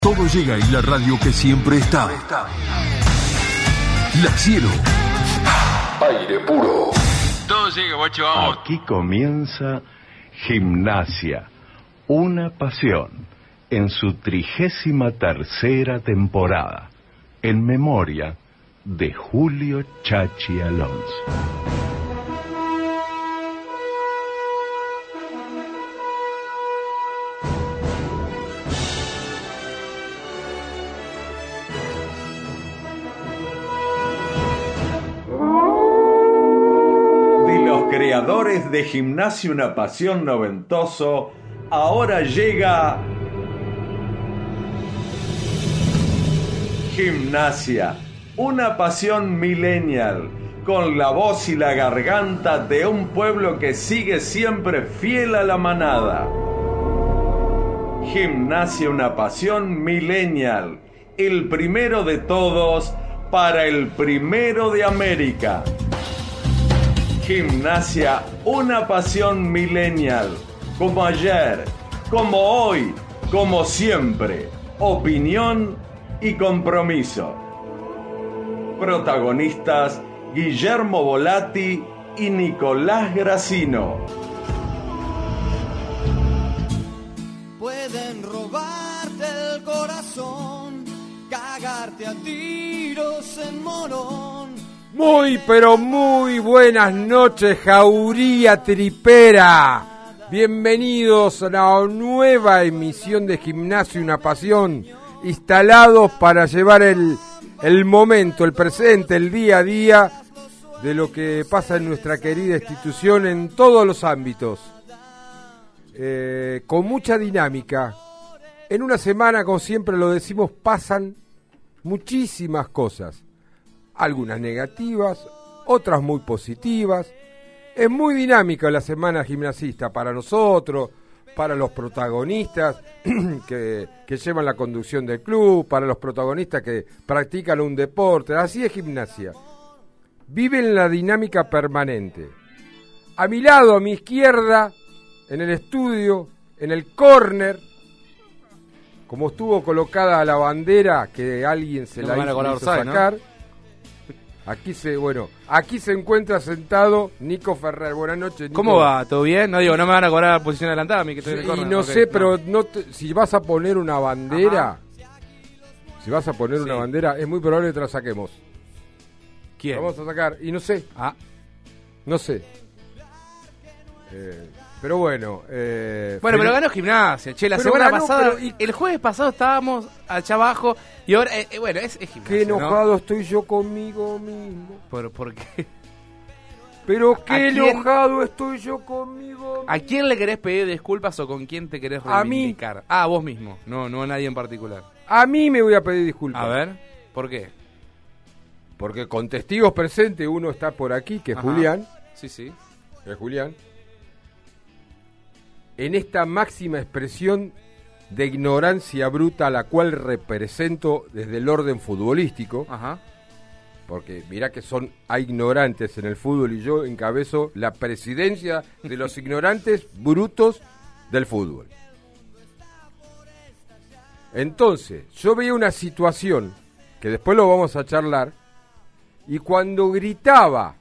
Todo llega en la radio que siempre está. La Cielo. Aire puro. Todo llega, guacho, vamos. Aquí comienza Gimnasia, una pasión, en su 33ª temporada, en memoria de Julio Chachi Alonso. Creadores de Gimnasia, una pasión noventoso, ahora llega Gimnasia, una pasión millennial, con la voz y la garganta de un pueblo que sigue siempre fiel a la manada. Gimnasia, una pasión millennial, el primero de todos para el primero de América. Gimnasia, una pasión millennial, como ayer, como hoy, como siempre, opinión y compromiso. Protagonistas: Guillermo Volati y Nicolás Gracino. Pueden robarte el corazón, cagarte a tiros en Morón. Muy, pero muy buenas noches, jauría tripera. Bienvenidos a la nueva emisión de Gimnasia, una pasión, instalados para llevar el momento, el presente, el día a día de lo que pasa en nuestra querida institución en todos los ámbitos. Con mucha dinámica. En una semana, como siempre lo decimos, pasan muchísimas cosas. Algunas negativas, otras muy positivas. Es muy dinámica la semana gimnasista para nosotros, para los protagonistas que llevan la conducción del club, para los protagonistas que practican un deporte. Así es Gimnasia. Viven la dinámica permanente. A mi lado, a mi izquierda, en el estudio, en el córner, como estuvo colocada la bandera que alguien se la hizo sacar. ¿No? Aquí se encuentra sentado Nico Ferrer. Buenas noches, Nico. ¿Cómo va? ¿Todo bien? No digo, no me van a cobrar la posición adelantada a mí que estoy en el córner. Y no sé, pero si vas a poner una bandera, una bandera, es muy probable que te la saquemos. ¿Quién? La vamos a sacar, y no sé. No sé. Pero bueno. Pero ganó Gimnasia, che, la semana pasada, el jueves pasado estábamos allá abajo y ahora, es Gimnasia. Qué enojado, ¿no? Estoy yo conmigo mismo. ¿Por qué? Pero qué enojado estoy yo conmigo mismo. ¿A quién le querés pedir disculpas o con quién te querés reivindicar? A mí. Ah, vos mismo, no a nadie en particular. A mí me voy a pedir disculpas. A ver, ¿por qué? Porque con testigos presentes uno está por aquí, que es Julián. Sí. Es Julián. En esta máxima expresión de ignorancia bruta a la cual represento desde el orden futbolístico, porque mirá que hay ignorantes en el fútbol y yo encabezo la presidencia de los ignorantes brutos del fútbol. Entonces, yo veía una situación, que después lo vamos a charlar, y cuando gritaba,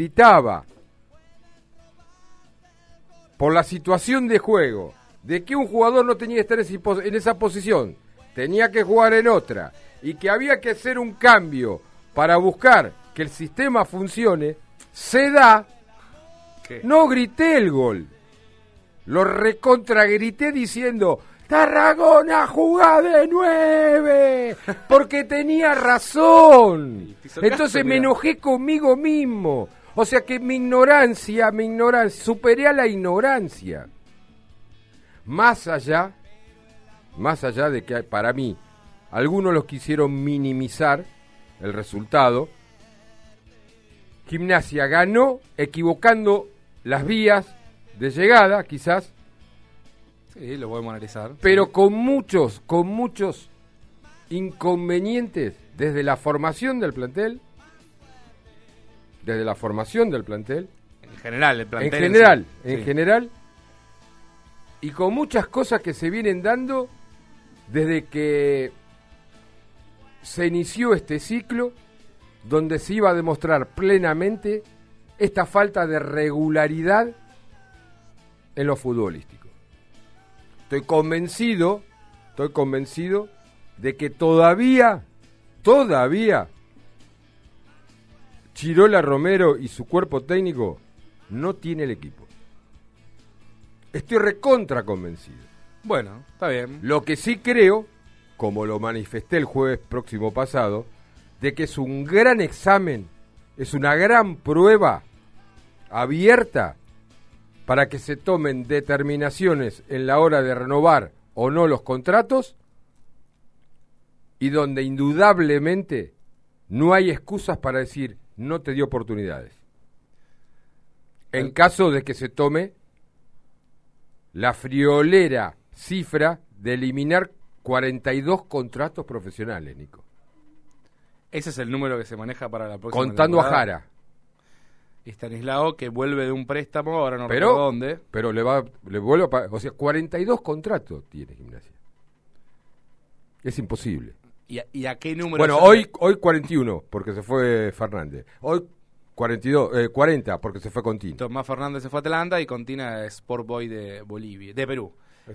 por la situación de juego, de que un jugador no tenía que estar en esa posición, tenía que jugar en otra, y que había que hacer un cambio para buscar que el sistema funcione, se da. ¿Qué? No grité el gol, lo recontragrité diciendo: Tarragona, jugá de 9, porque tenía razón. Entonces me enojé conmigo mismo. O sea que mi ignorancia, superé a la ignorancia. Más allá de que para mí algunos los quisieron minimizar el resultado, Gimnasia ganó equivocando las vías de llegada, quizás. Sí, lo podemos analizar. Pero con muchos inconvenientes desde la formación del plantel. En general, el plantel. En general. Y con muchas cosas que se vienen dando desde que se inició este ciclo donde se iba a demostrar plenamente esta falta de regularidad en lo futbolístico. Estoy convencido de que todavía Chirola Romero y su cuerpo técnico no tiene el equipo. Estoy recontra convencido. Bueno, está bien. Lo que sí creo, como lo manifesté el jueves próximo pasado, de que es un gran examen, es una gran prueba abierta para que se tomen determinaciones en la hora de renovar o no los contratos, y donde indudablemente no hay excusas para decir no te dio oportunidades. En caso de que se tome la friolera cifra de eliminar 42 contratos profesionales, Nico. Ese es el número que se maneja para la próxima contando temporada. A Jara. Stanislao, que vuelve de un préstamo, ahora no recuerdo dónde. Pero le vuelve a pagar. O sea, 42 contratos tiene Gimnasia. Es imposible. ¿Y a qué número? Bueno, hoy 41, porque se fue Fernández. Hoy 40, porque se fue Contín. Tomás Fernández se fue a Atlanta y Contina es Sport Boy de Bolivia, de Perú.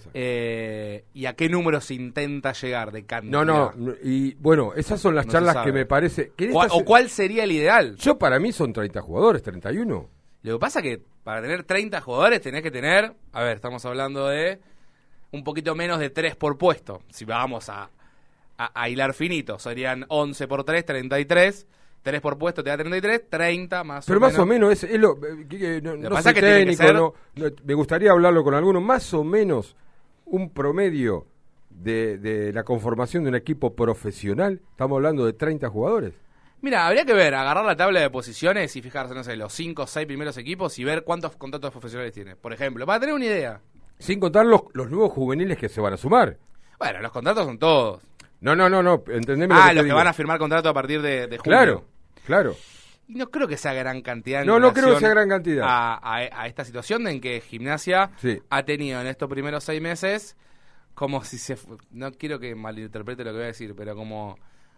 ¿Y a qué número se intenta llegar de cantidad? No, y bueno, esas son las charlas que me parece... ¿Cuál sería el ideal? Para mí son 30 jugadores, 31. Lo que pasa es que para tener 30 jugadores tenés que tener, a ver, estamos hablando de un poquito menos de 3 por puesto. Si vamos a hilar finito, serían 11 por 3, 33... 3 por puesto te da 33, 30 más pero o menos. Pero más o menos es lo no pasa soy que técnico, ser... no, me gustaría hablarlo con alguno, más o menos un promedio de la conformación de un equipo profesional, estamos hablando de 30 jugadores. Mira, habría que ver, agarrar la tabla de posiciones y fijarse, no sé, los 5 o 6 primeros equipos y ver cuántos contratos profesionales tiene. Por ejemplo, para tener una idea. Sin contar los nuevos juveniles que se van a sumar. Bueno, los contratos son todos. No, entendeme los que van a firmar contrato a partir de junio. Claro. Y no creo que sea gran cantidad. No creo que sea gran cantidad. A esta situación en que Gimnasia ha tenido en estos primeros 6 meses, como si no quiero que malinterprete lo que voy a decir, pero como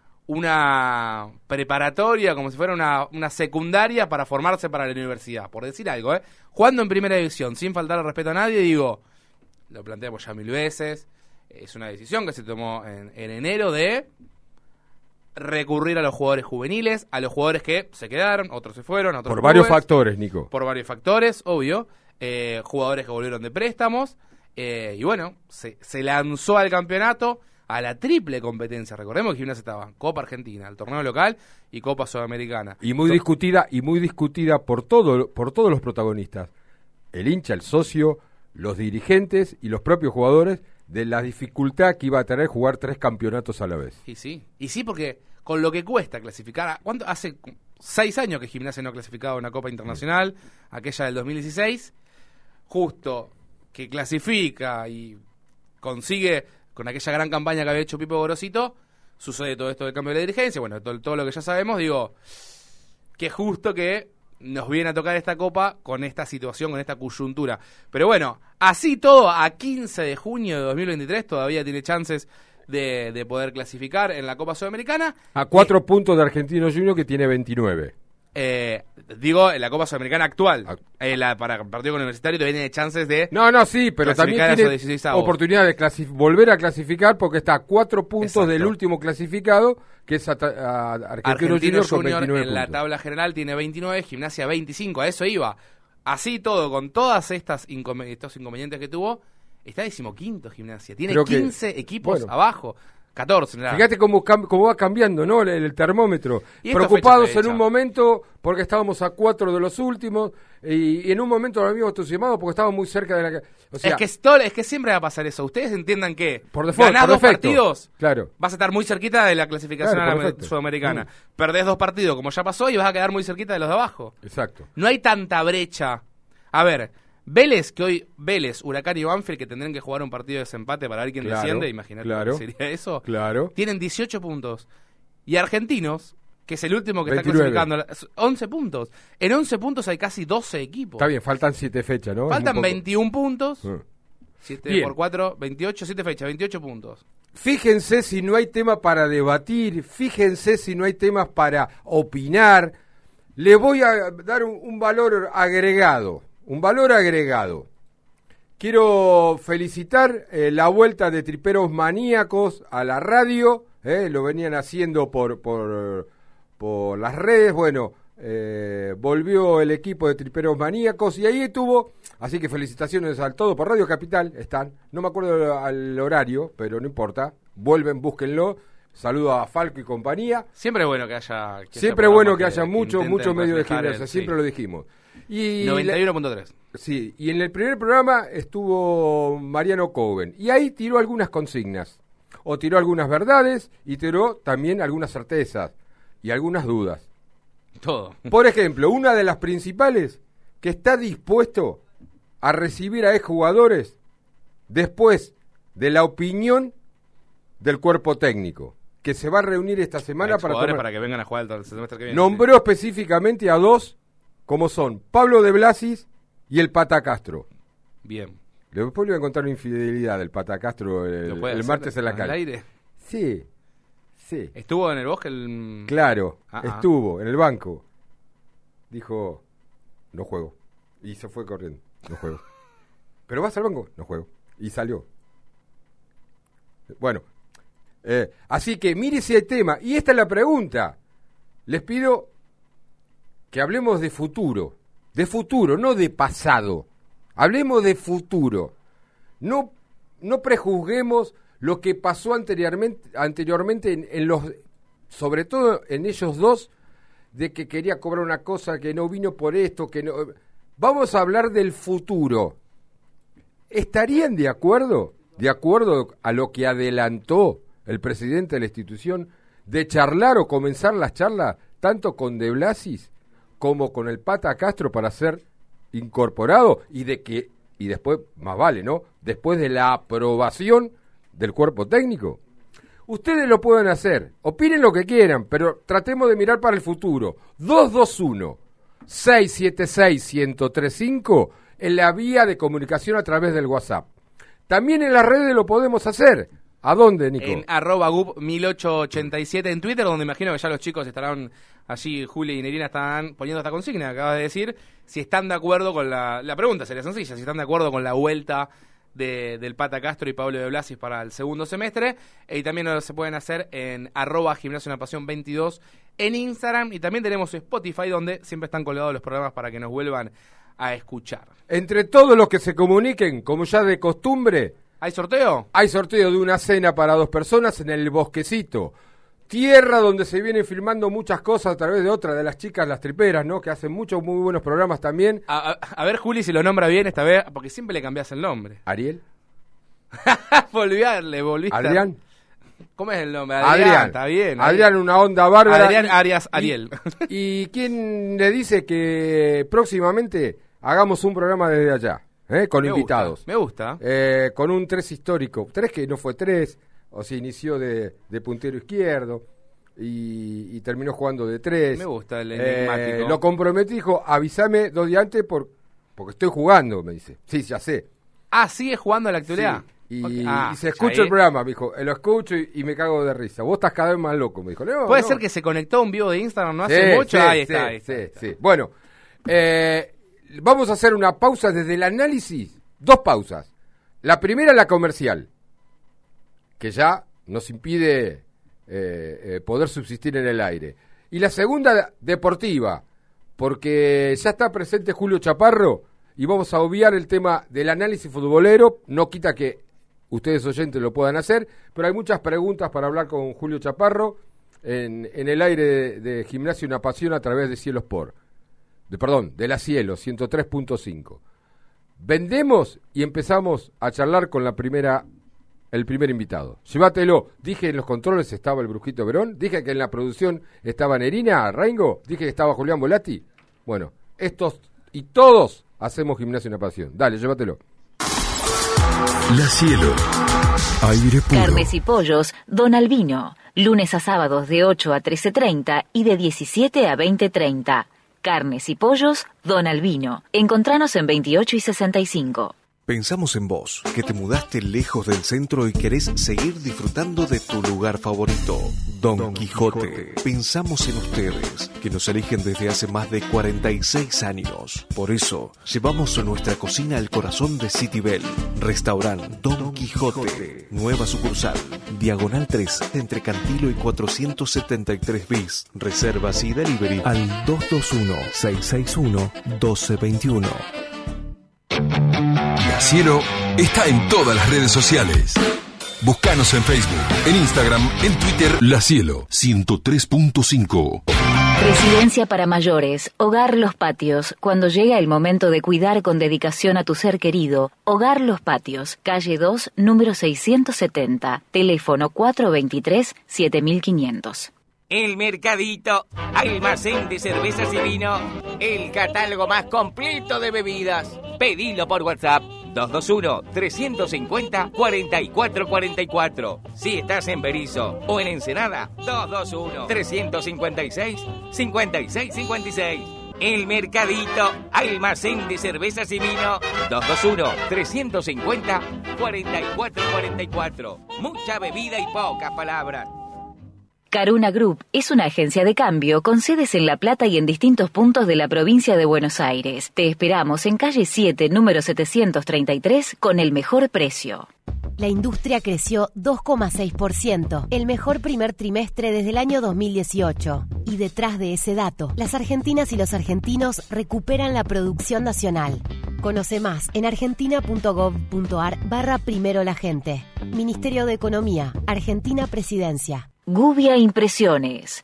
una preparatoria, como si fuera una secundaria para formarse para la universidad, por decir algo, jugando en primera división, sin faltar el respeto a nadie, digo, lo planteamos ya 1000 veces. Es una decisión que se tomó en enero de recurrir a los jugadores juveniles, a los jugadores que se quedaron, otros se fueron, otros por varios factores, Nico. Por varios factores, obvio. Jugadores que volvieron de préstamos. Y bueno, se lanzó al campeonato, a la triple competencia. Recordemos que Gimnasia estaba Copa Argentina, el torneo local y Copa Sudamericana. Y muy discutida por todos los protagonistas. El hincha, el socio, los dirigentes y los propios jugadores, de la dificultad que iba a tener jugar 3 campeonatos a la vez. Y sí, porque con lo que cuesta clasificar, ¿cuánto? Hace 6 años que Gimnasia no ha clasificado a una Copa Internacional, aquella del 2016, justo que clasifica y consigue, con aquella gran campaña que había hecho Pipo Gorosito, sucede todo esto del cambio de dirigencia, bueno, todo lo que ya sabemos, digo, que justo que nos viene a tocar esta copa con esta situación, con esta coyuntura. Pero bueno, así todo, a 15 de junio de 2023 todavía tiene chances de poder clasificar en la Copa Sudamericana. A 4 puntos de Argentinos Juniors, que tiene 29. Digo, en la Copa Sudamericana actual. Para el partido universitario todavía tiene chances de... sí, pero también tiene oportunidad de volver a clasificar porque está a 4 puntos del último clasificado, que es Argentinos Juniors con 29 en puntos. La tabla general tiene 29, Gimnasia 25, a eso iba. Así todo, con todas estos inconvenientes que tuvo, está 15º Gimnasia. Tiene 15 equipos abajo. 14. Fíjate cómo va cambiando, ¿no? El termómetro. Preocupados en un momento porque estábamos a 4 de los últimos y en un momento lo habíamos entusiasmado porque estábamos muy cerca de la... O sea, es que siempre va a pasar eso. Ustedes entiendan que ganás 2 partidos, claro, vas a estar muy cerquita de la clasificación a la Sudamericana. Perdés 2 partidos, como ya pasó, y vas a quedar muy cerquita de los de abajo. Exacto. No hay tanta brecha. A ver... Vélez, Huracán y Banfield, que tendrán que jugar un partido de desempate para ver quién desciende, imagínate lo que sería eso. Claro. Tienen 18 puntos. Y Argentinos, que es el último que 29. está clasificando, 11 puntos. En 11 puntos hay casi 12 equipos. Está bien, faltan 7 fechas, ¿no? Faltan 21 puntos. 7 por 4, 28, 7 fechas, 28 puntos. Fíjense si no hay tema para debatir, fíjense si no hay temas para opinar. Le voy a dar un valor agregado, Quiero felicitar la vuelta de Triperos Maníacos a la radio, lo venían haciendo por las redes, bueno, volvió el equipo de Triperos Maníacos y ahí estuvo, así que felicitaciones al todo por Radio Capital, están, no me acuerdo al horario, pero no importa, vuelven, búsquenlo. Saludo a Falco y compañía. Siempre es bueno que haya... Siempre es bueno que haya muchos medios de gimnasia, siempre lo dijimos. Y 91.3. Sí, y en el primer programa estuvo Mariano Coven, y ahí tiró algunas consignas, o tiró algunas verdades, y tiró también algunas certezas, y algunas dudas. Todo. Por ejemplo, una de las principales, que está dispuesto a recibir a exjugadores después de la opinión del cuerpo técnico, que se va a reunir esta semana para que vengan a jugar el semestre que viene. Nombró específicamente a dos, como son Pablo de Blasis y el Pata Castro. Bien. Después le voy a contar una infidelidad del Pata Castro el martes en la calle. Aire? Sí. ¿Estuvo en el bosque? Claro, estuvo en el banco. Dijo, no juego. Y se fue corriendo, no juego. ¿Pero vas al banco? No juego. Y salió. Bueno, así que mire si hay tema. Y esta es la pregunta. Les pido que hablemos de futuro, no de pasado. Hablemos de futuro. No prejuzguemos lo que pasó anteriormente en los, sobre todo en ellos dos, de que quería cobrar una cosa, que no vino por esto, que no. Vamos a hablar del futuro. ¿Estarían de acuerdo a lo que adelantó el presidente de la institución, de charlar o comenzar las charlas tanto con De Blasis como con el Pata Castro para ser incorporado y después, más vale, ¿no? Después de la aprobación del cuerpo técnico? Ustedes lo pueden hacer, opinen lo que quieran, pero tratemos de mirar para el futuro. 221-676-1035 en la vía de comunicación a través del WhatsApp. También en las redes lo podemos hacer. ¿A dónde, Nico? En @gup1887 en Twitter, donde imagino que ya los chicos estarán allí, Juli y Nerina están poniendo esta consigna que acabas de decir, si están de acuerdo con la pregunta sería sencilla, si están de acuerdo con la vuelta del Pata Castro y Pablo de Blasis para el segundo semestre, y también lo se pueden hacer en @gimnasiounapasión22 en Instagram, y también tenemos Spotify, donde siempre están colgados los programas para que nos vuelvan a escuchar. Entre todos los que se comuniquen, como ya de costumbre, ¿hay sorteo? Hay sorteo de una cena para 2 personas en el Bosquecito, tierra donde se vienen filmando muchas cosas a través de otra de las chicas, las triperas, ¿no? Que hacen muchos muy buenos programas también. A ver, Juli, si lo nombra bien esta vez, porque siempre le cambiás el nombre. ¿Ariel? Volviste. ¿Adrián? ¿Cómo es el nombre? Adrián. Está bien. Adrián, una onda bárbara. Adrián Arias Ariel. ¿Y quién le dice que próximamente hagamos un programa desde allá? Con invitados. Me gusta. Con un 3 histórico. 3 que no fue 3, o se inició de puntero izquierdo y terminó jugando de 3. Me gusta el enigmático. Lo comprometí, dijo, avísame 2 días antes porque estoy jugando, me dice. Sí, ya sé. ¿Sigue jugando en la actualidad? Sí. Y se escucha el programa, me dijo, lo escucho y me cago de risa. Vos estás cada vez más loco, me dijo. Puede ser que se conectó a un vivo de Instagram, ¿no? Hace mucho. Ahí está. Sí. Bueno, vamos a hacer una pausa desde el análisis. 2 pausas. La primera, la comercial, que ya nos impide poder subsistir en el aire. Y la segunda, deportiva, porque ya está presente Julio Chaparro y vamos a obviar el tema del análisis futbolero. No quita que ustedes oyentes lo puedan hacer, pero hay muchas preguntas para hablar con Julio Chaparro en el aire de Gimnasia Una Pasión a través de Cielo Sport. De la Cielo 103.5. Vendemos y empezamos a charlar con el primer invitado. Llévatelo. Dije en los controles estaba el Brujito Verón, dije que en la producción estaba Nerina Raingo, dije que estaba Julián Volati. Bueno, estos y todos hacemos Gimnasia Una Pasión. Dale, llévatelo. La Cielo. Aire puro. Carnes y pollos, Don Albino. Lunes a sábados de 8 a 13:30 y de 17 a 20:30. Carnes y pollos, Don Albino. Encontranos en 28 y 65. Pensamos en vos, que te mudaste lejos del centro y querés seguir disfrutando de tu lugar favorito. Don Quijote. Pensamos en ustedes, que nos eligen desde hace más de 46 años. Por eso, llevamos nuestra cocina al corazón de Citibel. Restaurant Don Quijote. Nueva sucursal. Diagonal 3, entre Cantilo y 473 bis. Reservas y delivery al 221-661-1221. La Cielo está en todas las redes sociales. Búscanos en Facebook, en Instagram, en Twitter. La Cielo 103.5. Residencia para mayores, Hogar Los Patios. Cuando llega el momento de cuidar con dedicación a tu ser querido, Hogar Los Patios, calle 2, número 670, teléfono 423-7500. El Mercadito, almacén de cervezas y vino, el catálogo más completo de bebidas. Pedilo por WhatsApp 221-350-4444. Si estás en Berisso o en Ensenada, 221-356-5656. El Mercadito, almacén de cervezas y vino, 221-350-4444. Mucha bebida y pocas palabras. Caruna Group es una agencia de cambio con sedes en La Plata y en distintos puntos de la provincia de Buenos Aires. Te esperamos en calle 7, número 733, con el mejor precio. La industria creció 2,6%, el mejor primer trimestre desde el año 2018. Y detrás de ese dato, las argentinas y los argentinos recuperan la producción nacional. Conoce más en argentina.gov.ar/primero la gente. Ministerio de Economía, Argentina Presidencia. Gubia Impresiones,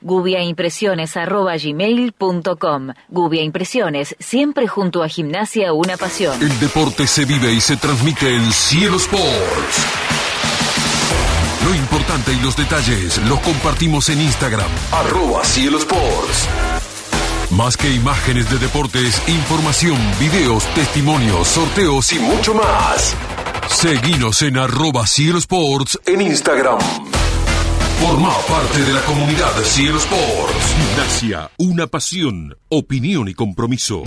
gubiaimpresiones@gmail.com. Gubia Impresiones, siempre junto a Gimnasia Una Pasión. El deporte se vive y se transmite en Cielo Sports. Lo importante y los detalles los compartimos en Instagram, @Cielo Sports. Más que imágenes de deportes, información, videos, testimonios, sorteos y mucho más. Seguinos en @Cielo Sports en Instagram. Forma parte de la comunidad de Cielo Sports. Gimnasia, una pasión, opinión y compromiso.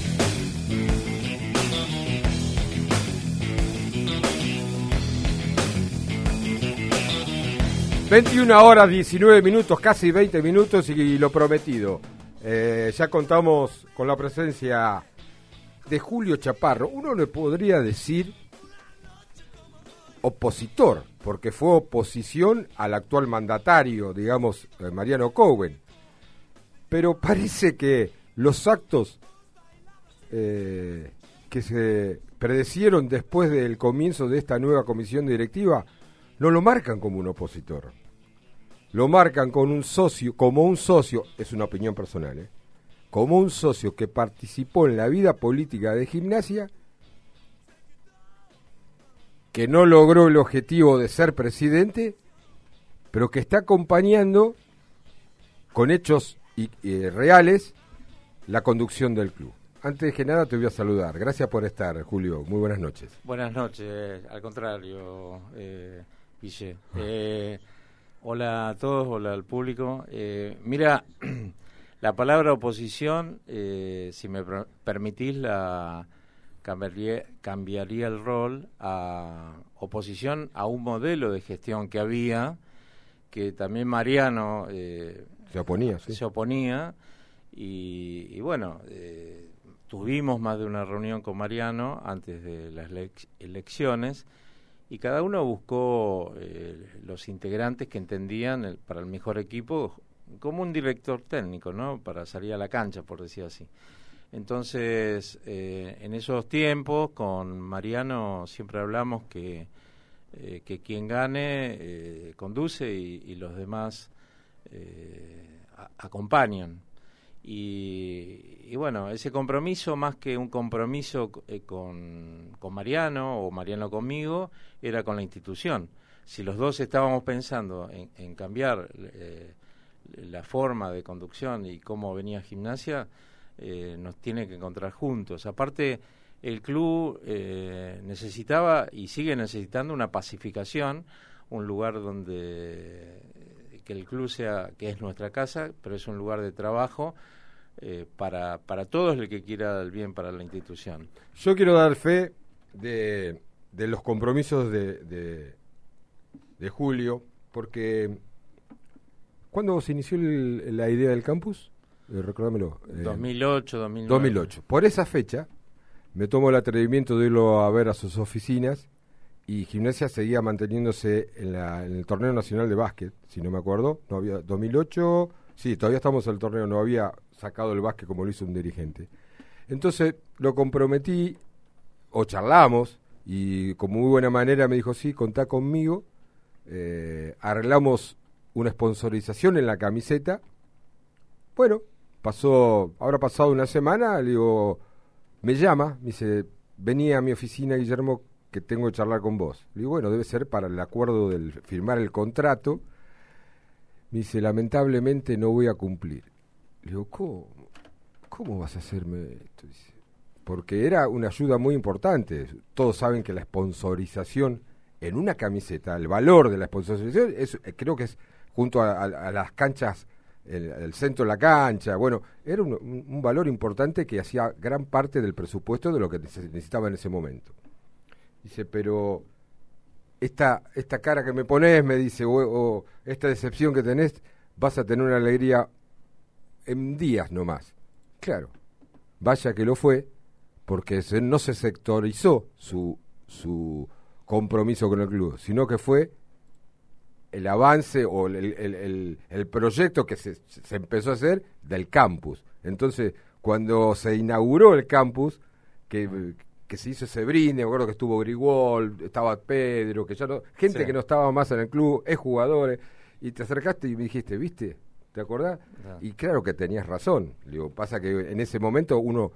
(21:19), casi 20 minutos y lo prometido. Ya contamos con la presencia de Julio Chaparro. Uno le podría decir opositor, porque fue oposición al actual mandatario, digamos, Mariano Cowen. Pero parece que los actos que se predecieron después del comienzo de esta nueva comisión directiva no lo marcan como un opositor. Lo marcan con un socio, como un socio, es una opinión personal, como un socio que participó en la vida política de Gimnasia, que no logró el objetivo de ser presidente, pero que está acompañando con hechos reales la conducción del club. Antes que nada te voy a saludar. Gracias por estar, Julio. Muy buenas noches. Buenas noches, al contrario, Guille. Hola a todos, hola al público. Mira, la palabra oposición, si me permitís, cambiaría el rol a oposición a un modelo de gestión que había, que también Mariano se oponía, sí. Se oponía y bueno, tuvimos más de una reunión con Mariano antes de las elecciones y cada uno buscó los integrantes que entendían para el mejor equipo, como un director técnico, ¿no? Para salir a la cancha, por decir así. Entonces, en esos tiempos, con Mariano siempre hablamos que quien gane conduce y los demás acompañan. Y bueno, ese compromiso, más que un compromiso con Mariano o Mariano conmigo, era con la institución. Si los dos estábamos pensando en cambiar la forma de conducción y cómo venía Gimnasia, nos tiene que encontrar juntos. Aparte, el club necesitaba y sigue necesitando una pacificación, un lugar donde que el club sea, que es nuestra casa, pero es un lugar de trabajo para todos el que quiera el bien para la institución. Yo quiero dar fe de los compromisos de Julio, porque ¿cuándo se inició la idea del campus? Recordámelo. 2008, 2009. 2008. Por esa fecha me tomo el atrevimiento de irlo a ver a sus oficinas, y Gimnasia seguía manteniéndose en el torneo nacional de básquet, si no me acuerdo. No había 2008, sí, todavía estamos en el torneo, no había sacado el básquet como lo hizo un dirigente. Entonces lo comprometí, o charlamos, y con muy buena manera me dijo, sí, contá conmigo. Arreglamos una sponsorización en la camiseta. Bueno, habrá pasado una semana, le digo, me llama, me dice, vení a mi oficina, Guillermo, que tengo que charlar con vos. Le digo, bueno, debe ser para el acuerdo del firmar el contrato. Me dice, lamentablemente no voy a cumplir. Le digo, ¿cómo vas a hacerme esto? Dice, porque era una ayuda muy importante. Todos saben que la sponsorización en una camiseta, el valor de la sponsorización, creo que es junto a las canchas, el centro de la cancha, bueno, era un valor importante que hacía gran parte del presupuesto de lo que se necesitaba en ese momento. Dice, pero esta cara que me pones, me dice, o esta decepción que tenés, vas a tener una alegría en días nomás. Claro, vaya que lo fue, porque no se sectorizó su compromiso con el club, sino que fue el avance o el proyecto que se empezó a hacer del campus. Entonces, cuando se inauguró el campus, que se hizo ese brinde, me acuerdo que estuvo Grigol, estaba Pedro, que ya no, gente que no estaba más en el club, jugadores, y te acercaste y me dijiste, ¿viste? ¿Te acordás? No. Y claro que tenías razón. Digo, pasa que en ese momento uno,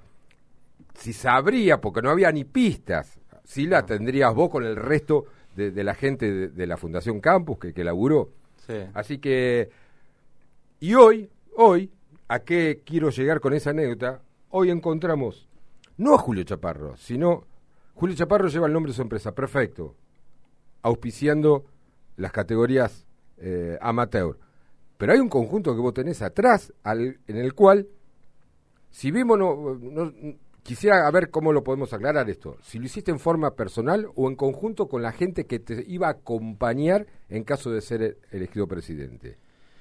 si sabría, porque no había ni pistas, si la tendrías vos con el resto de la gente de la Fundación Campus que laburó. Sí. Así que, y hoy, ¿a qué quiero llegar con esa anécdota? Hoy encontramos, no a Julio Chaparro, sino, Julio Chaparro lleva el nombre de su empresa, perfecto, auspiciando las categorías amateur. Pero hay un conjunto que vos tenés atrás, en el cual, si vimos, quisiera ver cómo lo podemos aclarar esto. Si lo hiciste en forma personal o en conjunto con la gente que te iba a acompañar en caso de ser elegido presidente.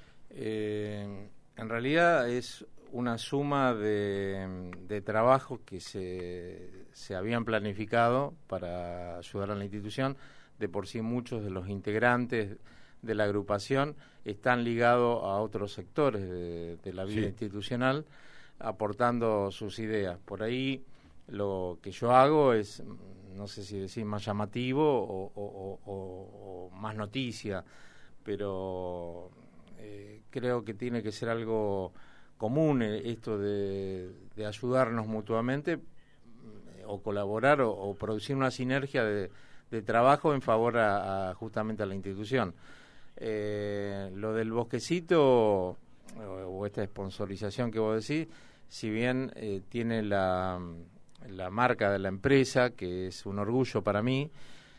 En realidad es una suma de trabajos que se habían planificado para ayudar a la institución. De por sí muchos de los integrantes de la agrupación están ligados a otros sectores de la vida institucional, aportando sus ideas. Por ahí lo que yo hago es, no sé si decir más llamativo o más noticia, pero creo que tiene que ser algo común esto de ayudarnos mutuamente o colaborar o producir una sinergia de trabajo en favor justamente a la institución. Lo del bosquecito o esta sponsorización que vos decís, si bien tiene la marca de la empresa, que es un orgullo para mí,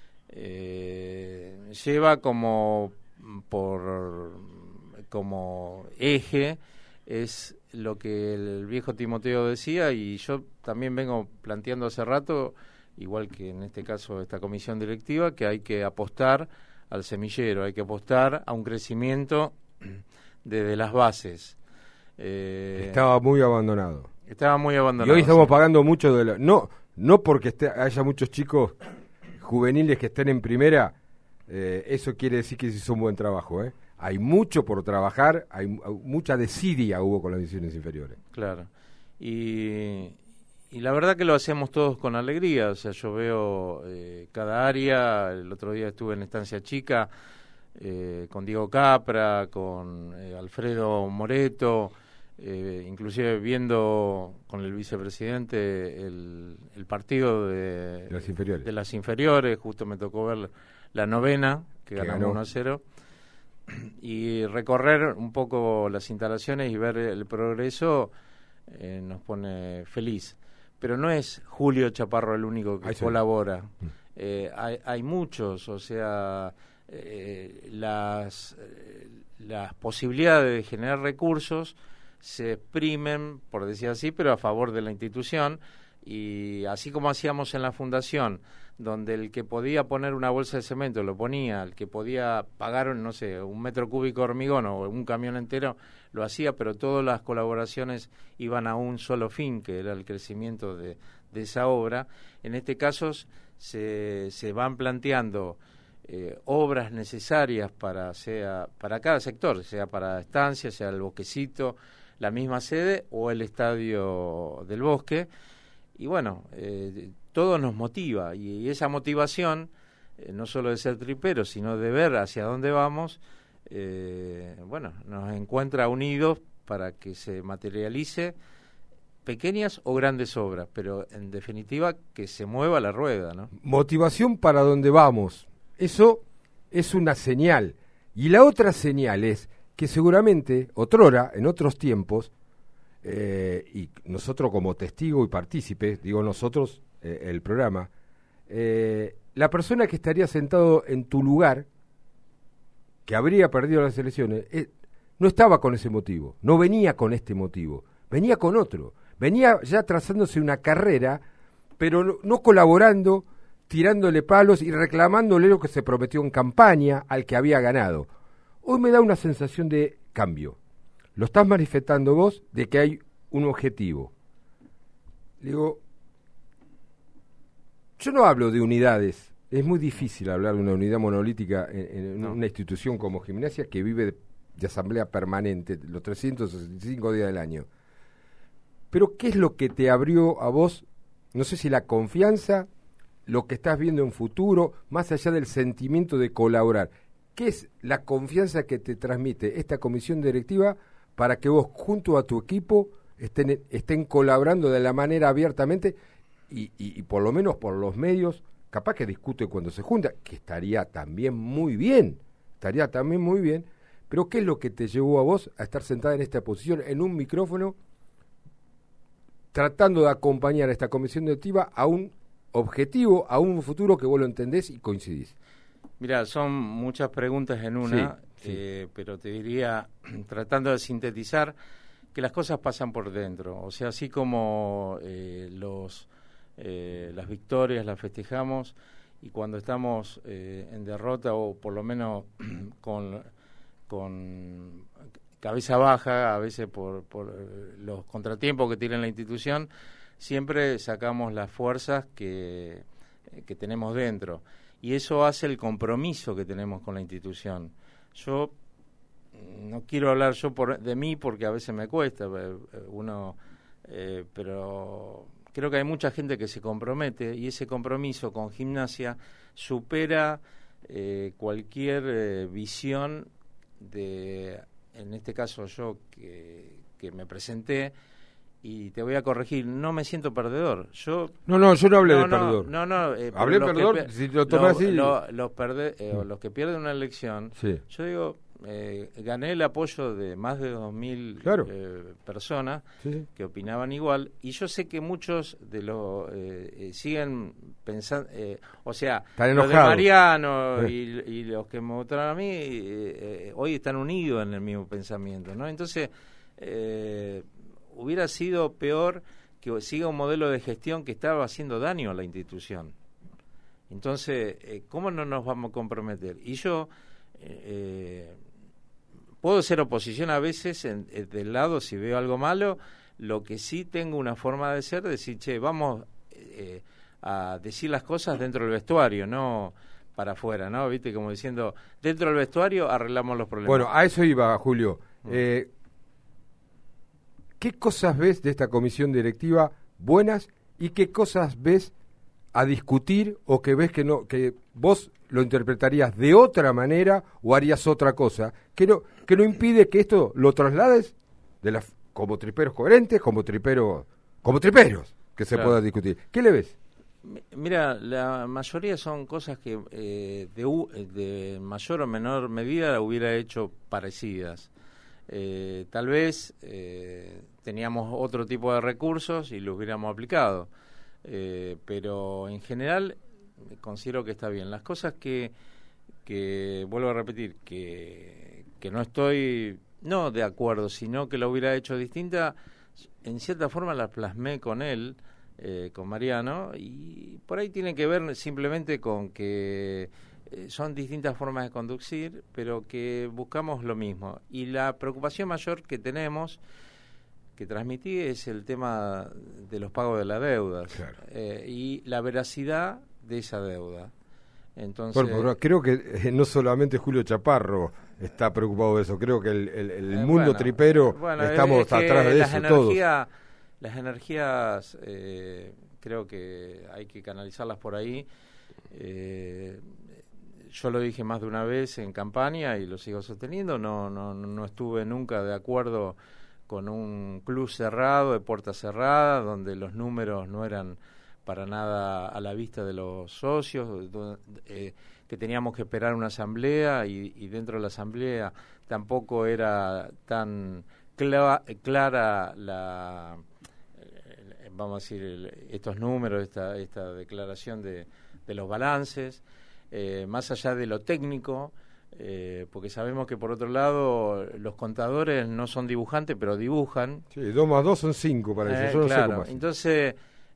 lleva como eje, es lo que el viejo Timoteo decía, y yo también vengo planteando hace rato, igual que en este caso esta comisión directiva, que hay que apostar al semillero, hay que apostar a un crecimiento desde las bases. Estaba muy abandonado. Y hoy estamos pagando mucho no porque haya muchos chicos juveniles que estén en primera, eso quiere decir que se hizo un buen trabajo, Hay mucho por trabajar, hay mucha desidia hubo con las divisiones inferiores. Claro. Y la verdad que lo hacemos todos con alegría. O sea, yo veo cada área. El otro día estuve en Estancia Chica con Diego Capra, con Alfredo Moreto, inclusive viendo con el vicepresidente el partido de las inferiores. Justo me tocó ver la novena, que ganamos 1-0. Y recorrer un poco las instalaciones y ver el progreso nos pone feliz. Pero no es Julio Chaparro el único que colabora. Hay muchos, o sea, las posibilidades de generar recursos se exprimen, por decir así, pero a favor de la institución. Y así como hacíamos en la fundación, donde el que podía poner una bolsa de cemento lo ponía, el que podía pagar, no sé, 1 metro cúbico de hormigón o un camión entero, lo hacía, pero todas las colaboraciones iban a un solo fin, que era el crecimiento de esa obra. En este caso se van planteando obras necesarias para cada sector, sea para estancia, sea el Bosquecito, la misma sede o el Estadio del Bosque. Y bueno, todo nos motiva, y esa motivación, no solo de ser triperos, sino de ver hacia dónde vamos, bueno, nos encuentra unidos para que se materialice pequeñas o grandes obras, pero en definitiva que se mueva la rueda, ¿no? Motivación para dónde vamos, eso es una señal. Y la otra señal es que seguramente, otrora, en otros tiempos, y nosotros como testigo y partícipe, digo nosotros, el programa, la persona que estaría sentado en tu lugar, que habría perdido las elecciones, no estaba con ese motivo, no venía con este motivo, venía con otro, venía ya trazándose una carrera, pero no colaborando, tirándole palos y reclamándole lo que se prometió en campaña al que había ganado. Hoy me da una sensación de cambio. Lo estás manifestando vos de que hay un objetivo. Digo, yo no hablo de unidades. Es muy difícil hablar de una unidad monolítica en una institución como Gimnasia que vive de asamblea permanente los 365 días del año. Pero ¿qué es lo que te abrió a vos? No sé si la confianza, lo que estás viendo en futuro, más allá del sentimiento de colaborar. ¿Qué es la confianza que te transmite esta comisión directiva para que vos junto a tu equipo estén colaborando de la manera abiertamente y por lo menos por los medios, capaz que discute cuando se junta, que estaría también muy bien, pero ¿qué es lo que te llevó a vos a estar sentada en esta posición, en un micrófono, tratando de acompañar a esta comisión directiva a un objetivo, a un futuro que vos lo entendés y coincidís? Mira, son muchas preguntas en una, sí. Pero te diría, tratando de sintetizar, que las cosas pasan por dentro. O sea, así como las victorias las festejamos, y cuando estamos en derrota o por lo menos con cabeza baja, a veces por los contratiempos que tiene la institución, siempre sacamos las fuerzas que tenemos dentro. Y eso hace el compromiso que tenemos con la institución. Yo no quiero hablar de mí porque a veces me cuesta, pero creo que hay mucha gente que se compromete, y ese compromiso con Gimnasia supera cualquier visión en este caso yo que me presenté. Y te voy a corregir, no me siento perdedor. Yo no hablé de perdedor. Hablé perdedor, si lo tomás así. Los que pierden una elección, sí. Yo digo, gané el apoyo de más de 2.000 claro. Personas sí. Que opinaban igual, y yo sé que muchos de los siguen pensando, o sea, los de Mariano y los que me votaron a mí, hoy están unidos en el mismo pensamiento, ¿no? Entonces, hubiera sido peor que siga un modelo de gestión que estaba haciendo daño a la institución. Entonces, ¿cómo no nos vamos a comprometer? Y yo puedo ser oposición a veces del lado si veo algo malo. Lo que sí tengo una forma de ser, decir, vamos a decir las cosas dentro del vestuario, no para afuera, ¿no? ¿Viste? Como diciendo, dentro del vestuario arreglamos los problemas. Bueno, a eso iba, Julio. ¿Qué cosas ves de esta comisión directiva buenas y qué cosas ves a discutir o que ves que vos lo interpretarías de otra manera o harías otra cosa que no impide que esto lo traslades como triperos coherentes, como triperos que se pueda discutir? ¿Qué le ves? Mira, la mayoría son cosas que de mayor o menor medida hubiera hecho parecidas. Tal vez teníamos otro tipo de recursos y los hubiéramos aplicado, pero en general considero que está bien. Las cosas que vuelvo a repetir, que no estoy no de acuerdo, sino que lo hubiera hecho distinta, en cierta forma la plasmé con él con Mariano, y por ahí tiene que ver simplemente con que son distintas formas de conducir, pero que buscamos lo mismo. Y la preocupación mayor que tenemos, que transmití, es el tema de los pagos de las deudas, claro, y la veracidad de esa deuda. Entonces, bueno, pero creo que no solamente Julio Chaparro está preocupado de eso, creo que el mundo tripero estamos atrás de eso todos. Las energías creo que hay que canalizarlas por ahí. Yo lo dije más de una vez en campaña y lo sigo sosteniendo, no estuve nunca de acuerdo con un club cerrado, de puerta cerrada, donde los números no eran para nada a la vista de los socios, que teníamos que esperar una asamblea y dentro de la asamblea tampoco era tan clara la, vamos a decir, estos números, esta declaración de los balances, más allá de lo técnico, porque sabemos que por otro lado los contadores no son dibujantes, pero dibujan. Sí, 2 más 2 son 5 para eso, yo claro. no sé cómo hacer. Entonces,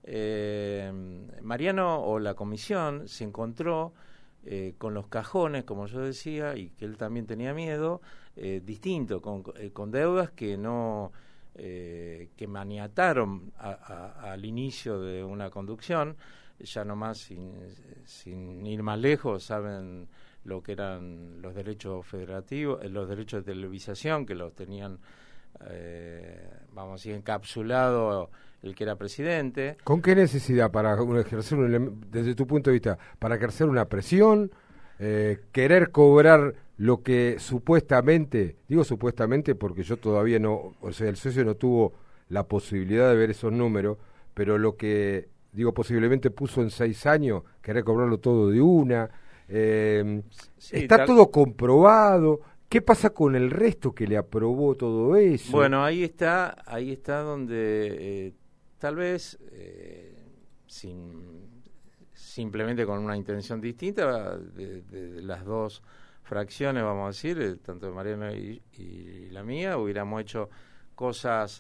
Mariano o la comisión se encontró con los cajones, como yo decía, y que él también tenía miedo, distinto, con deudas que no que maniataron al inicio de una conducción. Ya nomás, sin ir más lejos, saben lo que eran los derechos federativos, los derechos de televisación, que los tenían, vamos a decir, encapsulado el que era presidente. ¿Con qué necesidad para ejercer, desde tu punto de vista, para ejercer una presión, querer cobrar lo que supuestamente, digo supuestamente porque yo todavía no, o sea, el socio no tuvo la posibilidad de ver esos números, pero lo que, digo, posiblemente puso en 6 años, querer cobrarlo todo de una, sí, está todo comprobado. ¿Qué pasa con el resto que le aprobó todo eso? Bueno, ahí está donde tal vez simplemente con una intención distinta de las dos fracciones, vamos a decir, tanto de Mariano y la mía, hubiéramos hecho cosas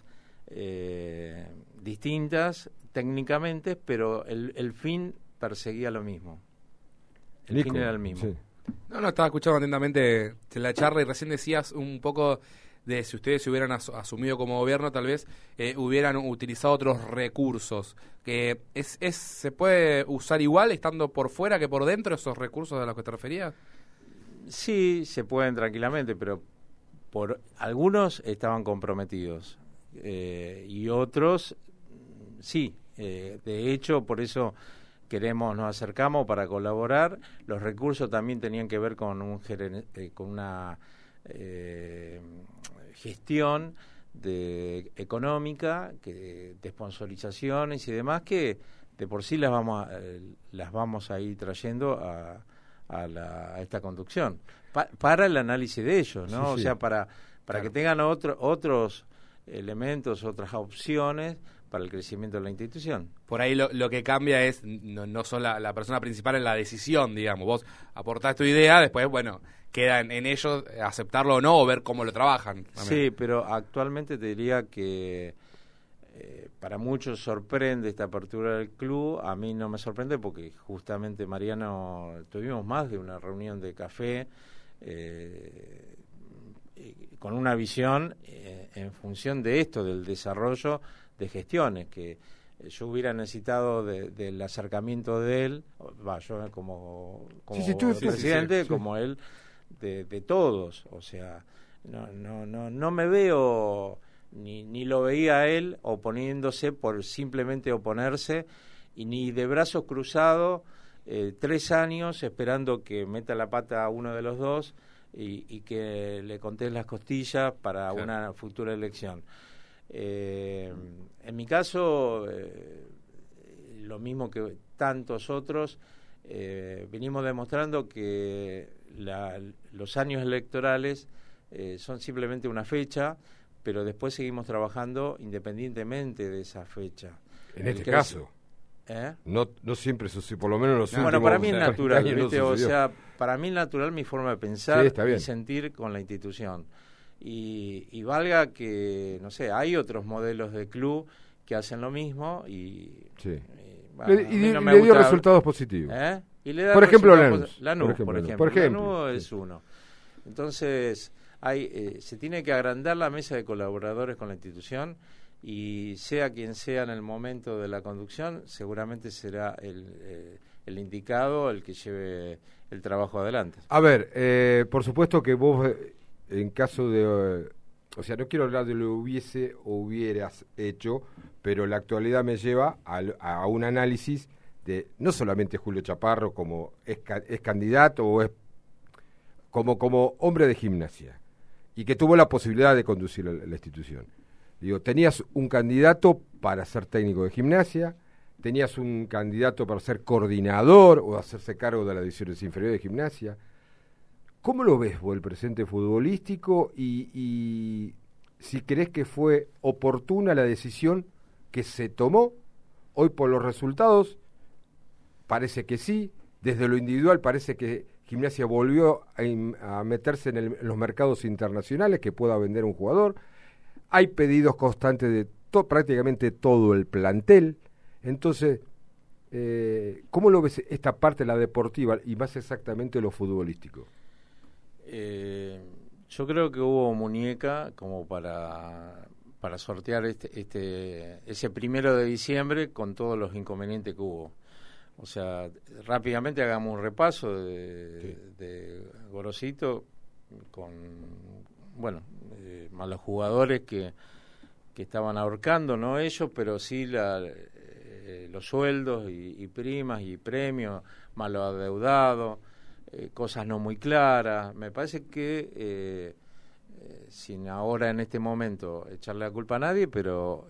distintas técnicamente, pero el fin perseguía lo mismo. El fin era el mismo. Sí. No, estaba escuchando atentamente la charla y recién decías un poco de si ustedes se hubieran asumido como gobierno, tal vez hubieran utilizado otros recursos. Que ¿se puede usar igual estando por fuera que por dentro esos recursos a los que te referías? Sí, se pueden tranquilamente, pero por algunos estaban comprometidos y otros sí. De hecho, por eso nos acercamos para colaborar. Los recursos también tenían que ver con una gestión económica, de sponsorizaciones y demás, que de por sí las vamos a ir trayendo a esta conducción para el análisis de ellos, ¿no? Sí, o sea, para claro, que tengan otros elementos, otras opciones para el crecimiento de la institución. Por ahí lo que cambia es no sos la persona principal en la decisión, digamos. Vos aportás tu idea, después, bueno, queda en ellos aceptarlo o no, o ver cómo lo trabajan. También. Sí, pero actualmente te diría que para muchos sorprende esta apertura del club. A mí no me sorprende porque justamente, Mariano, tuvimos más de una reunión de café con una visión en función de esto, del desarrollo de gestiones, que yo hubiera necesitado del acercamiento de él, yo como presidente, como él, de todos. O sea, no me veo, ni lo veía a él oponiéndose por simplemente oponerse, y ni de brazos cruzados 3 años esperando que meta la pata a uno de los dos y que le contés las costillas para claro, una futura elección. En mi caso, lo mismo que tantos otros, venimos demostrando que los años electorales son simplemente una fecha, pero después seguimos trabajando independientemente de esa fecha. En este caso, no siempre sucedió, por lo menos los últimos. Bueno, para mí es natural, ¿viste? O sea, para mí es natural mi forma de pensar y sentir con la institución. Y valga que, no sé, hay otros modelos de club que hacen lo mismo y... Sí. Bueno, le dio resultados positivos. Y le da por ejemplo, Lanús, por ejemplo. Lanús es uno. Entonces, se tiene que agrandar la mesa de colaboradores con la institución y sea quien sea en el momento de la conducción, seguramente será el indicado, el que lleve el trabajo adelante. A ver, por supuesto que vos, en caso de... o sea, no quiero hablar de lo hubiese o hubieras hecho, pero la actualidad me lleva a un análisis de no solamente Julio Chaparro como es candidato o es como hombre de Gimnasia y que tuvo la posibilidad de conducir la institución. Digo, tenías un candidato para ser técnico de Gimnasia, tenías un candidato para ser coordinador o hacerse cargo de las divisiones inferiores de Gimnasia. ¿Cómo lo ves vos el presente futbolístico y si crees que fue oportuna la decisión que se tomó? Hoy por los resultados parece que sí, desde lo individual parece que Gimnasia volvió a meterse en los mercados internacionales que pueda vender un jugador. Hay pedidos constantes de prácticamente todo el plantel. Entonces, ¿cómo lo ves esta parte, la deportiva, y más exactamente lo futbolístico? Yo creo que hubo muñeca como para sortear ese 1 de diciembre con todos los inconvenientes que hubo. O sea, rápidamente hagamos un repaso de Gorosito con, bueno, más los jugadores que estaban ahorcando, no ellos, pero sí los sueldos y primas y premios, más lo adeudado, cosas no muy claras. Me parece que, sin ahora en este momento echarle la culpa a nadie, pero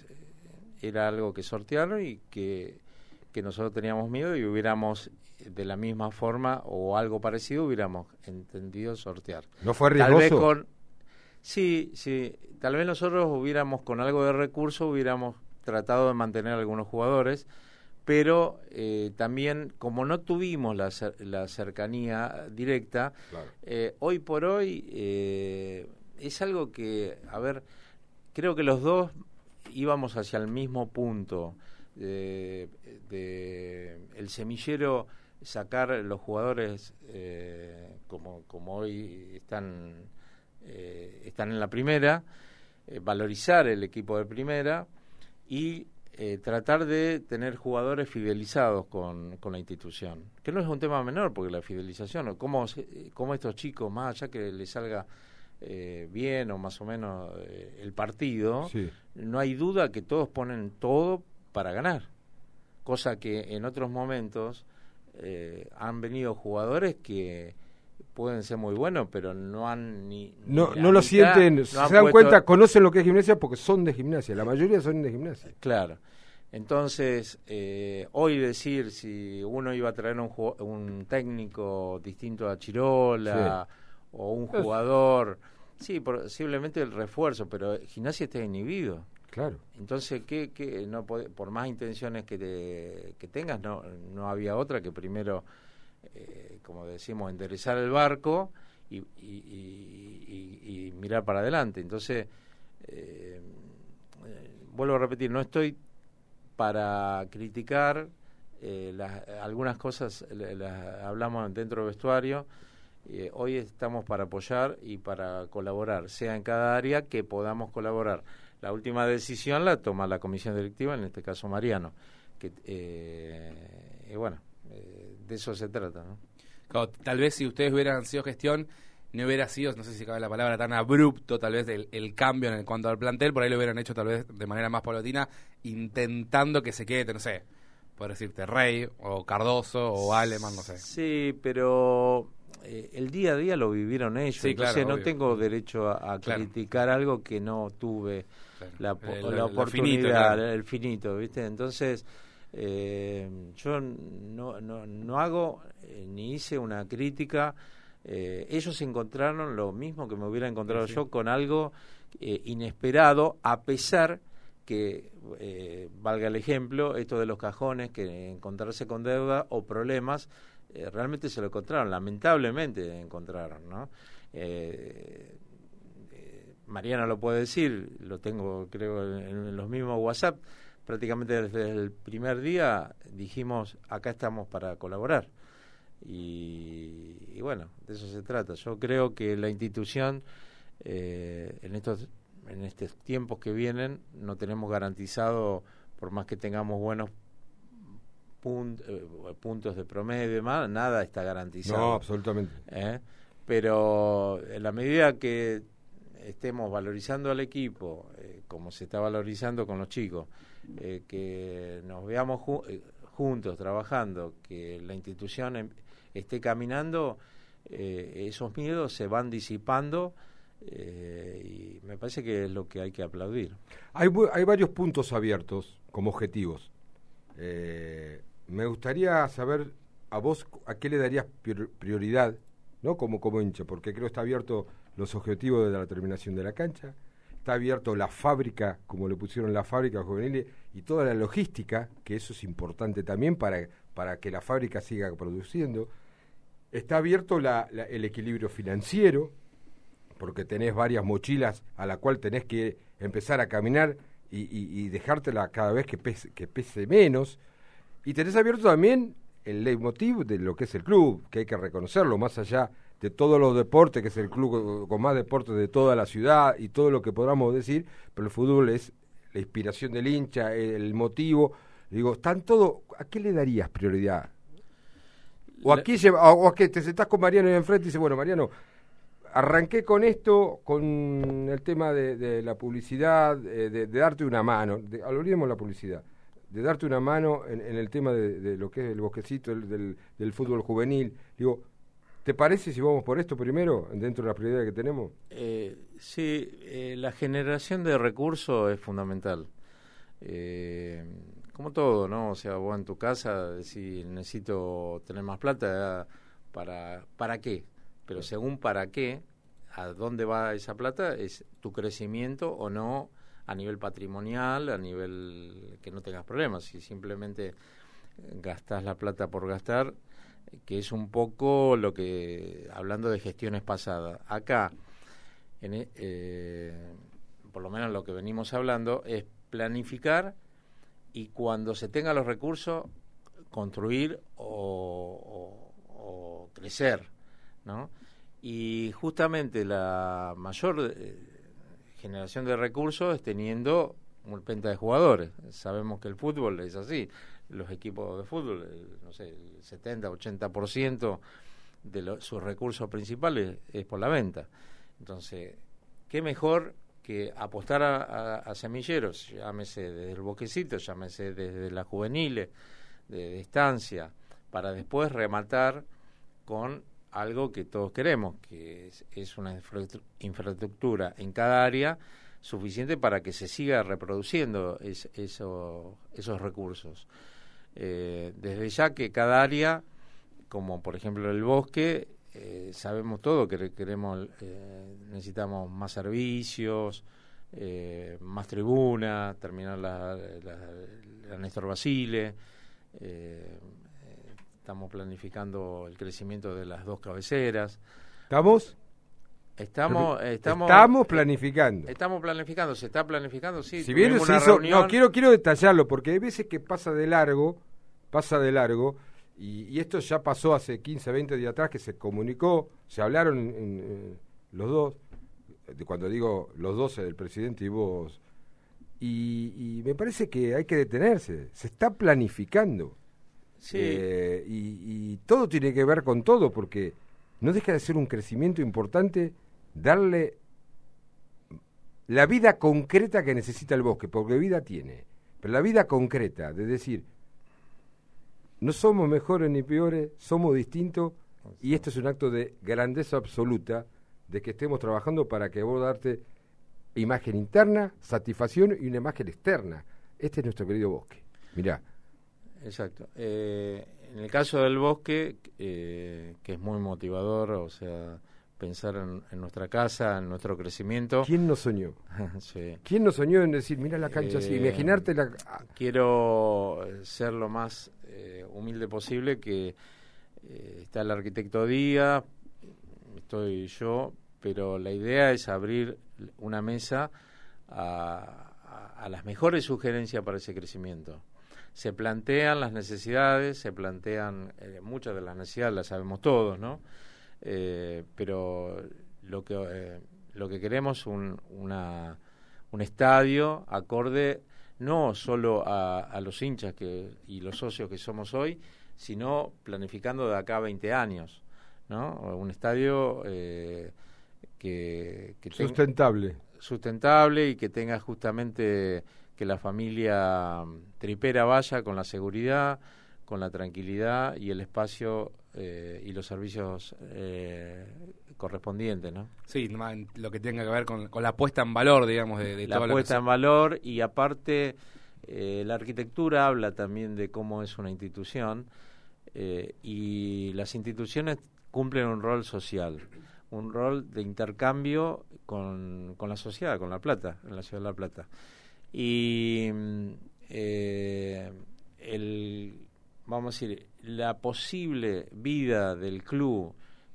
era algo que sortearon y que nosotros teníamos miedo y hubiéramos de la misma forma o algo parecido hubiéramos entendido sortear. ¿No fue riesgoso? Sí, tal vez nosotros hubiéramos con algo de recurso hubiéramos tratado de mantener a algunos jugadores, pero también como no tuvimos la cercanía directa, claro. Hoy por hoy es algo que, a ver, creo que los dos íbamos hacia el mismo punto. El semillero, sacar los jugadores como hoy están en la primera, valorizar el equipo de primera y tratar de tener jugadores fidelizados con la institución, que no es un tema menor, porque la fidelización, cómo estos chicos, más allá que les salga bien o más o menos el partido, sí. No hay duda que todos ponen todo para ganar, cosa que en otros momentos han venido jugadores que pueden ser muy buenos, pero no han no lo sienten, se dan cuenta, conocen lo que es Gimnasia porque son de Gimnasia, la mayoría son de Gimnasia. Claro, entonces hoy decir si uno iba a traer un técnico distinto a Chirola, sí. O un jugador, sí, posiblemente el refuerzo, pero Gimnasia está inhibido. Claro. Entonces, ¿qué no por más intenciones que tengas, no había otra que primero, como decimos, enderezar el barco y mirar para adelante. Entonces, vuelvo a repetir, no estoy para criticar algunas cosas, las hablamos dentro del vestuario. Hoy estamos para apoyar y para colaborar, sea en cada área que podamos colaborar. La última decisión la toma la comisión directiva, en este caso Mariano, que bueno, de eso se trata, ¿no? Claro, tal vez si ustedes hubieran sido gestión, no hubiera sido, no sé si cabe la palabra, tan abrupto tal vez el cambio en cuanto al plantel, por ahí lo hubieran hecho tal vez de manera más paulatina, intentando que se quede, no sé, por decirte, Rey o Cardoso o Aleman, no sé. Sí, pero el día a día lo vivieron ellos, sí, entonces claro, no obvio. Tengo derecho a criticar algo que no tuve la oportunidad, finito, claro. El finito, ¿viste? Entonces yo no hago ni hice una crítica. Ellos encontraron lo mismo que me hubiera encontrado yo, con algo inesperado, a pesar que, valga el ejemplo, esto de los cajones, que encontrarse con deuda o problemas, realmente se lo encontraron, lamentablemente encontraron, ¿no? Mariano lo puede decir, lo tengo creo en los mismos WhatsApp, prácticamente desde el primer día dijimos, acá estamos para colaborar. Y bueno, de eso se trata. Yo creo que la institución en estos tiempos que vienen no tenemos garantizado, por más que tengamos buenos puntos de promedio y demás, nada está garantizado. No, absolutamente. Pero en la medida que estemos valorizando al equipo, como se está valorizando con los chicos, que nos veamos juntos trabajando, que la institución esté caminando, esos miedos se van disipando, y me parece que es lo que hay que aplaudir. Hay varios puntos abiertos como objetivos. Me gustaría saber a vos a qué le darías prioridad, ¿no? Como hincha, porque creo que está abierto los objetivos de la terminación de la cancha, está abierto la fábrica, como le pusieron la fábrica juvenil, y toda la logística, que eso es importante también para que la fábrica siga produciendo. Está abierto el equilibrio financiero, porque tenés varias mochilas a la cual tenés que empezar a caminar y dejártela cada vez que pese menos. Y tenés abierto también el leitmotiv de lo que es el club, que hay que reconocerlo, más allá de todos los deportes, que es el club con más deportes de toda la ciudad y todo lo que podamos decir, pero el fútbol es la inspiración del hincha, el motivo. Digo, están todo. ¿A qué le darías prioridad? O aquí te sentás con Mariano ahí enfrente y dices, bueno, Mariano, arranqué con esto, con el tema de la publicidad, de darte una mano, olvidemos la publicidad, de darte una mano en el tema de lo que es el bosquecito del fútbol juvenil. Digo, ¿te parece si vamos por esto primero, dentro de la prioridad que tenemos? Sí, la generación de recursos es fundamental. Como todo, ¿no? O sea, vos en tu casa decís, necesito tener más plata, ¿para qué? Pero según para qué, a dónde va esa plata, es tu crecimiento o no a nivel patrimonial, a nivel que no tengas problemas. Si simplemente gastás la plata por gastar, que es un poco lo que, hablando de gestiones pasadas. Acá, por lo menos lo que venimos hablando, es planificar y cuando se tengan los recursos, construir o crecer, ¿no? Y justamente la mayor generación de recursos es teniendo un penta de jugadores. Sabemos que el fútbol es así. Los equipos de fútbol, no sé, el 70-80% de sus recursos principales es por la venta. Entonces, ¿qué mejor que apostar a semilleros? Llámese desde el bosquecito, llámese desde las juveniles, de estancia, para después rematar con algo que todos queremos, que es una infraestructura en cada área suficiente para que se siga reproduciendo esos recursos. Desde ya que cada área, como por ejemplo el bosque, sabemos todo que necesitamos más servicios, más tribuna, terminar la Néstor Basile, estamos planificando el crecimiento de las 2 cabeceras. ¿Estamos planificando. Estamos planificando, se está planificando, sí. Si bien se hizo, no, quiero detallarlo, porque hay veces que pasa de largo, y esto ya pasó hace 15, 20 días atrás, que se comunicó, se hablaron los dos, cuando digo los dos, el presidente y vos, y me parece que hay que detenerse, se está planificando. Sí. Y todo tiene que ver con todo, porque no deja de ser un crecimiento importante darle la vida concreta que necesita el bosque, porque vida tiene, pero la vida concreta, de decir, no somos mejores ni peores, somos distintos, y esto es un acto de grandeza absoluta, de que estemos trabajando para que vos darte imagen interna, satisfacción y una imagen externa. Este es nuestro querido bosque. Mirá. Exacto. En el caso del bosque, que es muy motivador, o sea, pensar en nuestra casa, en nuestro crecimiento. ¿Quién nos soñó? Sí. ¿Quién nos soñó en decir, mira la cancha así, imaginarte la... Quiero ser lo más humilde posible, que está el arquitecto Díaz, estoy yo, pero la idea es abrir una mesa a las mejores sugerencias para ese crecimiento. Se plantean las necesidades, se plantean muchas de las necesidades, las sabemos todos, ¿no? Pero lo que queremos es un estadio acorde no solo a los hinchas y los socios que somos hoy, sino planificando de acá a 20 años, ¿no? Un estadio que sustentable y que tenga justamente que la familia tripera vaya con la seguridad, con la tranquilidad y el espacio y los servicios correspondientes, ¿no? Sí, lo que tenga que ver con la puesta en valor, digamos, de la toda puesta en valor. Y aparte la arquitectura habla también de cómo es una institución, y las instituciones cumplen un rol social, un rol de intercambio con la sociedad, con La Plata, en la ciudad de La Plata. Y vamos a decir, la posible vida del club,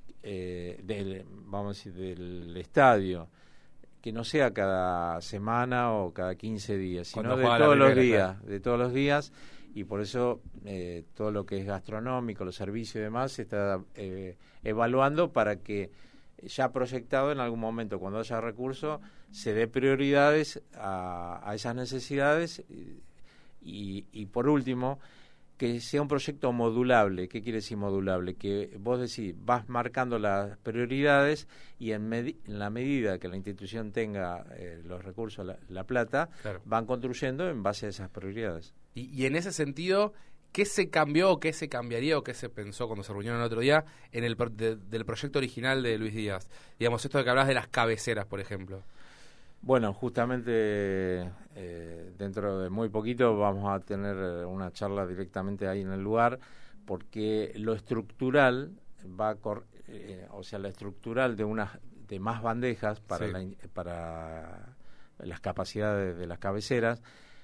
del estadio, que no sea cada semana o cada 15 días, sino de todos los días, y por eso todo lo que es gastronómico, los servicios y demás se está evaluando para que ya proyectado en algún momento, cuando haya recursos, se dé prioridades a esas necesidades y por último, que sea un proyecto modulable. ¿Qué quiere decir modulable? Que vos decís, vas marcando las prioridades y en la medida que la institución tenga los recursos, la plata, claro, van construyendo en base a esas prioridades. Y en ese sentido, ¿qué se cambió, qué se cambiaría o qué se pensó cuando se reunieron el otro día en del proyecto original de Luis Díaz? Digamos, esto de que hablas de las cabeceras, por ejemplo. Bueno, justamente dentro de muy poquito vamos a tener una charla directamente ahí en el lugar, porque lo estructural la estructural de más bandejas para, sí, para las capacidades de las cabeceras,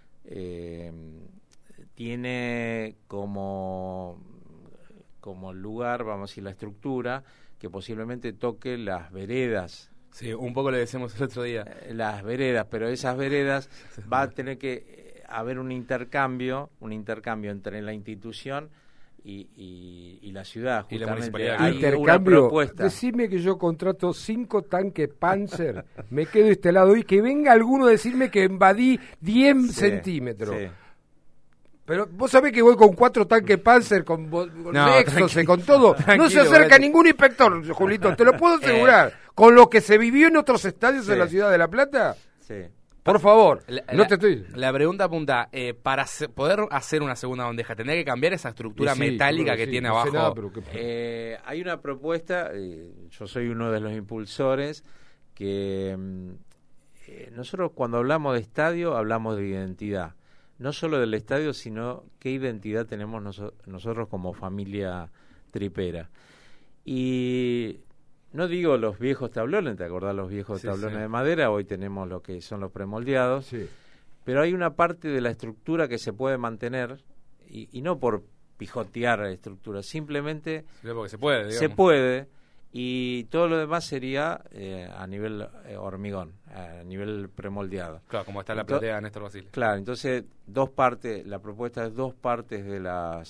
tiene como lugar, vamos a decir, la estructura que posiblemente toque las veredas. Sí, un poco le decíamos el otro día. Las veredas, pero esas veredas va a tener que haber un intercambio entre la institución y la ciudad. Y la municipalidad. Hay intercambio, una propuesta. Decime que yo contrato 5 tanques Panzer, me quedo instalado y que venga alguno a decirme que invadí 10 centímetros. Sí. Pero vos sabés que voy con 4 tanques Panzer, con Lexus, con todo. No se acerca ningún inspector, Julito, te lo puedo asegurar. Con lo que se vivió en otros estadios de la ciudad de La Plata, por favor, La pregunta apunta, para poder hacer una segunda bandeja, ¿tendría que cambiar esa estructura metálica que tiene abajo? Nada, hay una propuesta, yo soy uno de los impulsores, que nosotros cuando hablamos de estadio, hablamos de identidad. No solo del estadio, sino qué identidad tenemos nosotros como familia tripera. Y no digo los viejos tablones, ¿te acordás los viejos tablones de madera? Hoy tenemos lo que son los premoldeados. Pero hay una parte de la estructura que se puede mantener, y no por pijotear la estructura, simplemente porque se puede, digamos. Se puede, y todo lo demás sería a nivel hormigón, a nivel premoldeado. Claro, como está la platea de Néstor Basile. Claro, entonces la propuesta es 2 partes de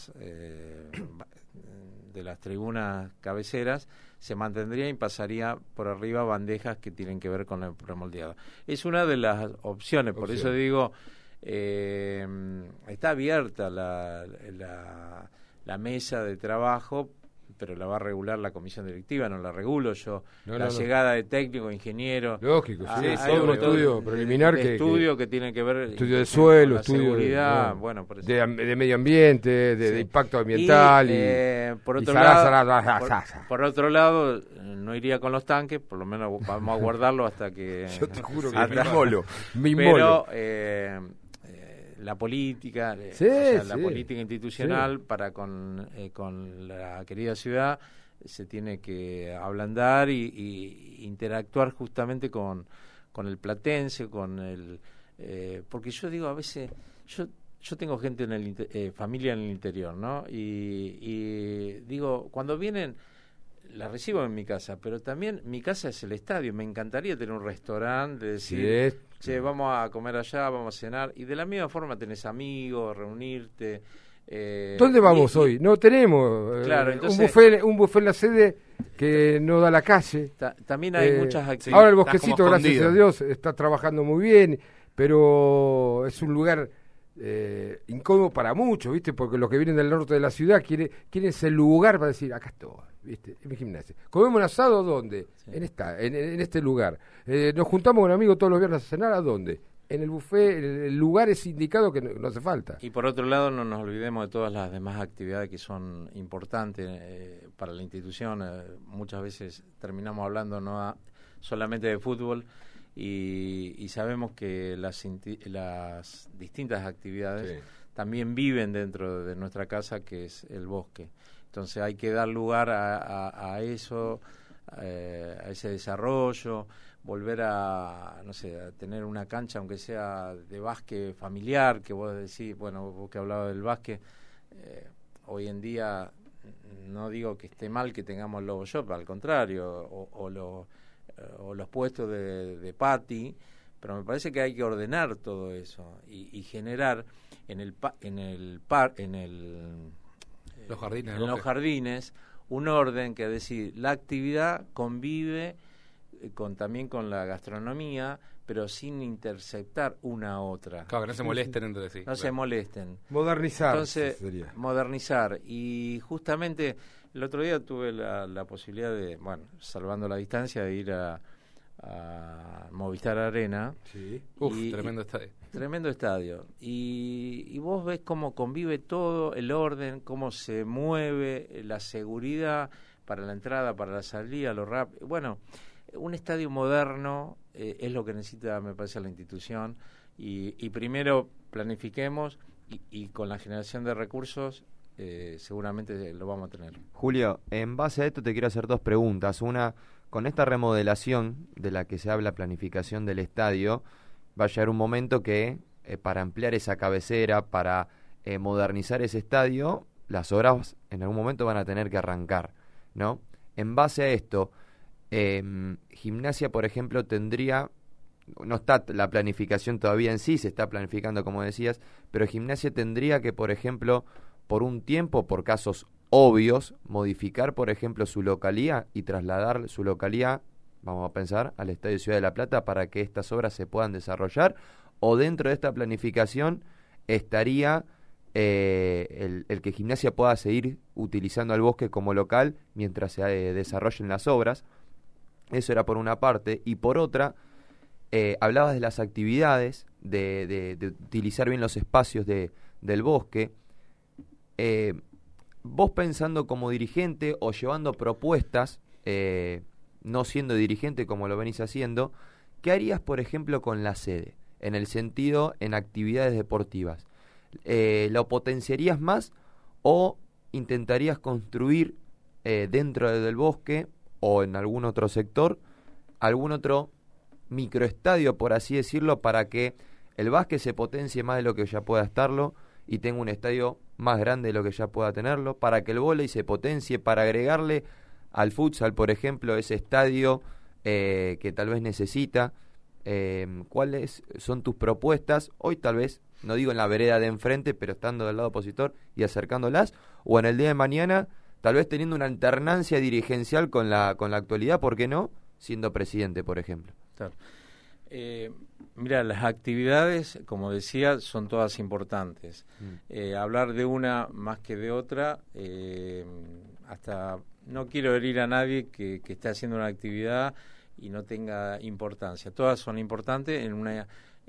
las tribunas cabeceras se mantendría y pasaría por arriba bandejas que tienen que ver con el premoldeado. Es una de las opciones, por eso digo, está abierta la mesa de trabajo, pero la va a regular la comisión directiva, no la regulo yo. Llegada de técnico, ingeniero. Lógico, hay un estudio preliminar que tiene que ver estudio de suelo, con estudio seguridad, por eso. De medio ambiente, de impacto ambiental por otro lado, no iría con los tanques, por lo menos vamos a guardarlo hasta que yo te juro que me inmolo. La política, la política institucional para con la querida ciudad se tiene que ablandar y interactuar justamente con el platense, porque yo digo a veces, yo tengo gente familia en el interior, ¿no? Y digo, cuando vienen la recibo en mi casa, pero también mi casa es el estadio. Me encantaría tener un restaurante, de decir, che, vamos a comer allá, vamos a cenar, y de la misma forma tenés amigos, reunirte. ¿Dónde vamos hoy? No tenemos claro, entonces, un buffet en la sede que no da la calle. También hay muchas actividades. Ahora el Bosquecito, gracias a Dios, está trabajando muy bien, pero es un lugar incómodo para muchos, ¿viste? Porque los que vienen del norte de la ciudad quieren ese lugar para decir, acá estoy, ¿viste? En mi gimnasia. ¿Comemos un asado dónde? Sí. En este lugar. Nos juntamos con amigos todos los viernes a cenar, ¿a dónde? En el buffet, el lugar es indicado que no hace falta. Y por otro lado, no nos olvidemos de todas las demás actividades que son importantes para la institución. Muchas veces terminamos hablando solamente de fútbol y sabemos que las distintas actividades también viven dentro de nuestra casa, que es el bosque. Entonces hay que dar lugar a eso, a ese desarrollo, volver a tener una cancha, aunque sea de básquet familiar, que vos decís, bueno, vos que hablabas del básquet, hoy en día no digo que esté mal que tengamos Lobo Shop, al contrario, o los puestos de patio, pero me parece que hay que ordenar todo eso y generar en los jardines un orden que decir, la actividad convive también con la gastronomía, pero sin interceptar una a otra. Claro, que no se molesten entre sí. No se molesten. Modernizar. Entonces, modernizar. Y justamente el otro día tuve la posibilidad de, salvando la distancia, de ir a Movistar Arena. Sí. Tremendo estadio. Tremendo estadio. Y vos ves cómo convive todo, el orden, cómo se mueve, la seguridad para la entrada, para la salida, lo rápido. Bueno, un estadio moderno es lo que necesita, me parece, la institución. Y primero planifiquemos y con la generación de recursos seguramente lo vamos a tener. Julio, en base a esto te quiero hacer dos preguntas. Una, con esta remodelación de la que se habla, planificación del estadio, va a llegar un momento que para ampliar esa cabecera, para modernizar ese estadio, las obras en algún momento van a tener que arrancar, ¿no? En base a esto, Gimnasia, por ejemplo, no está la planificación todavía en sí, se está planificando, como decías, pero Gimnasia tendría que, por ejemplo, por un tiempo, por casos obvios, modificar, por ejemplo, su localía y trasladar su localía, vamos a pensar, al Estadio Ciudad de la Plata para que estas obras se puedan desarrollar, o dentro de esta planificación estaría el que Gimnasia pueda seguir utilizando al bosque como local mientras se desarrollen las obras. Eso era por una parte, y por otra, hablabas de las actividades, de utilizar bien los espacios del bosque. Vos pensando como dirigente o llevando propuestas, no siendo dirigente como lo venís haciendo, ¿qué harías, por ejemplo, con la sede? En el sentido, en actividades deportivas. ¿Lo potenciarías más o intentarías construir dentro del bosque o en algún otro sector, algún otro microestadio, por así decirlo, para que el básquet se potencie más de lo que ya pueda estarlo y tenga un estadio más grande de lo que ya pueda tenerlo, para que el vóley se potencie, para agregarle al futsal, por ejemplo, ese estadio que tal vez necesita? ¿Cuáles son tus propuestas hoy, tal vez, no digo en la vereda de enfrente, pero estando del lado opositor y acercándolas, o en el día de mañana, tal vez teniendo una alternancia dirigencial con la actualidad, ¿por qué no? Siendo presidente, por ejemplo. Claro. Mira, las actividades, como decía, son todas importantes. Hablar de una más que de otra, hasta no quiero herir a nadie que esté haciendo una actividad y no tenga importancia. Todas son importantes en una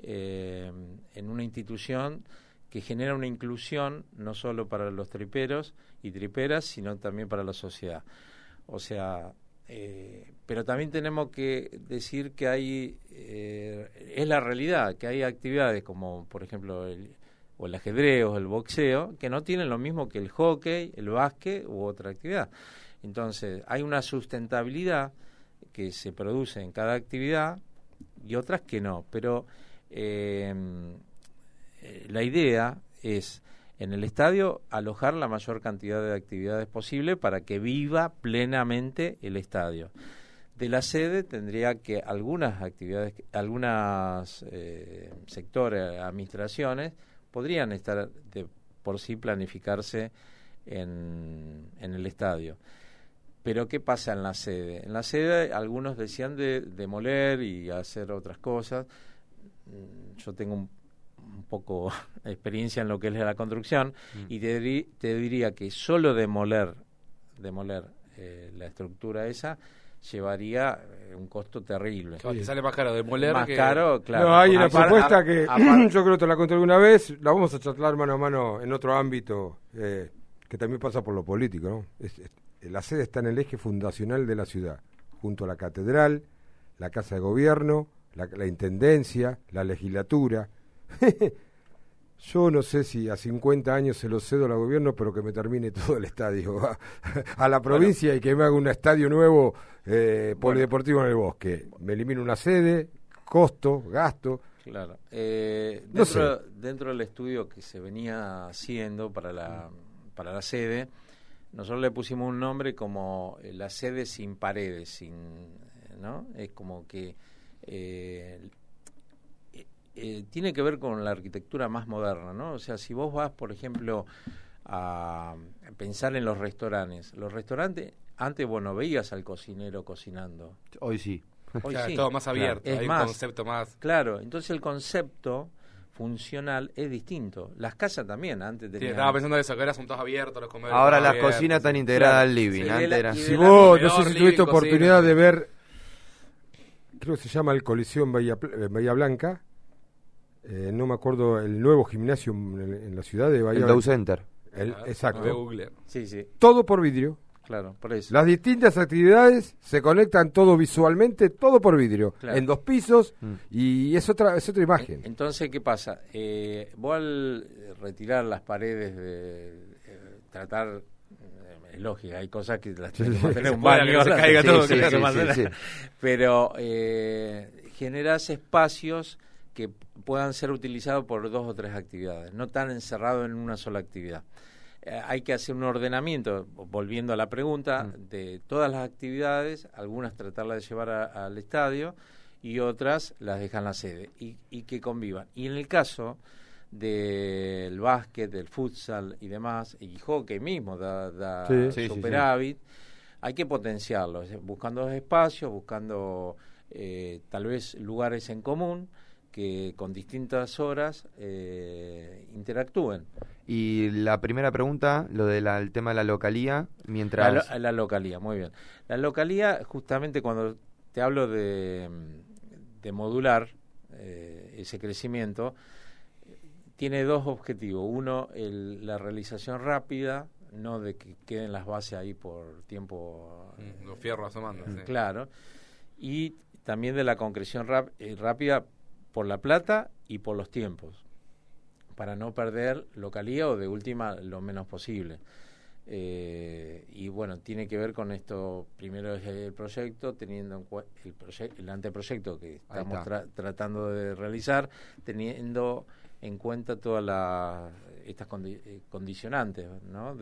institución que genera una inclusión no solo para los triperos y triperas, sino también para la sociedad. O sea, pero también tenemos que decir que hay, es la realidad, que hay actividades como, por ejemplo, el ajedrez o el boxeo, que no tienen lo mismo que el hockey, el básquet u otra actividad. Entonces, hay una sustentabilidad que se produce en cada actividad y otras que no, pero la idea es en el estadio alojar la mayor cantidad de actividades posible para que viva plenamente el estadio. De la sede tendría que algunas actividades, algunas sectores, administraciones, podrían estar por sí planificarse en el estadio. Pero ¿qué pasa en la sede? En la sede algunos decían de demoler y hacer otras cosas. Yo tengo un poco experiencia en lo que es la construcción y te diría que solo demoler la estructura esa llevaría un costo terrible. Te sale más caro demoler más que... caro, claro. No, hay una propuesta que yo creo que te la conté alguna vez, la vamos a charlar mano a mano en otro ámbito que también pasa por lo político, ¿no? La sede está en el eje fundacional de la ciudad, junto a la catedral, la casa de gobierno, la intendencia, la legislatura. Yo no sé si a 50 años se lo cedo al gobierno, pero que me termine todo el estadio a la provincia y que me haga un estadio nuevo polideportivo en el Bosque. Me elimino una sede, costo, gasto. Claro. No sé. Dentro del estudio que se venía haciendo para la sede, nosotros le pusimos un nombre como la sede sin paredes, ¿no? Es como que tiene que ver con la arquitectura más moderna, ¿no? O sea, si vos vas, por ejemplo, a pensar en los restaurantes antes, bueno, veías al cocinero cocinando. Hoy sí. Hoy claro, sí. todo más abierto, Claro. hay un concepto más... Claro, entonces el concepto funcional es distinto. Las casas también, antes tenían... Sí, estaba pensando eso, que ahora son todos abiertos, los comedores. Ahora las abiertos, cocinas están sí. integradas Claro. al living. Sí, Antes era... Si vos, no sé si tuviste living, oportunidad cocina, de ver, creo que se llama el Coliseo en Bahía Blanca, no me acuerdo, el nuevo gimnasio en la ciudad de Bahía El Blanca. Dow Center. Exacto. Google. Sí, sí, Todo por vidrio. claro, por eso. Las distintas actividades se conectan todo visualmente, todo por vidrio, Claro. en 2 pisos, y es otra imagen. Entonces, ¿qué pasa? Vos al retirar las paredes, tratar... es lógico, hay cosas que las tiene que mantener un baño, que no se caiga todo, sí. Pero generás espacios que puedan ser utilizados por 2 o 3 actividades, no tan encerrados en una sola actividad. Hay que hacer un ordenamiento, volviendo a la pregunta, de todas las actividades, algunas tratarlas de llevar al estadio y otras las dejan en la sede y que convivan. Y en el caso del básquet, del futsal y demás, y hockey mismo da superávit, hay que potenciarlo, buscando espacios, buscando tal vez lugares en común que con distintas horas interactúen. Y la primera pregunta, lo del tema de la localía, mientras... La localía, muy bien. La localía, justamente cuando te hablo de modular ese crecimiento, tiene 2 objetivos. Uno, la realización rápida, no de que queden las bases ahí por tiempo... los fierros asomando. Sí. Claro. Y también de la concreción rápida por la plata y por los tiempos, para no perder localía o de última lo menos posible. Y bueno, tiene que ver con esto. Primero es el proyecto, teniendo en cuenta el anteproyecto que estamos tratando de realizar, teniendo en cuenta todas estas condicionantes, ¿no?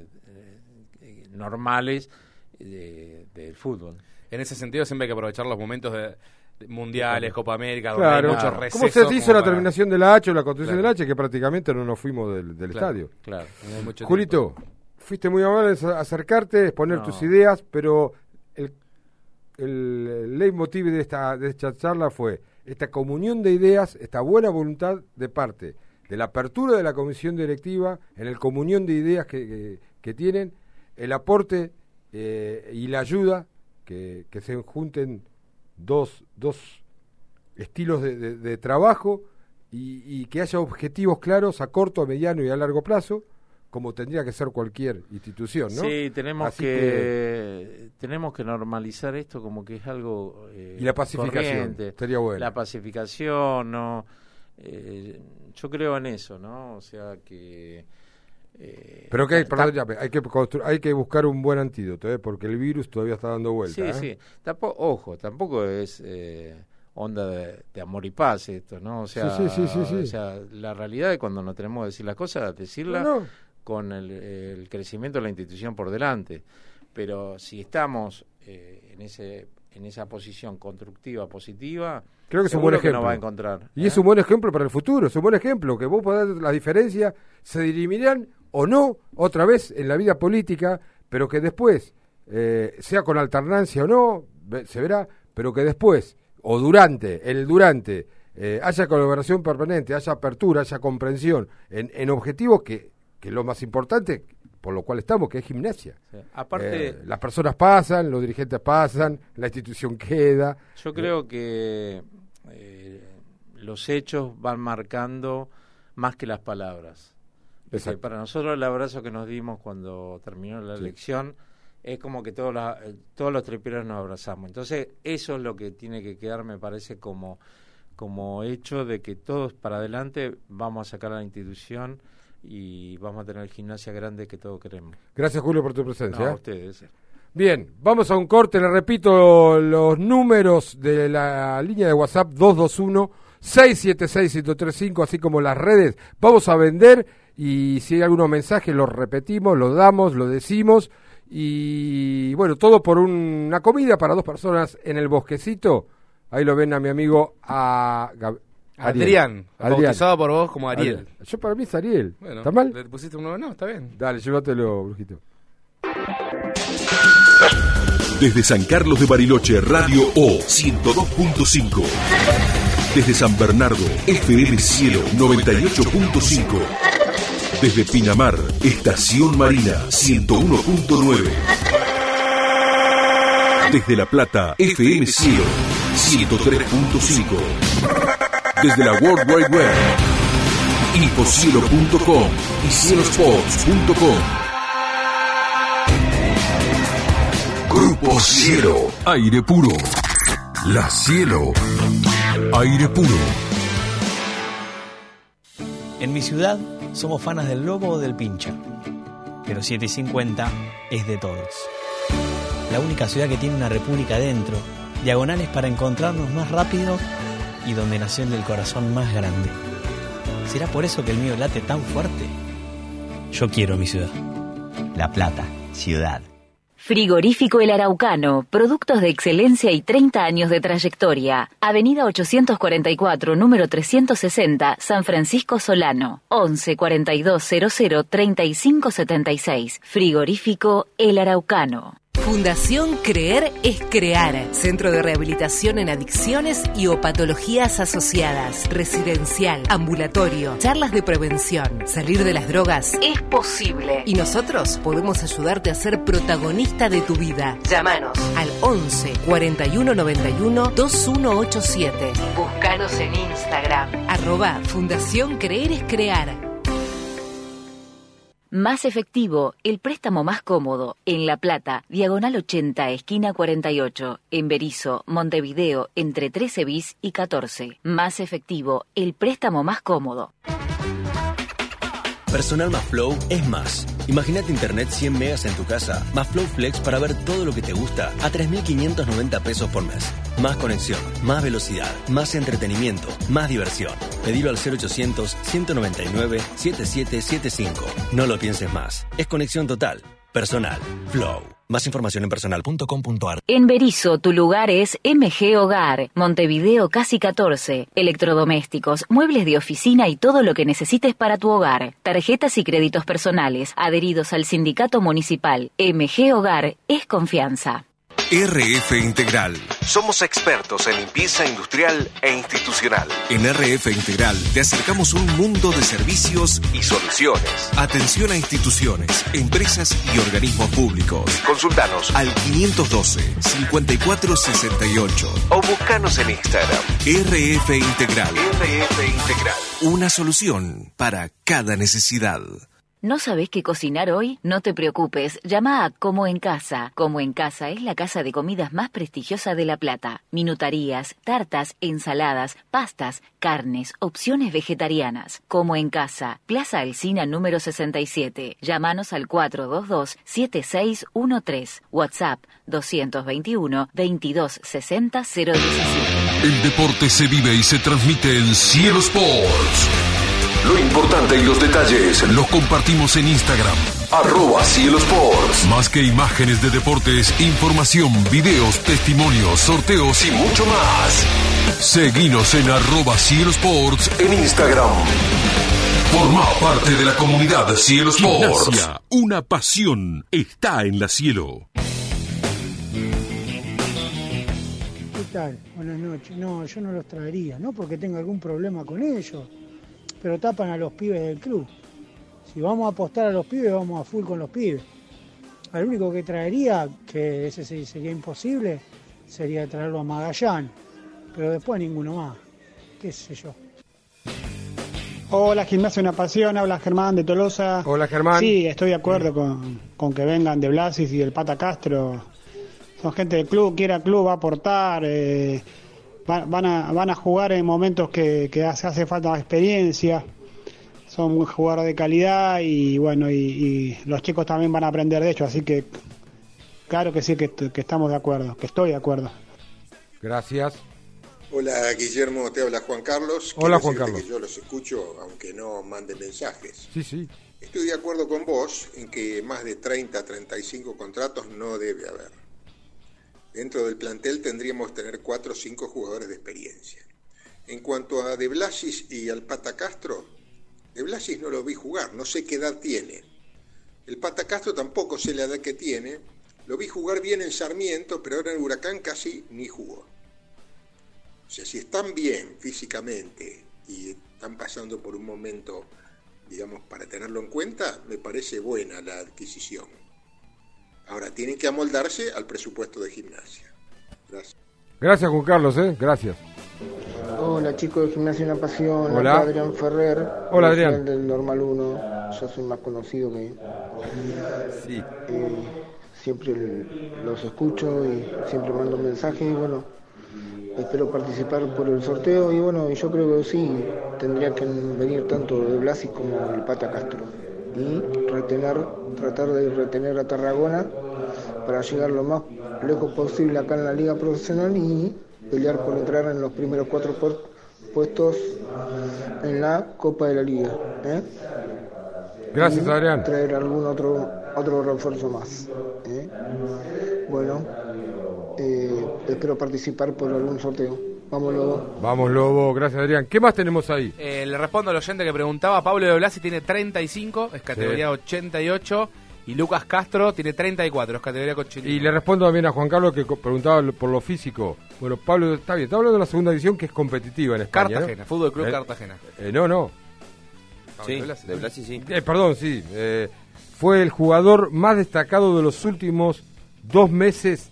Normales del fútbol. En ese sentido siempre hay que aprovechar los momentos de mundiales, Copa América, donde Claro. hay muchos recesos. ¿Cómo se hizo la para... terminación de la H o la construcción de la H? Que prácticamente no nos fuimos del estadio. Claro. Julito, fuiste muy amable en acercarte, exponer tus ideas, pero el leitmotiv de esta charla fue esta comunión de ideas, esta buena voluntad de parte de la apertura de la comisión directiva, en el comunión de ideas que tienen, el aporte y la ayuda, que se junten dos estilos de trabajo y que haya objetivos claros a corto, a mediano y a largo plazo, como tendría que ser cualquier institución, ¿no? Sí, tenemos que normalizar esto como que es algo y la pacificación, corriente. estaría bueno. La pacificación, no, yo creo en eso, ¿no? O sea que... pero que hay que buscar un buen antídoto, porque el virus todavía está dando vuelta. Sí. Tampoco es onda de amor y paz esto, ¿no? O sea, Sí. O sea, la realidad es cuando nos tenemos que decir las cosas, decirlas con el crecimiento de la institución por delante. Pero si estamos en esa posición constructiva, positiva, creo que es un buen ejemplo. Que nos va a encontrar. Y es un buen ejemplo para el futuro, es un buen ejemplo, que vos podés, la diferencia se dirimirán o no otra vez en la vida política, pero que después, sea con alternancia o no, se verá, pero que después, o durante, haya colaboración permanente, haya apertura, haya comprensión en objetivos que lo más importante, por lo cual estamos, que es Gimnasia. Sí. Aparte, las personas pasan, los dirigentes pasan, la institución queda. Yo creo que los hechos van marcando más que las palabras. Para nosotros el abrazo que nos dimos cuando terminó la elección es como que todos los triperos nos abrazamos. Entonces eso es lo que tiene que quedar, me parece, como hecho de que todos para adelante vamos a sacar a la institución y vamos a tener Gimnasia grande que todos queremos. Gracias, Julio, por tu presencia. A ustedes. Bien, vamos a un corte. Le repito los números de la línea de WhatsApp 221-676-1035, así como las redes. Vamos a vender y si hay algunos mensajes los repetimos, los damos, lo decimos. Y bueno, todo por una comida para 2 personas en el Bosquecito. Ahí lo ven a mi amigo Adrián, bautizado por vos como Ariel. Yo para mí es Ariel. Bueno, ¿Está mal? ¿Le pusiste un nuevo? No, está bien. Dale, llévatelo, brujito. Desde San Carlos de Bariloche, Radio O 102.5. Desde San Bernardo, FM Cielo 98.5. Desde Pinamar, Estación Marina 101.9. Desde La Plata, FM Cielo 103.5. Desde la World Wide Web, infocielo.com y cielosports.com. Grupo Cielo, aire puro. La Cielo, aire puro. En mi ciudad somos fanas del Lobo o del Pincha, pero 750 es de todos. La única ciudad que tiene una república dentro, diagonales para encontrarnos más rápido y donde nació el del corazón más grande. ¿Será por eso que el mío late tan fuerte? Yo quiero mi ciudad. La Plata, ciudad. Frigorífico El Araucano, productos de excelencia y 30 años de trayectoria. Avenida 844, número 360, San Francisco Solano. 11 42 00 35 76. Frigorífico El Araucano. Fundación Creer es Crear, centro de rehabilitación en adicciones y o patologías asociadas, residencial, ambulatorio, charlas de prevención. Salir de las drogas es posible y nosotros podemos ayudarte a ser protagonista de tu vida. Llámanos al 11 41 91 2187. Búscanos en Instagram, @Fundación Creer es Crear. Más efectivo, el préstamo más cómodo. En La Plata, diagonal 80, esquina 48. En Berisso, Montevideo, entre 13 bis y 14. Más efectivo, el préstamo más cómodo. Personal más Flow es más. Imagínate internet 100 megas en tu casa, más Flow Flex para ver todo lo que te gusta a 3.590 pesos por mes. Más conexión, más velocidad, más entretenimiento, más diversión. Pedilo al 0800-199-7775. No lo pienses más. Es conexión total. Personal. Flow. Más información en personal.com.ar. En Berisso, tu lugar es MG Hogar. Montevideo, casi 14. Electrodomésticos, muebles de oficina y todo lo que necesites para tu hogar. Tarjetas y créditos personales, adheridos al sindicato municipal. MG Hogar es confianza. RF Integral. Somos expertos en limpieza industrial e institucional. En RF Integral te acercamos un mundo de servicios y soluciones. Atención a instituciones, empresas y organismos públicos. Consultanos al 512-5468 o buscanos en Instagram. RF Integral. RF Integral. Una solución para cada necesidad. ¿No sabés qué cocinar hoy? No te preocupes, llama a Como en Casa. Como en Casa es la casa de comidas más prestigiosa de La Plata. Minutarías, tartas, ensaladas, pastas, carnes, opciones vegetarianas. Como en Casa, Plaza Alsina número 67. Llámanos al 422-7613. WhatsApp 221-2260-017. El deporte se vive y se transmite en Cielo Sports. Lo importante y los detalles los compartimos en Instagram, @Cielo Sports. Más que imágenes de deportes, información, videos, testimonios, sorteos y mucho más. Seguinos en @Cielo Sports en Instagram. Forma parte de la comunidad Cielo Sports. Gimnasia, una pasión, está en la Cielo. ¿Qué tal? Buenas noches. No, yo no los traería, no porque tenga algún problema con ellos, pero tapan a los pibes del club. Si vamos a apostar a los pibes, vamos a full con los pibes. Al único que traería, que ese sería imposible, sería traerlo a Magallán, pero después ninguno más, qué sé yo. Hola, Gimnasia Una Pasión, habla Germán de Tolosa. Hola, Germán. Sí, estoy de acuerdo con que vengan de Blasis y el Pata Castro. Son gente del club, quiere al club, va a aportar, van a jugar en momentos que hace falta experiencia. Son muy jugadores de calidad y bueno, y los chicos también van a aprender de ellos, así que claro que sí, que estamos de acuerdo, que estoy de acuerdo. Gracias. Hola Guillermo, te habla Juan Carlos. Hola Quiero Juan decirte Carlos. que yo los escucho aunque no manden mensajes. Sí. Estoy de acuerdo con vos en que más de 30, 35 contratos no debe haber. Dentro del plantel tendríamos que tener 4 o 5 jugadores de experiencia. En cuanto a De Blasis y al Pata Castro, De Blasis no lo vi jugar, no sé qué edad tiene. El Pata Castro tampoco sé la edad que tiene. Lo vi jugar bien en Sarmiento, pero ahora en Huracán casi ni jugó. O sea, si están bien físicamente y están pasando por un momento, digamos, para tenerlo en cuenta, me parece buena la adquisición. Ahora, tienen que amoldarse al presupuesto de Gimnasia. Gracias. Gracias, Juan Carlos, ¿Gracias. Hola chicos de Gimnasia Una Pasión, Hola. acá Adrián Ferrer. Hola, Adrián. Del Normal 1, yo soy más conocido que... Sí. Siempre los escucho y siempre mando mensajes y bueno, espero participar por el sorteo y bueno, yo creo que sí, tendría que venir tanto De Blasis como el Pata Castro y tratar de retener a Tarragona para llegar lo más lejos posible acá en la liga profesional y pelear por entrar en los primeros 4 puestos en la Copa de la Liga. Gracias, y Adrián. Traer algún otro refuerzo más. Bueno, espero participar por algún sorteo. Vamos, Lobo. Vamos, Lobo. Gracias, Adrián. ¿Qué más tenemos ahí? Le respondo al oyente que preguntaba. Pablo de Blasi tiene 35, es categoría 88. Y Lucas Castro tiene 34, es categoría 89. Y le respondo también a Juan Carlos que preguntaba por lo físico. Bueno, Pablo, está bien. Está hablando de la segunda división que es competitiva en España. Cartagena, ¿no? Fútbol Club Cartagena. No. Sí, De Blasi sí. Perdón, sí. Fue el jugador más destacado de los últimos 2 meses.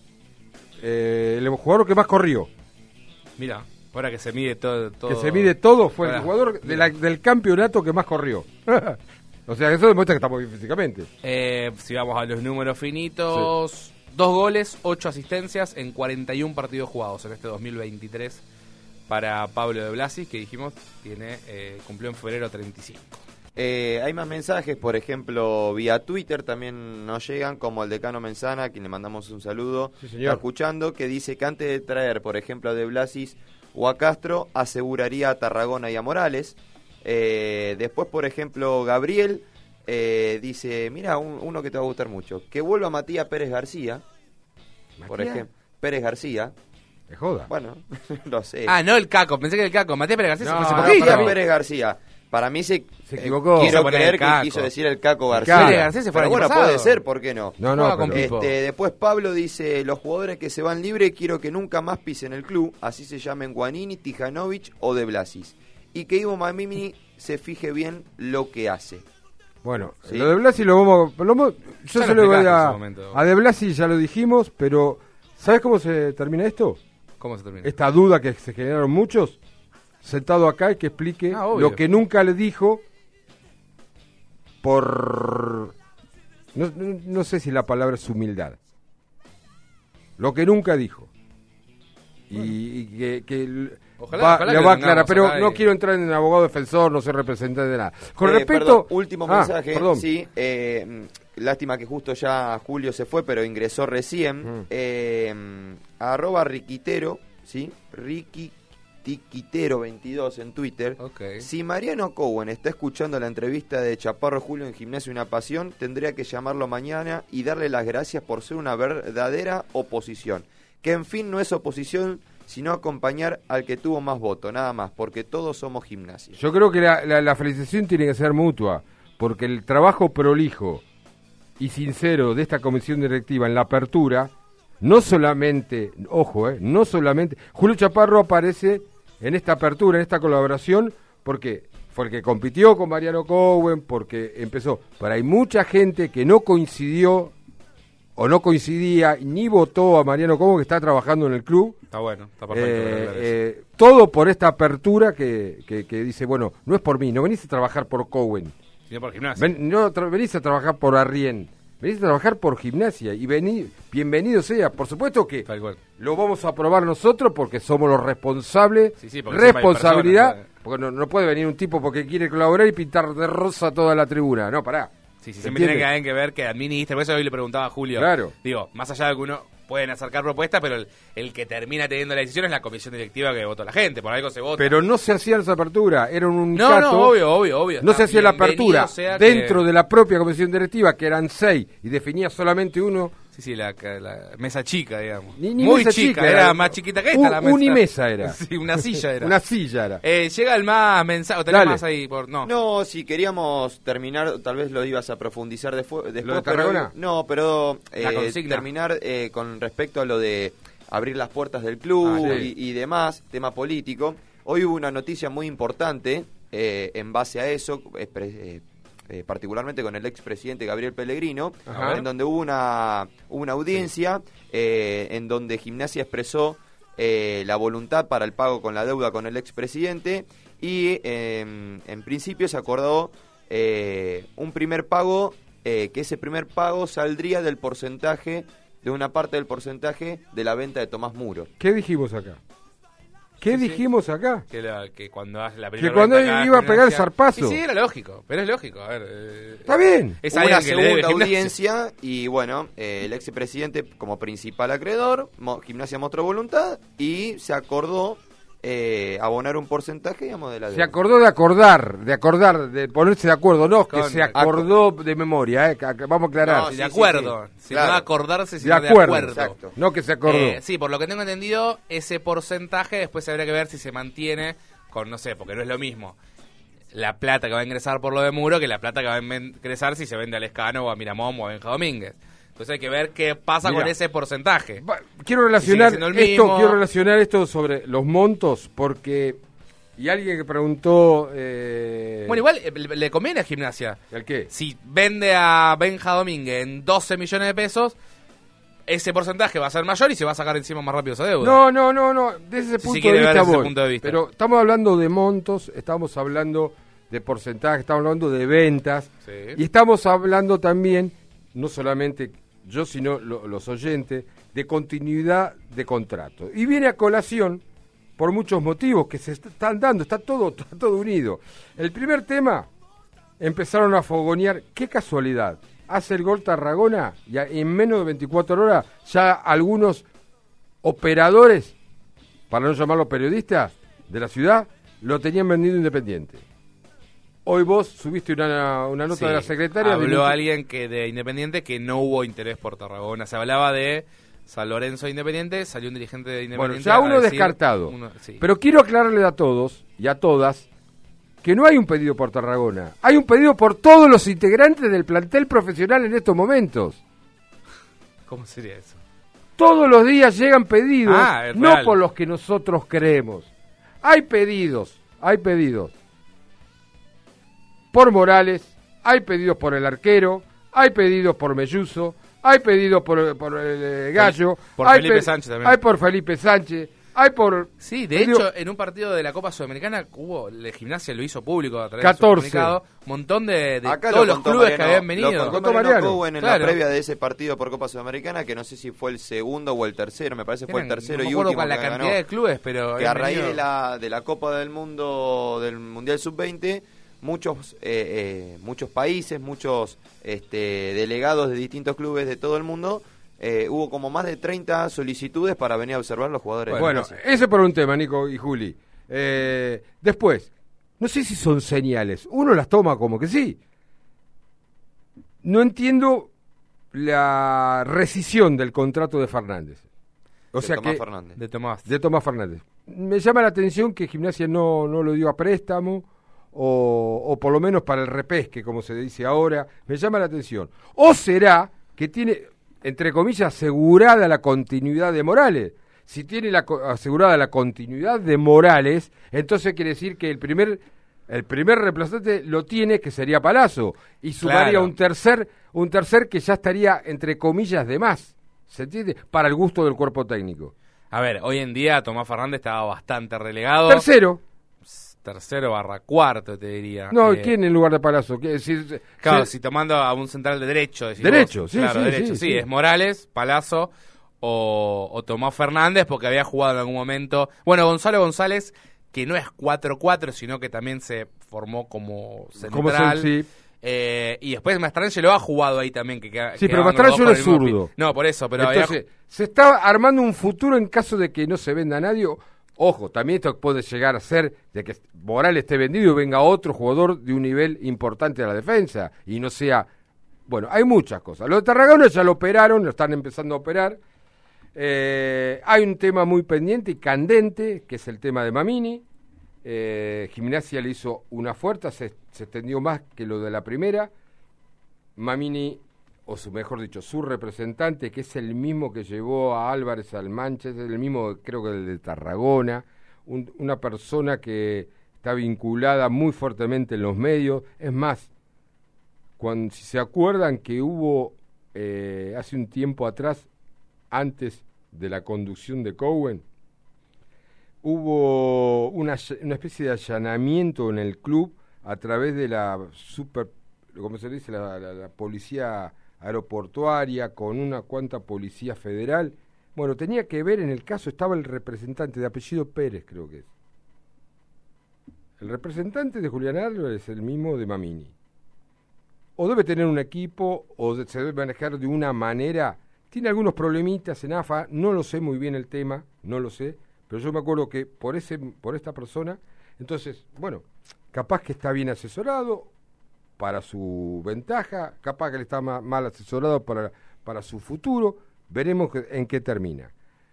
El jugador que más corrió. Mira, ahora que se mide todo. Que se mide todo, fue el jugador del campeonato que más corrió. O sea, eso demuestra que estamos bien físicamente. Si vamos a los números finitos, 2 goles, 8 asistencias en 41 partidos jugados en este 2023 para Pablo de Blasi, que dijimos cumplió en febrero 35. Hay más mensajes, por ejemplo, vía Twitter también nos llegan, como el decano Menzana, a quien le mandamos un saludo, sí, señor. Está escuchando, que dice que antes de traer, por ejemplo, a De Blasis o a Castro, aseguraría a Tarragona y a Morales. Después, por ejemplo, Gabriel dice, mira, uno que te va a gustar mucho, que vuelva Matías Pérez García. Por ejemplo, Pérez García. ¿Me joda? Bueno, lo sé. Ah, no el Caco, pensé que el Caco. Matías Pérez García No, se fue hace poquito. Matías Pérez García. Para mí se equivocó. Quiero creer que quiso decir el Caco García. Pérez García se fue pero el bueno, año pasado. puede ser, ¿por qué no? No, después Pablo dice, los jugadores que se van libres quiero que nunca más pisen el club, así se llamen Guanini, Tijanovic o De Blasis. Y que Ivo Mamini se fije bien lo que hace. Bueno, ¿sí? Lo de Blasi lo vamos yo Ya se lo lo voy explicaste a De Blasi ya lo dijimos, pero ¿sabes cómo se termina esto? ¿Cómo se termina? Esta duda que se generaron muchos, sentado acá y que explique obvio. lo que nunca le dijo no sé si la palabra es humildad. Lo que nunca dijo. Y que ojalá le va a aclarar, pero acá no quiero entrar en abogado defensor, no soy representante de nada. Con respecto... Perdón, último mensaje, perdón. sí, lástima que justo ya Julio se fue, pero ingresó recién. @ Riquitero, ¿sí? Riquitiquitero22 en Twitter. Si Mariano Cowen está escuchando la entrevista de Chaparro Julio en Gimnasia Una Pasión, tendría que llamarlo mañana y darle las gracias por ser una verdadera oposición. Que en fin no es oposición, sino acompañar al que tuvo más voto, nada más, porque todos somos Gimnasia. Yo creo que la felicitación tiene que ser mutua, porque el trabajo prolijo y sincero de esta comisión directiva en la apertura, no solamente, no solamente, Julio Chaparro aparece en esta apertura, en esta colaboración, porque fue el que compitió con Mariano Cowen, porque empezó, pero hay mucha gente que no coincidió o no coincidía ni votó a Mariano Cowen, que está trabajando en el club. Está bueno, está perfecto. Todo por esta apertura que dice, bueno, no es por mí, no venís a trabajar por Cowen, sino por Gimnasia. Venís a trabajar por Arrién, venís a trabajar por Gimnasia y bienvenido sea. Por supuesto que lo vamos a aprobar nosotros porque somos los responsables. Responsabilidad, porque no puede venir un tipo porque quiere colaborar y pintar de rosa toda la tribuna. No, pará. Sí, siempre tiene alguien que ver que administra. Por eso hoy le preguntaba a Julio. Claro. Digo, más allá de que uno pueden acercar propuestas, pero el que termina teniendo la decisión es la comisión directiva que votó la gente. Por algo se vota. Pero no se hacía esa apertura. Era un unicato. No, obvio. No se hacía la apertura dentro de la propia comisión directiva, que eran 6, y definía solamente uno. Sí, la mesa chica, digamos. Ni muy mesa chica, era más chiquita que esta la mesa. Unimesa era. Sí, una silla era. Una silla era. Llega el más mensaje, o tenés más ahí No, si queríamos terminar, tal vez lo ibas a profundizar después. ¿Lo de Tarragona? Pero terminar con respecto a lo de abrir las puertas del club y demás, tema político. Hoy hubo una noticia muy importante en base a eso, particularmente con el expresidente Gabriel Pellegrino, en donde hubo una audiencia en donde Gimnasia expresó la voluntad para el pago con la deuda con el expresidente y en principio se acordó un primer pago, que ese primer pago saldría del porcentaje, de una parte del porcentaje de la venta de Tomás Muro. ¿Qué dijimos acá? Dijimos acá? Que cuando hace la primera que cuando iba a pegar el zarpazo. Sí, era lógico, pero es lógico. A ver, está bien. Es una segunda audiencia y bueno, el expresidente como principal acreedor, Gimnasia mostró voluntad y se acordó abonar un porcentaje, digamos, de la deuda. Se acordó de acordar, de ponerse de acuerdo, no, que se acordó de memoria, vamos a aclarar. No, de acuerdo, sí, no acordarse, sino de acuerdo. Exacto. No que se acordó. Sí, por lo que tengo entendido, ese porcentaje después habría que ver si se mantiene con, no sé, porque no es lo mismo la plata que va a ingresar por lo de Muro que la plata que va a ingresar si se vende a Lescano o a Miramón o a Benja Domínguez. Entonces hay que ver qué pasa con ese porcentaje. Quiero relacionar esto sobre los montos porque y alguien que preguntó bueno, igual le conviene a Gimnasia. ¿El qué? Si vende a Benja Domínguez en 12 millones de pesos, ese porcentaje va a ser mayor y se va a sacar encima más rápido esa deuda. No, desde ese punto de vista pero estamos hablando de montos, estamos hablando de porcentaje, estamos hablando de ventas y estamos hablando también no solamente yo, sino los oyentes, de continuidad de contrato. Y viene a colación por muchos motivos que se están dando, está todo unido. El primer tema, empezaron a fogonear, qué casualidad, hace el gol Tarragona y en menos de 24 horas ya algunos operadores, para no llamarlos periodistas, de la ciudad, lo tenían vendido Independiente. Hoy vos subiste una nota de la secretaria. Habló alguien de Independiente que no hubo interés por Tarragona. Se hablaba de San Lorenzo Independiente, salió un dirigente de Independiente. Bueno, ya uno descartado. Pero quiero aclararle a todos y a todas que no hay un pedido por Tarragona. Hay un pedido por todos los integrantes del plantel profesional en estos momentos. ¿Cómo sería eso? Todos los días llegan pedidos, no por los que nosotros creemos. Hay pedidos. Por Morales, hay pedidos por el arquero, hay pedidos por Melluso, hay pedidos por el Gallo, por Felipe Sánchez también. Hay por Felipe Sánchez, Sí, de hecho, en un partido de la Copa Sudamericana el Gimnasia lo hizo público a través 14. de su comunicado, un montón de todos los clubes Mariano, que habían venido. Lo contó Mariano Cowen en Claro. la previa de ese partido por Copa Sudamericana, que no sé si fue el segundo o el tercero, me parece fue el tercero no me y acuerdo último con la que cantidad ganó, de clubes, pero que a habían raíz venido. de la Copa del Mundo, del Mundial Sub-20, muchos países, muchos delegados de distintos clubes de todo el mundo, hubo como más de 30 solicitudes para venir a observar los jugadores. Bueno, ese por un tema, Nico y Juli. Después, no sé si son señales, uno las toma como que sí. No entiendo la rescisión del contrato de Fernández. De Tomás Fernández. Me llama la atención que Gimnasia no lo dio a préstamo, o por lo menos para el repesque, como se dice ahora. Me llama la atención. ¿O será que tiene, entre comillas, asegurada la continuidad de Morales? Si tiene asegurada la continuidad de Morales, entonces quiere decir que el primer reemplazante lo tiene, que sería Palazzo, y sumaría Claro. un tercer que ya estaría, entre comillas, de más. ¿Se entiende? Para el gusto del cuerpo técnico. A ver, hoy en día Tomás Fernández estaba bastante relegado. Tercero barra cuarto, te diría. No, ¿quién en lugar de Palazzo? Claro, si tomando a un central de derecho. Decís Derecho, vos. sí, Claro, sí, derecho, sí. es Morales, Palazzo o Tomás Fernández, porque había jugado en algún momento. Bueno, Gonzalo González, que no es 4-4, sino que también se formó como central. Sí. Y después Mastrangelo ha jugado ahí también. Sí, pero Mastrangelo es zurdo. No, por eso. Pero entonces, se está armando un futuro en caso de que no se venda a nadie. Ojo, también esto puede llegar a ser de que Morales esté vendido y venga otro jugador de un nivel importante a la defensa y no sea... Bueno, hay muchas cosas. Lo de Tarragona ya lo operaron, lo están empezando a operar. Hay un tema muy pendiente y candente, que es el tema de Mamini. Gimnasia le hizo una fuerza, se extendió más que lo de la primera. Mamini, o mejor dicho, su representante, que es el mismo que llevó a Álvarez al Manchester, el mismo creo que el de Tarragona, una persona que está vinculada muy fuertemente en los medios. Es más, si se acuerdan que hubo hace un tiempo atrás, antes de la conducción de Cowen, hubo una especie de allanamiento en el club a través de la ¿cómo se dice? La policía aeroportuaria con una cuanta policía federal. Bueno, tenía que ver, en el caso estaba el representante de apellido Pérez, creo que es. El representante de Julián Álvarez es el mismo de Mamini. O debe tener un equipo, se debe manejar de una manera. Tiene algunos problemitas en AFA, no lo sé muy bien el tema, no lo sé, pero yo me acuerdo que por esta persona, entonces, bueno, capaz que está bien asesorado para su ventaja, capaz que le está mal asesorado para su futuro, veremos en qué termina.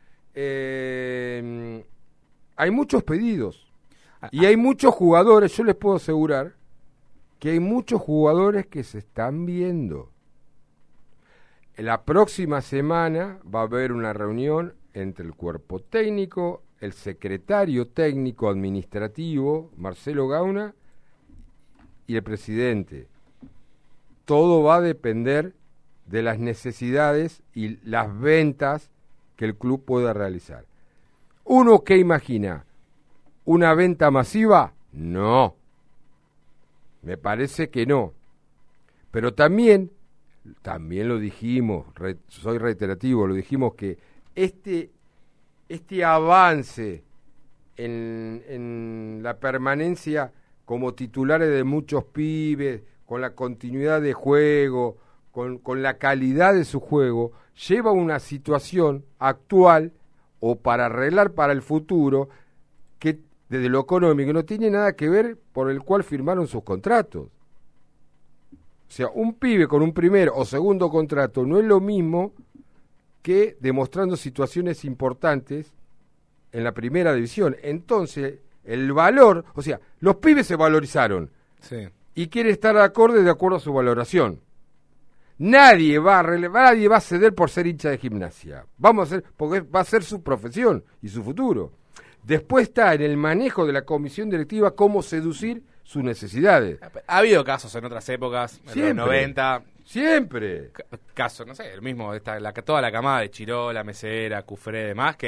Hay muchos pedidos y hay muchos jugadores, yo les puedo asegurar que hay muchos jugadores que se están viendo. La próxima semana va a haber una reunión entre el cuerpo técnico, el secretario técnico administrativo, Marcelo Gauna, y el presidente. Todo va a depender de las necesidades y las ventas que el club pueda realizar. ¿Uno qué imagina? ¿Una venta masiva? No. Me parece que no. Pero también lo dijimos, soy reiterativo, lo dijimos que este avance en la permanencia como titulares de muchos pibes, con la continuidad de juego, con la calidad de su juego, lleva a una situación actual o para arreglar para el futuro que desde lo económico no tiene nada que ver por el cual firmaron sus contratos. O sea, un pibe con un primer o segundo contrato no es lo mismo que demostrando situaciones importantes en la primera división. Entonces, el valor, o sea, los pibes se valorizaron y quiere estar de acuerdo a su valoración. Nadie va a ceder por ser hincha de Gimnasia. Porque va a ser su profesión y su futuro. Después está en el manejo de la comisión directiva cómo seducir sus necesidades. Ha habido casos en otras épocas, en los 90. Siempre. Casos, no sé, el mismo, toda la camada de Chirola, Mesera, Cufré, demás, que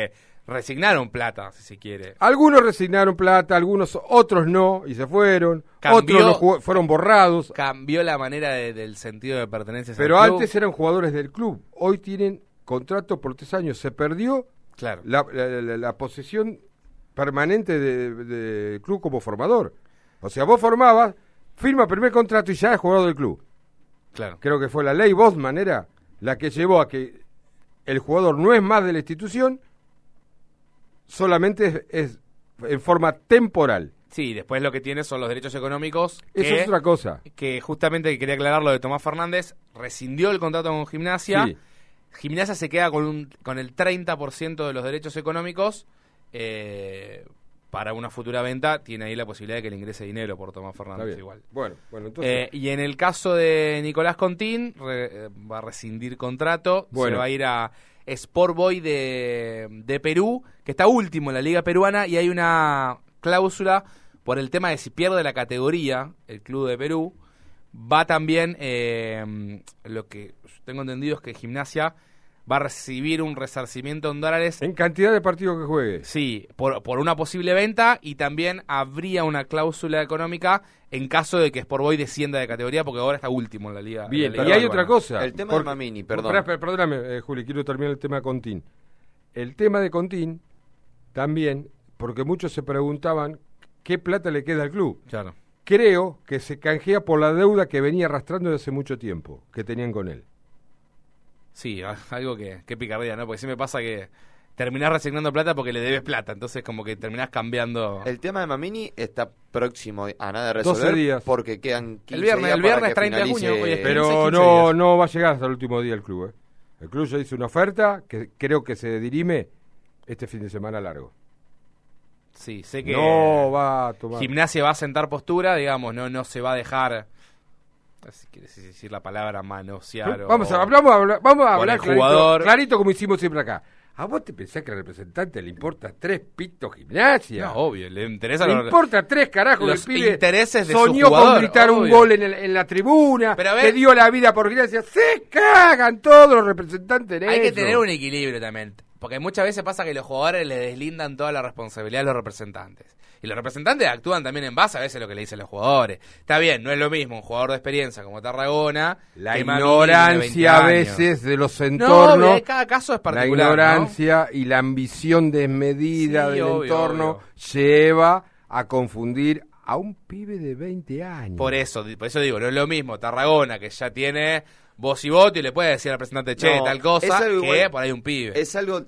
resignaron plata, si se quiere. Algunos resignaron plata, otros no, y se fueron. Otros no fueron borrados. Cambió la manera del sentido de pertenencia. Pero antes eran jugadores del club. Hoy tienen contrato por 3 años. Se perdió la posesión permanente del club como formador. O sea, vos formabas, firma primer contrato y ya es jugador del club. Claro. Creo que fue la ley Bosman, era la que llevó a que el jugador no es más de la institución, solamente es en forma temporal. Sí, después lo que tiene son los derechos económicos. Eso es otra cosa. Que justamente quería aclarar lo de Tomás Fernández, rescindió el contrato con Gimnasia. Sí. Gimnasia se queda con el 30% de los derechos económicos. Para una futura venta tiene ahí la posibilidad de que le ingrese dinero por Tomás Fernández igual. Bueno, entonces... y en el caso de Nicolás Contín, va a rescindir contrato, se va a ir a Sport Boy de Perú, que está último en la Liga Peruana, y hay una cláusula por el tema de si pierde la categoría, el club de Perú, va también, lo que tengo entendido es que Gimnasia va a recibir un resarcimiento en dólares. En cantidad de partidos que juegue. Sí, por una posible venta, y también habría una cláusula económica en caso de que Sport Boy descienda de categoría, porque ahora está último en la liga. Bien, la y liga hay otra cosa. El tema de Mamini, perdón. Perdóname, Juli, quiero terminar el tema de Contín. El tema de Contín también, porque muchos se preguntaban qué plata le queda al club. Claro. Creo que se canjea por la deuda que venía arrastrando desde hace mucho tiempo, que tenían con él. Sí, algo que picardía, ¿no? Porque sí me pasa que terminás resignando plata porque le debes plata, entonces como que terminás cambiando. El tema de Mamini está próximo a nada de resolver. 12 días. Porque quedan 15 el viernes días para 30 de finalice... junio. Hoy es 15, pero 15 días. no va a llegar hasta el último día el club. El club ya hizo una oferta que creo que se dirime este fin de semana largo. Sí, sé que no va a tomar. Gimnasia va a sentar postura, digamos, no se va a dejar, si quieres decir la palabra, manosear. Vamos a hablar jugador. Clarito como hicimos siempre acá. ¿A vos te pensás que al representante le importa 3 pitos Gimnasia? No, obvio, le interesa. Le importa 3 carajos. Los el pibe intereses de soñó su jugador, con gritar obvio. un gol en la tribuna, Pero a ver, que dio la vida por Gimnasia. Se cagan todos los representantes en Hay eso. que tener un equilibrio también, porque muchas veces pasa que los jugadores le deslindan toda la responsabilidad a los representantes. Y los representantes actúan también en base a veces a lo que le dicen los jugadores. Está bien, no es lo mismo un jugador de experiencia como Tarragona. La que ignorancia a veces de los entornos. No, obvio, cada caso es particular. La ignorancia, ¿no? Y la ambición desmedida del entorno lleva a confundir a un pibe de 20 años. Por eso digo, no es lo mismo Tarragona, que ya tiene voz y voto y le puede decir al representante, tal cosa, que igual, por ahí un pibe. Es algo,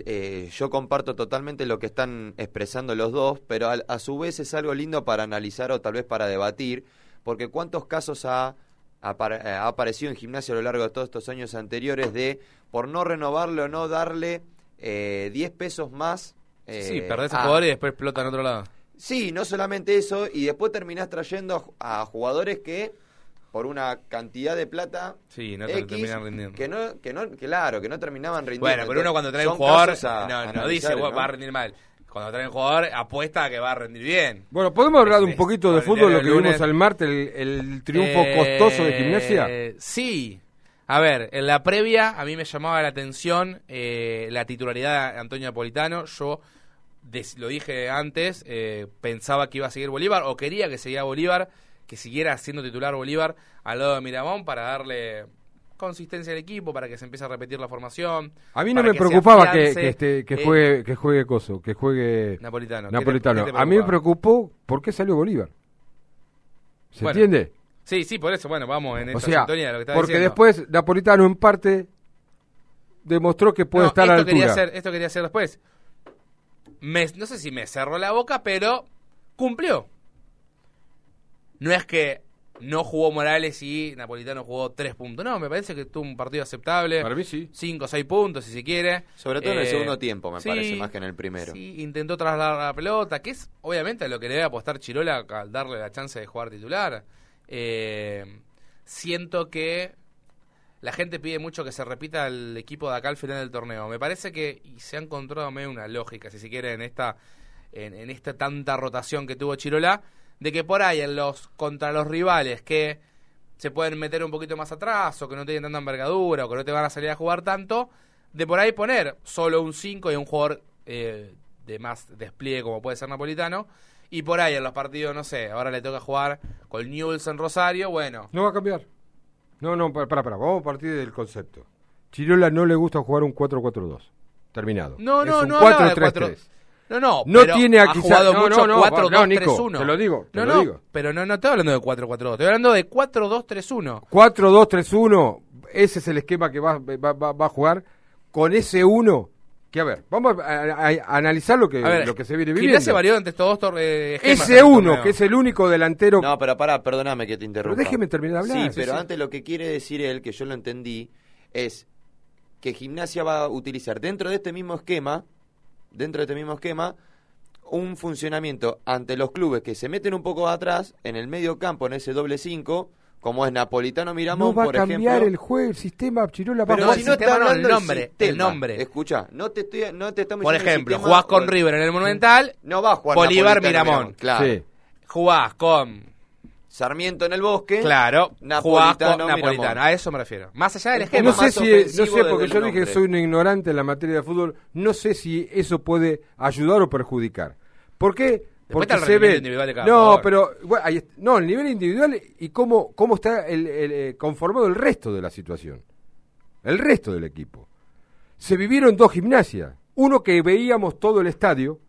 yo comparto totalmente lo que están expresando los dos, pero a su vez es algo lindo para analizar o tal vez para debatir, porque cuántos casos ha aparecido en Gimnasia a lo largo de todos estos años anteriores de, por no renovarle o no darle 10 pesos más. Sí, perdés a jugador y después explota en otro lado. Sí, no solamente eso, y después terminás trayendo a jugadores que por una cantidad de plata no X, terminan rindiendo. que no terminaban rindiendo. Bueno, pero uno cuando trae un jugador no dice, ¿no? Va a rendir mal. Cuando trae un jugador apuesta a que va a rendir bien. Bueno, ¿podemos hablar un poquito de fútbol, lo que vimos al martes, el triunfo costoso de Gimnasia? Sí. A ver, en la previa a mí me llamaba la atención la titularidad de Antonio Napolitano. Yo lo dije antes, pensaba que iba a seguir Bolívar, o quería que siguiera Bolívar, que siguiera siendo titular Bolívar al lado de Miramón para darle consistencia al equipo, para que se empiece a repetir la formación. A mí no me preocupaba que juegue Napolitano. A mí me preocupó por qué salió Bolívar. ¿Se entiende? Sí, por eso, vamos en esta sintonía de lo que está porque diciendo. Después Napolitano en parte demostró que puede estar a la altura. Esto quería hacer después. No sé si me cerró la boca, pero cumplió. No es que no jugó Morales y Napolitano jugó 3 puntos. No, me parece que tuvo un partido aceptable. Para mí sí. 5 o 6 puntos, si se quiere. Sobre todo en el segundo tiempo, me parece, más que en el primero. Sí, intentó trasladar la pelota, que es obviamente lo que le debe apostar Chirola al darle la chance de jugar titular. Siento que la gente pide mucho que se repita el equipo de acá al final del torneo. Me parece que se ha encontrado medio una lógica, si se quiere, en esta tanta rotación que tuvo Chirola, de que por ahí contra los rivales que se pueden meter un poquito más atrás, o que no tienen tanta envergadura, o que no te van a salir a jugar tanto, de por ahí poner solo un 5 y un jugador de más despliegue como puede ser Napolitano. Y por ahí en los partidos, no sé, ahora le toca jugar con Newell's en Rosario, bueno. No va a cambiar. No, para, vamos a partir del concepto. Chirola no le gusta jugar un 4-4-2. Terminado. No, es un no 4-3-3. No, pero tiene ha jugado mucho 4-2-3-1. Te lo digo. Pero no estoy hablando de 4-4-2, estoy hablando de 4-2-3-1. 4-2-3-1, ese es el esquema que va a jugar con ese 1. Que a ver, vamos a analizar lo que se viene viviendo. Gimnasia varió entre estos dos esquemas. Ese 1, que es el único delantero. No, pero perdóname que te interrumpa. Pero déjeme terminar de hablar. Sí, pero antes lo que quiere decir él, que yo lo entendí, es que Gimnasia va a utilizar dentro de este mismo esquema, un funcionamiento ante los clubes que se meten un poco atrás, en el medio campo, en ese doble 5, como es Napolitano Miramón, por ejemplo. No va a cambiar el juego, el sistema, Chirola. Pero si no está hablando el nombre. Escucha, no te estamos por ejemplo, jugás con River en el Monumental, no va a jugar Bolívar Miramón. Claro. Sí. Jugás con Sarmiento en el Bosque. Claro, jugás con Napolitano. Napolitano. A eso me refiero. Más allá del esquema. No sé porque yo dije que soy un ignorante en la materia de fútbol. No sé si eso puede ayudar o perjudicar. ¿Por qué? Porque se ve. El nivel individual y cómo está conformado el resto de la situación. El resto del equipo. Se vivieron dos Gimnasias. Uno que veíamos todo el estadio.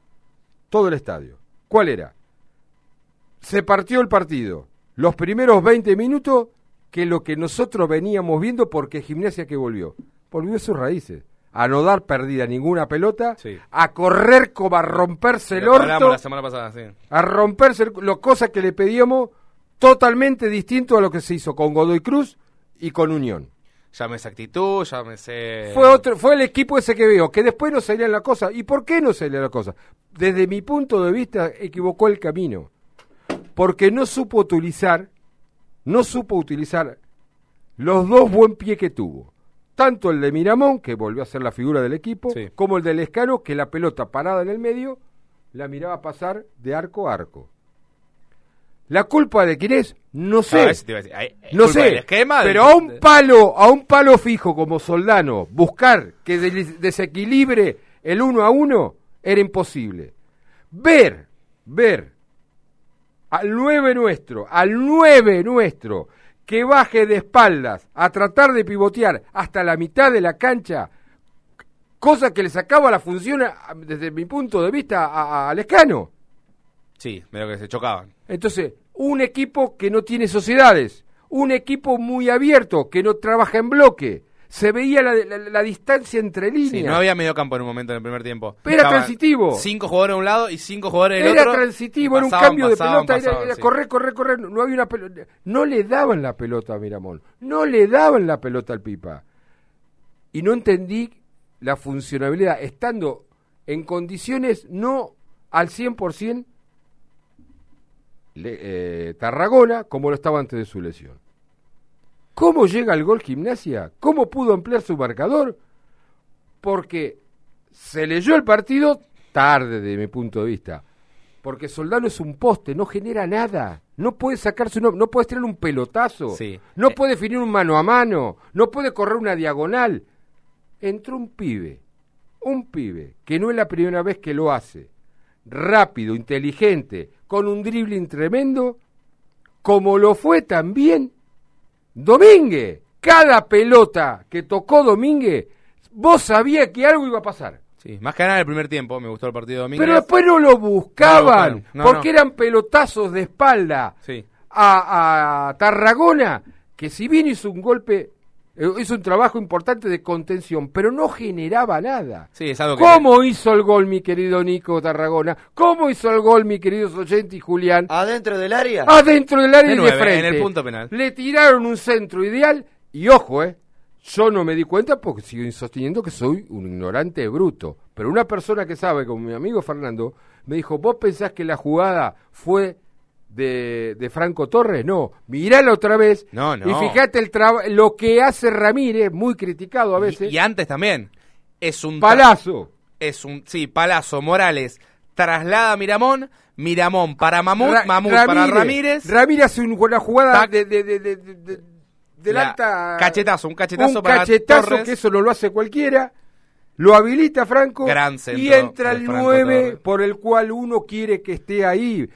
¿Cuál era? Se partió el partido. Los primeros 20 minutos, que lo que nosotros veníamos viendo, porque Gimnasia que volvió a sus raíces. A no dar perdida ninguna pelota, a correr como a romperse el orto. La semana pasada, sí. A romperse, cosa que le pedíamos totalmente distinto a lo que se hizo con Godoy Cruz y con Unión. Llámese actitud, llámese... Fue el equipo ese que veo, que después no salían la cosa. ¿Y por qué no salía la cosa? Desde mi punto de vista, equivocó el camino. Porque no supo utilizar los dos buen pie que tuvo. Tanto el de Miramón, que volvió a ser la figura del equipo, como el de Lescano, que la pelota parada en el medio, la miraba pasar de arco a arco. ¿La culpa de quién es? No sé. No sé, pero a un palo fijo como Soldano, buscar que desequilibre el 1-1 era imposible. Ver al 9 nuestro, que baje de espaldas a tratar de pivotear hasta la mitad de la cancha, cosa que le sacaba la función, desde mi punto de vista, a Lescano. Sí, medio que se chocaban. Entonces, un equipo que no tiene sociedades, un equipo muy abierto, que no trabaja en bloque. Se veía la distancia entre líneas. Sí, no había medio campo en un momento en el primer tiempo. Pero era transitivo. 5 jugadores de un lado y 5 jugadores del otro. Era transitivo, era un cambio de pelota, era correr. No había una pelota. No le daban la pelota a Miramón. No le daban la pelota al Pipa. Y no entendí la funcionabilidad, estando en condiciones no al 100% Tarragona, como lo estaba antes de su lesión. ¿Cómo llega al gol Gimnasia? ¿Cómo pudo ampliar su marcador? Porque se leyó el partido tarde, de mi punto de vista. Porque Soldano es un poste, no genera nada. No puede sacarse no puede tirar un pelotazo. No puede definir un mano a mano. No puede correr una diagonal. Entró un pibe, que no es la primera vez que lo hace. Rápido, inteligente, con un dribbling tremendo, como lo fue también Domínguez. Cada pelota que tocó Domínguez, vos sabías que algo iba a pasar. Sí, más que nada en el primer tiempo me gustó el partido de Domínguez. Pero después no lo buscaban, porque eran pelotazos de espalda a Tarragona, que si bien hizo un golpe, hizo un trabajo importante de contención, pero no generaba nada. Sí, es algo ¿Cómo hizo el gol mi querido Nico Tarragona? ¿Cómo hizo el gol mi querido Soyente y Julián? ¿Adentro del área? Adentro del área y de frente. En el punto penal. Le tiraron un centro ideal y ojo, yo no me di cuenta porque sigo sosteniendo que soy un ignorante bruto. Pero una persona que sabe, como mi amigo Fernando, me dijo, ¿vos pensás que la jugada fue de Franco Torres? No, mirala otra vez y fíjate lo que hace Ramírez, muy criticado a veces. Y antes también. Es un Palazzo. Palazzo, Morales traslada a Miramón para Mamut para Ramírez. Ramírez hace una jugada del alta... un cachetazo para cachetazo Torres. Que eso no lo hace cualquiera. lo habilita Franco Gran centro y entra de el Franco 9 Torres. por el cual uno quiere que esté ahí.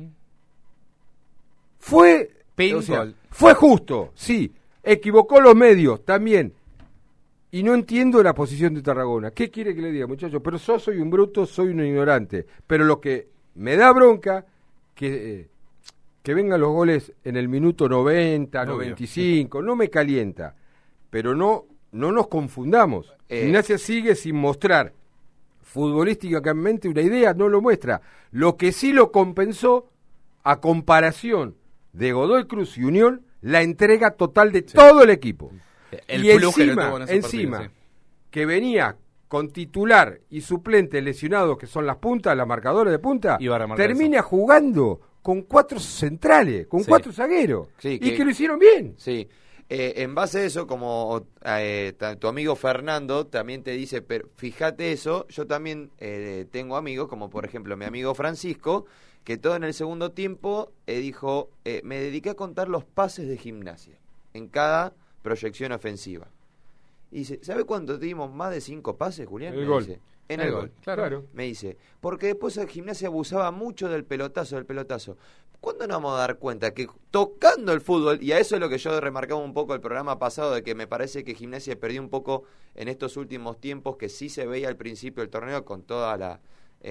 Fue fue justo, sí. Equivocó los medios también. Y no entiendo la posición de Tarragona. ¿Qué quiere que le diga, muchachos? Pero yo soy un bruto, soy un ignorante. Pero lo que me da bronca, que vengan los goles en el minuto 90, Obvio. 95, no me calienta. Pero no nos confundamos. Gimnasia sigue sin mostrar futbolísticamente una idea, no lo muestra. Lo que sí lo compensó, a comparación de Godoy Cruz y Unión, la entrega total de todo el equipo. El y plus que le tuvo en ese encima partido, sí. que venía con titular y suplente lesionados, que son las puntas, las marcadoras de punta, Iba a remarcar termina jugando con 4 centrales, con 4 zagueros, Sí, y que lo hicieron bien. Sí. En base a eso, como tu amigo Fernando también te dice, pero fíjate eso, yo también tengo amigos, como por ejemplo mi amigo Francisco, que todo en el segundo tiempo dijo, me dediqué a contar los pases de Gimnasia en cada proyección ofensiva. Y dice, ¿sabe cuánto dimos más de 5 pases, Julián? El Me gol. dice, en el gol. Claro. Me dice, porque después el Gimnasia abusaba mucho del pelotazo. ¿Cuándo nos vamos a dar cuenta que tocando el fútbol, y a eso es lo que yo remarcaba un poco el programa pasado, de que me parece que Gimnasia perdió un poco en estos últimos tiempos, que sí se veía al principio del torneo con toda la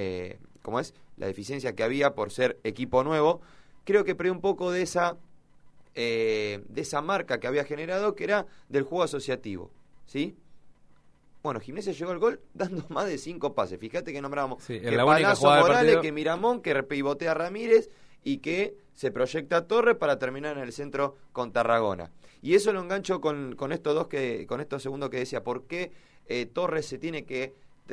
la deficiencia que había por ser equipo nuevo? Creo que perdió un poco de esa marca que había generado, que era del juego asociativo, ¿sí? Bueno, Gimnasia llegó al gol dando más de 5 pases. Fíjate que nombrábamos que la única Palazzo jugada del Morales, partido. que Miramón, que pivotea a Ramírez y que se proyecta a Torres para terminar en el centro con Tarragona. Y eso lo engancho con estos dos con estos segundos que decía, ¿por qué Torres se tiene que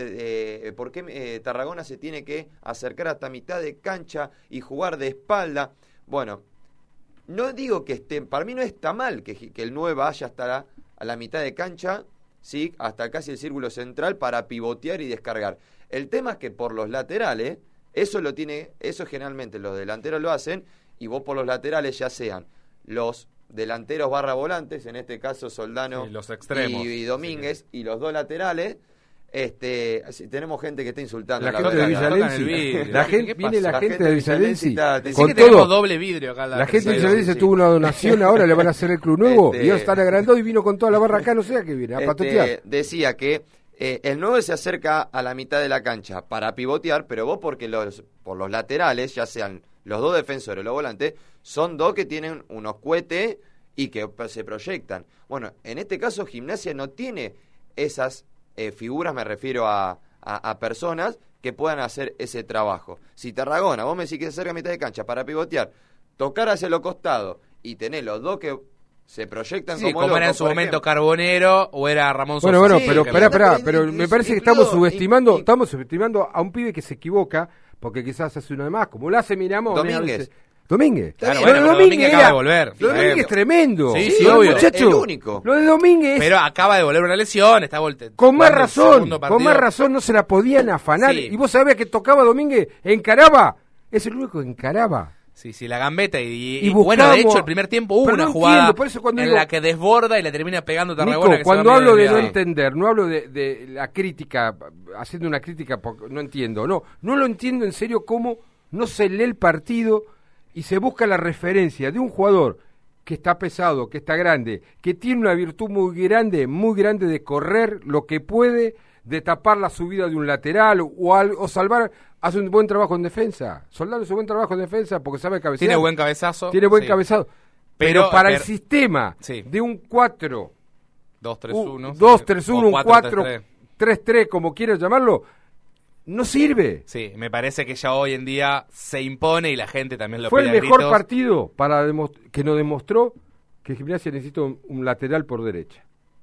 por qué Tarragona se tiene que acercar hasta mitad de cancha y jugar de espalda? Bueno, no digo que para mí no está mal que el 9 vaya hasta a la mitad de cancha, sí, hasta casi el círculo central para pivotear y descargar. El tema es que por los laterales, eso generalmente los delanteros lo hacen, y vos por los laterales, ya sean los delanteros / volantes, en este caso Soldano los extremos. y Domínguez, y los dos laterales. Tenemos gente que está insultando La la gente de verdad. Villalensi, viene la gente de Villalensi con tenemos doble vidrio acá. La gente de Villalensi tuvo una donación, ahora le van a hacer el club nuevo y ahora están agrandando y vino con toda la barra acá, no sé a qué viene, a patotear. Decía que el 9 se acerca a la mitad de la cancha para pivotear, pero vos por los laterales, ya sean los dos defensores o los volantes, son dos que tienen unos cohetes y que se proyectan. Bueno, en este caso Gimnasia no tiene esas figuras, me refiero a personas que puedan hacer ese trabajo. Si Tarragona, vos me decís que se acerca a mitad de cancha para pivotear, tocar hacia los costados y tener los dos que se proyectan Sí, como era en locos, su por momento ejemplo. Carbonero o era Ramón Sosa. Bueno, Sí, pero que- espera, pero me parece que estamos subestimando a un pibe que se equivoca, porque quizás hace una de más, como lo hace Miramón. Domínguez. Domínguez. Claro, Lo bueno, de pero Domínguez Domínguez acaba de volver. Lo de Domínguez es tremendo. Sí, sí, Lo de obvio. muchacho, El único. Lo de Domínguez. Pero acaba de volver una lesión, está Con más jugando el razón, segundo partido. con más razón no se la podían afanar. Sí. Y vos sabés que tocaba Domínguez, encaraba. Es el único que encaraba. Sí, la gambeta y buscamos- bueno, de hecho el primer tiempo hubo Pero una no jugada entiendo, por eso cuando en digo- la que desborda y la termina pegando Tarragona. Nico, que cuando se va hablo de medio no desviado. entender, no hablo de la crítica, haciendo una crítica porque no entiendo, no lo entiendo en serio cómo no se lee el partido y se busca la referencia de un jugador que está pesado, que está grande, que tiene una virtud muy grande de correr lo que puede, de tapar la subida de un lateral o salvar, hace un buen trabajo en defensa. Soldado hace un buen trabajo en defensa porque sabe cabecear. Tiene buen cabezazo. Tiene buen Sí. cabezado. Pero para el pero- sistema Sí. de un 4 2-3-1. 2-3-1, o un 4-3-3. 4-3-3, como quieras llamarlo, no sirve. Sí, me parece que ya hoy en día se impone y la gente también lo Fue pide el a mejor gritos. partido que nos demostró que Gimnasia necesita un lateral por derecha.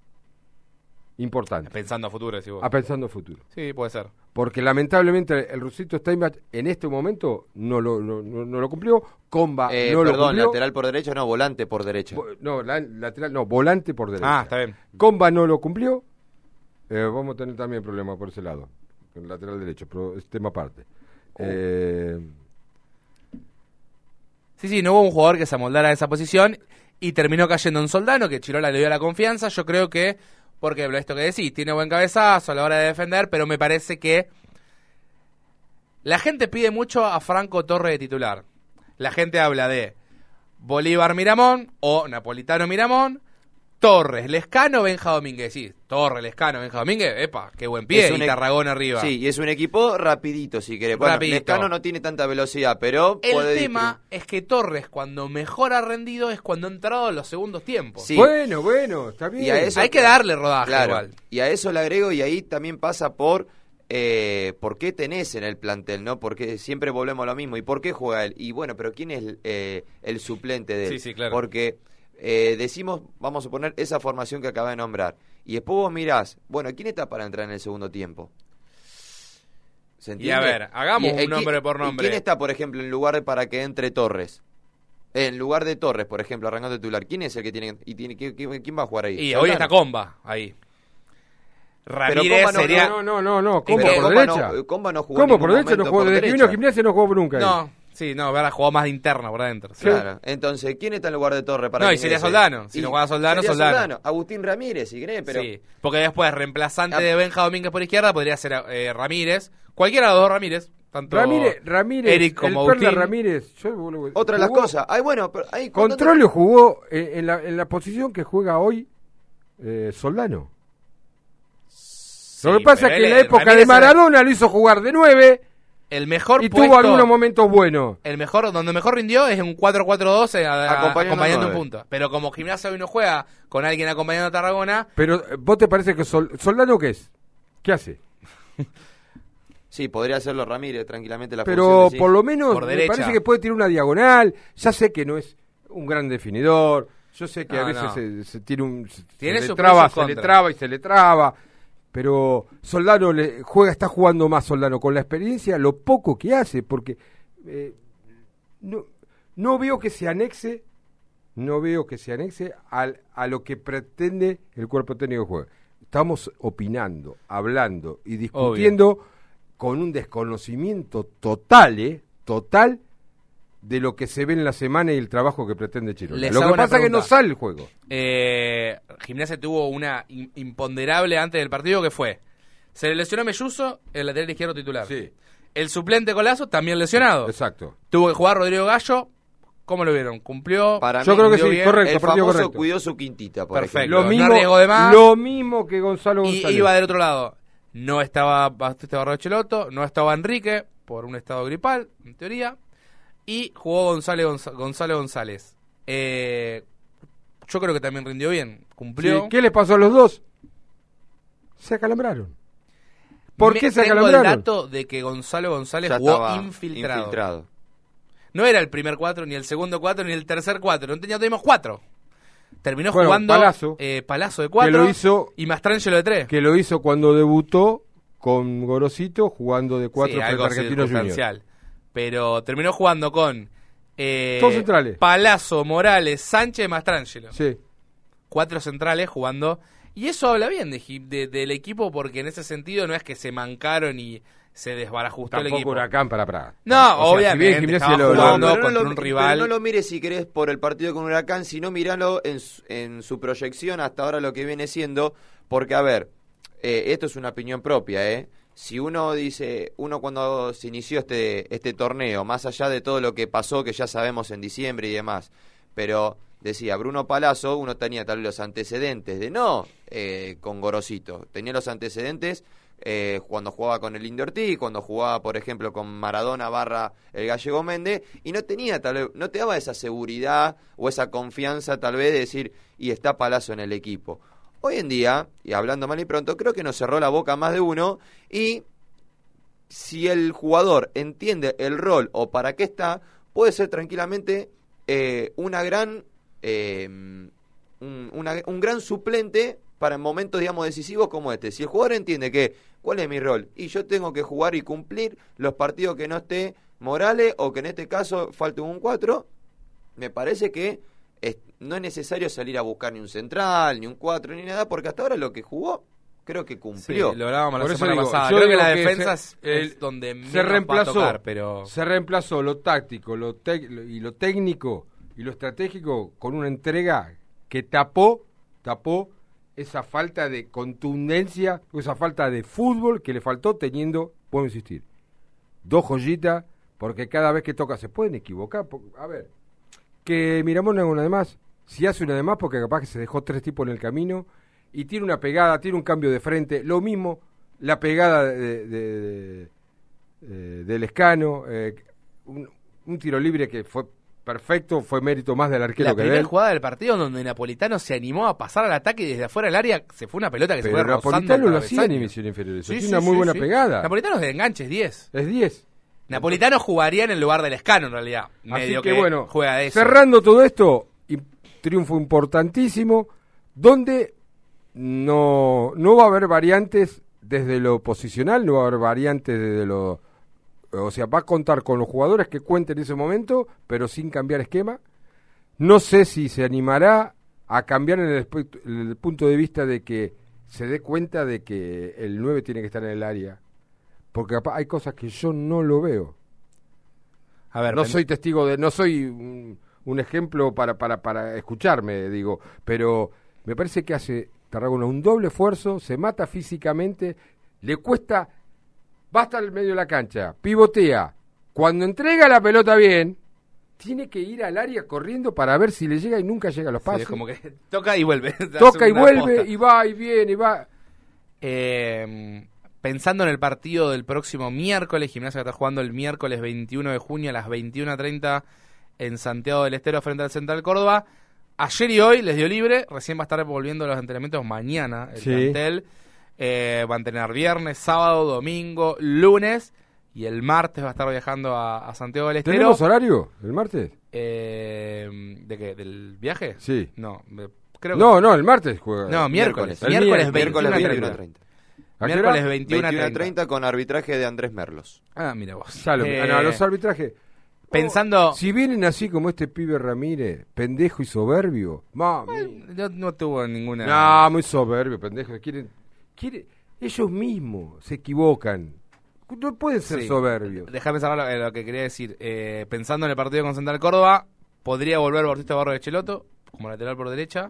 Importante. Pensando a futuro, decís vos. Pensando a futuro. Sí, puede ser. Porque lamentablemente el Rusito Steinbach en este momento no lo cumplió. Comba no lo Perdón, cumplió. lateral por derecha, no, volante por derecha. Volante por derecha. Está bien. Comba no lo cumplió. Vamos a tener también problemas por ese lado. Con el lateral derecho, pero es tema aparte. Sí, no hubo un jugador que se amoldara a esa posición y terminó cayendo en Soldano, que Chirola le dio la confianza. Yo creo que Por ejemplo, esto que decís, tiene buen cabezazo a la hora de defender, pero me parece que la gente pide mucho a Franco Torres de titular. La gente habla de Bolívar Miramón o Napolitano Miramón, Torres, Lescano, Benja Domínguez. Sí, Torres, Lescano, Benja Domínguez, epa, qué buen pie, y Tarragona arriba. Sí, y es un equipo rapidito, si querés. Bueno, Lescano no tiene tanta velocidad, pero el tema es que Torres, cuando mejor ha rendido, es cuando ha entrado en los segundos tiempos. Sí. Bueno, está bien. Y a eso, hay que darle rodaje, claro, igual. Y a eso le agrego, y ahí también pasa por qué tenés en el plantel, ¿no? Porque siempre volvemos a lo mismo. ¿Y por qué juega él? Y bueno, pero ¿quién es el suplente de él? Sí, claro. Porque decimos, vamos a poner esa formación que acaba de nombrar. Y después vos mirás, bueno, ¿quién está para entrar en el segundo tiempo? ¿Se entiende? Y a ver, hagamos un nombre por nombre. ¿Quién está, por ejemplo, en lugar para que entre Torres? En lugar de Torres, por ejemplo, arrancando titular, ¿quién es el que tiene? ¿Quién va a jugar ahí? Y hoy está Comba ahí. Ramírez no, sería... No, Comba por derecha. Comba no jugó. Comba por derecha no jugó, desde que vino a Gimnasia no jugó nunca. Ahora jugó más de interna por adentro. Sí. Claro, entonces, ¿quién está en lugar de Torres para y sería Soldano. Si no juega Soldano. Agustín Ramírez, si querés, pero... Sí, porque después, reemplazante de Benja Domínguez por izquierda, podría ser Ramírez. Cualquiera de los dos Ramírez. Tanto Ramírez, Eric como el Perla Agustín. Ramírez. Otra de las cosas. Controlio jugó en la posición que juega hoy Soldano. Lo que pasa es que en la época de Maradona lo hizo jugar de 9 el mejor y tuvo algunos momentos buenos. Donde mejor rindió es un 4-4-2 acompañando un punto. Pero como Gimnasia hoy no juega con alguien acompañando a Tarragona... Pero ¿vos te parece que Soldano qué es? ¿Qué hace? Sí, podría hacerlo Ramírez tranquilamente. Pero por lo menos por me derecha. parece que puede tirar una diagonal. Ya sé que no es un gran definidor. Yo sé que a veces se tira se le traba. Pero Soldano está jugando más Soldano con la experiencia, lo poco que hace, porque no veo que se anexe a lo que pretende el cuerpo técnico de juego. Estamos opinando, hablando y discutiendo con un desconocimiento total de lo que se ve en la semana y el trabajo que pretende Chirola. Lo que pasa es que no sale el juego. Gimnasia tuvo una imponderable antes del partido que fue: se le lesionó Melluso, el lateral izquierdo titular. Sí. El suplente Colazo también lesionado. Exacto. Tuvo que jugar Rodrigo Gallo. ¿Cómo lo vieron? ¿Cumplió? Yo creo que sí, bien. correcto. El famoso correcto. cuidó su quintita, por Perfecto. ejemplo. No arriesgó de más. Lo mismo que Gonzalo González. Y iba del otro lado. No estaba Batista Barrocheloto, no estaba Enrique, por un estado gripal, en teoría. Y jugó Gonzalo González. Yo creo que también rindió bien. Cumplió. Sí. ¿Qué les pasó a los dos? Se acalambraron. ¿Por qué se acalambraron? Tengo el dato de que Gonzalo González Ya jugó estaba infiltrado. No era el primer 4, ni el segundo 4, ni el tercer 4. No teníamos 4. Terminó jugando Palazzo de 4 y Mastrangelo de 3. Que lo hizo cuando debutó con Gorosito jugando de 4 frente a Argentinos Juniors. Pero terminó jugando con todos centrales. Palazzo, Morales, Sánchez, Mastrangelo. Sí. 4 centrales jugando. Y eso habla bien del equipo, porque en ese sentido no es que se mancaron y se desbarajustó el equipo. Tampoco Huracán para Praga. No, obviamente. Si estaba jugando contra un rival. Pero no lo mires si querés por el partido con Huracán, sino miralo en su proyección hasta ahora lo que viene siendo. Porque, a ver, esto es una opinión propia, Si uno cuando se inició este torneo, más allá de todo lo que pasó, que ya sabemos en diciembre y demás, pero decía Bruno Palazzo, uno tenía tal vez los antecedentes con Gorosito, tenía los antecedentes cuando jugaba con el Indio Ortiz, cuando jugaba, por ejemplo, con Maradona / el Gallego Méndez, y no te daba esa seguridad o esa confianza tal vez de decir, y está Palazzo en el equipo. Hoy en día, y hablando mal y pronto, creo que nos cerró la boca más de uno, y si el jugador entiende el rol o para qué está, puede ser tranquilamente un gran suplente para momentos, digamos, decisivos como este. Si el jugador entiende ¿cuál es mi rol? Y yo tengo que jugar y cumplir los partidos que no esté Morales, o que en este caso falte un 4, me parece que no es necesario salir a buscar ni un central, ni un 4, ni nada, porque hasta ahora lo que jugó, creo que cumplió. Sí, lo hablábamos la semana pasada. Creo que la defensa es donde menos va a tocar, pero... Se reemplazó lo táctico, lo técnico y lo estratégico con una entrega que tapó esa falta de contundencia, o esa falta de fútbol que le faltó teniendo, puedo insistir, 2 joyitas, porque cada vez que toca se pueden equivocar. A ver, que Miramón haga una de más, si hace una de más, porque capaz que se dejó 3 tipos en el camino, y tiene una pegada, tiene un cambio de frente, lo mismo, la pegada del Escano, un tiro libre que fue perfecto, fue mérito más del arquero la que de él. primera jugada del partido donde Napolitano se animó a pasar al ataque y desde afuera del área se fue una pelota que Pero se fue rozando Napolitano el lo hacía en travesaño. División Inferior, Sí, tiene una muy buena pegada. Napolitano es de enganche, es 10. Es 10. Napolitano jugaría en el lugar del Escano, en realidad. Así Medio que bueno, juega de eso. cerrando todo esto, triunfo importantísimo, donde no va a haber variantes desde lo posicional, no va a haber variantes desde lo... O sea, va a contar con los jugadores que cuenten en ese momento, pero sin cambiar esquema. No sé si se animará a cambiar en el punto de vista de que se dé cuenta de que el 9 tiene que estar en el área. Porque hay cosas que yo no lo veo. A ver, no soy testigo de... No soy un ejemplo para escucharme, digo. Pero me parece que hace Tarragona un doble esfuerzo, se mata físicamente, le cuesta... Va hasta el medio de la cancha, pivotea. Cuando entrega la pelota bien, tiene que ir al área corriendo para ver si le llega y nunca llega a los pases. Sí, es como que toca y vuelve. Toca y vuelve y va y viene y va. Pensando en el partido del próximo miércoles, Gimnasia está jugando el miércoles 21 de junio a las 21:30 en Santiago del Estero frente al Central Córdoba. Ayer y hoy les dio libre, recién va a estar volviendo a los entrenamientos mañana el plantel. Va a entrenar viernes, sábado, domingo, lunes y el martes va a estar viajando a Santiago del Estero. ¿Tenemos horario el martes? ¿De qué? ¿Del viaje? Sí. No, no, el martes juega. No, miércoles 21:30. Miércoles 21:30 con arbitraje de Andrés Merlos. Ah, mira vos. Los arbitrajes. Pensando... Si vienen así como este pibe Ramírez, pendejo y soberbio. No tuvo ninguna... No, muy soberbio, pendejo. Ellos mismos se equivocan. No pueden ser soberbios. Déjame cerrar lo que quería decir. Pensando en el partido con Central Córdoba, podría volver Bautista Barro de Cheloto como lateral por derecha.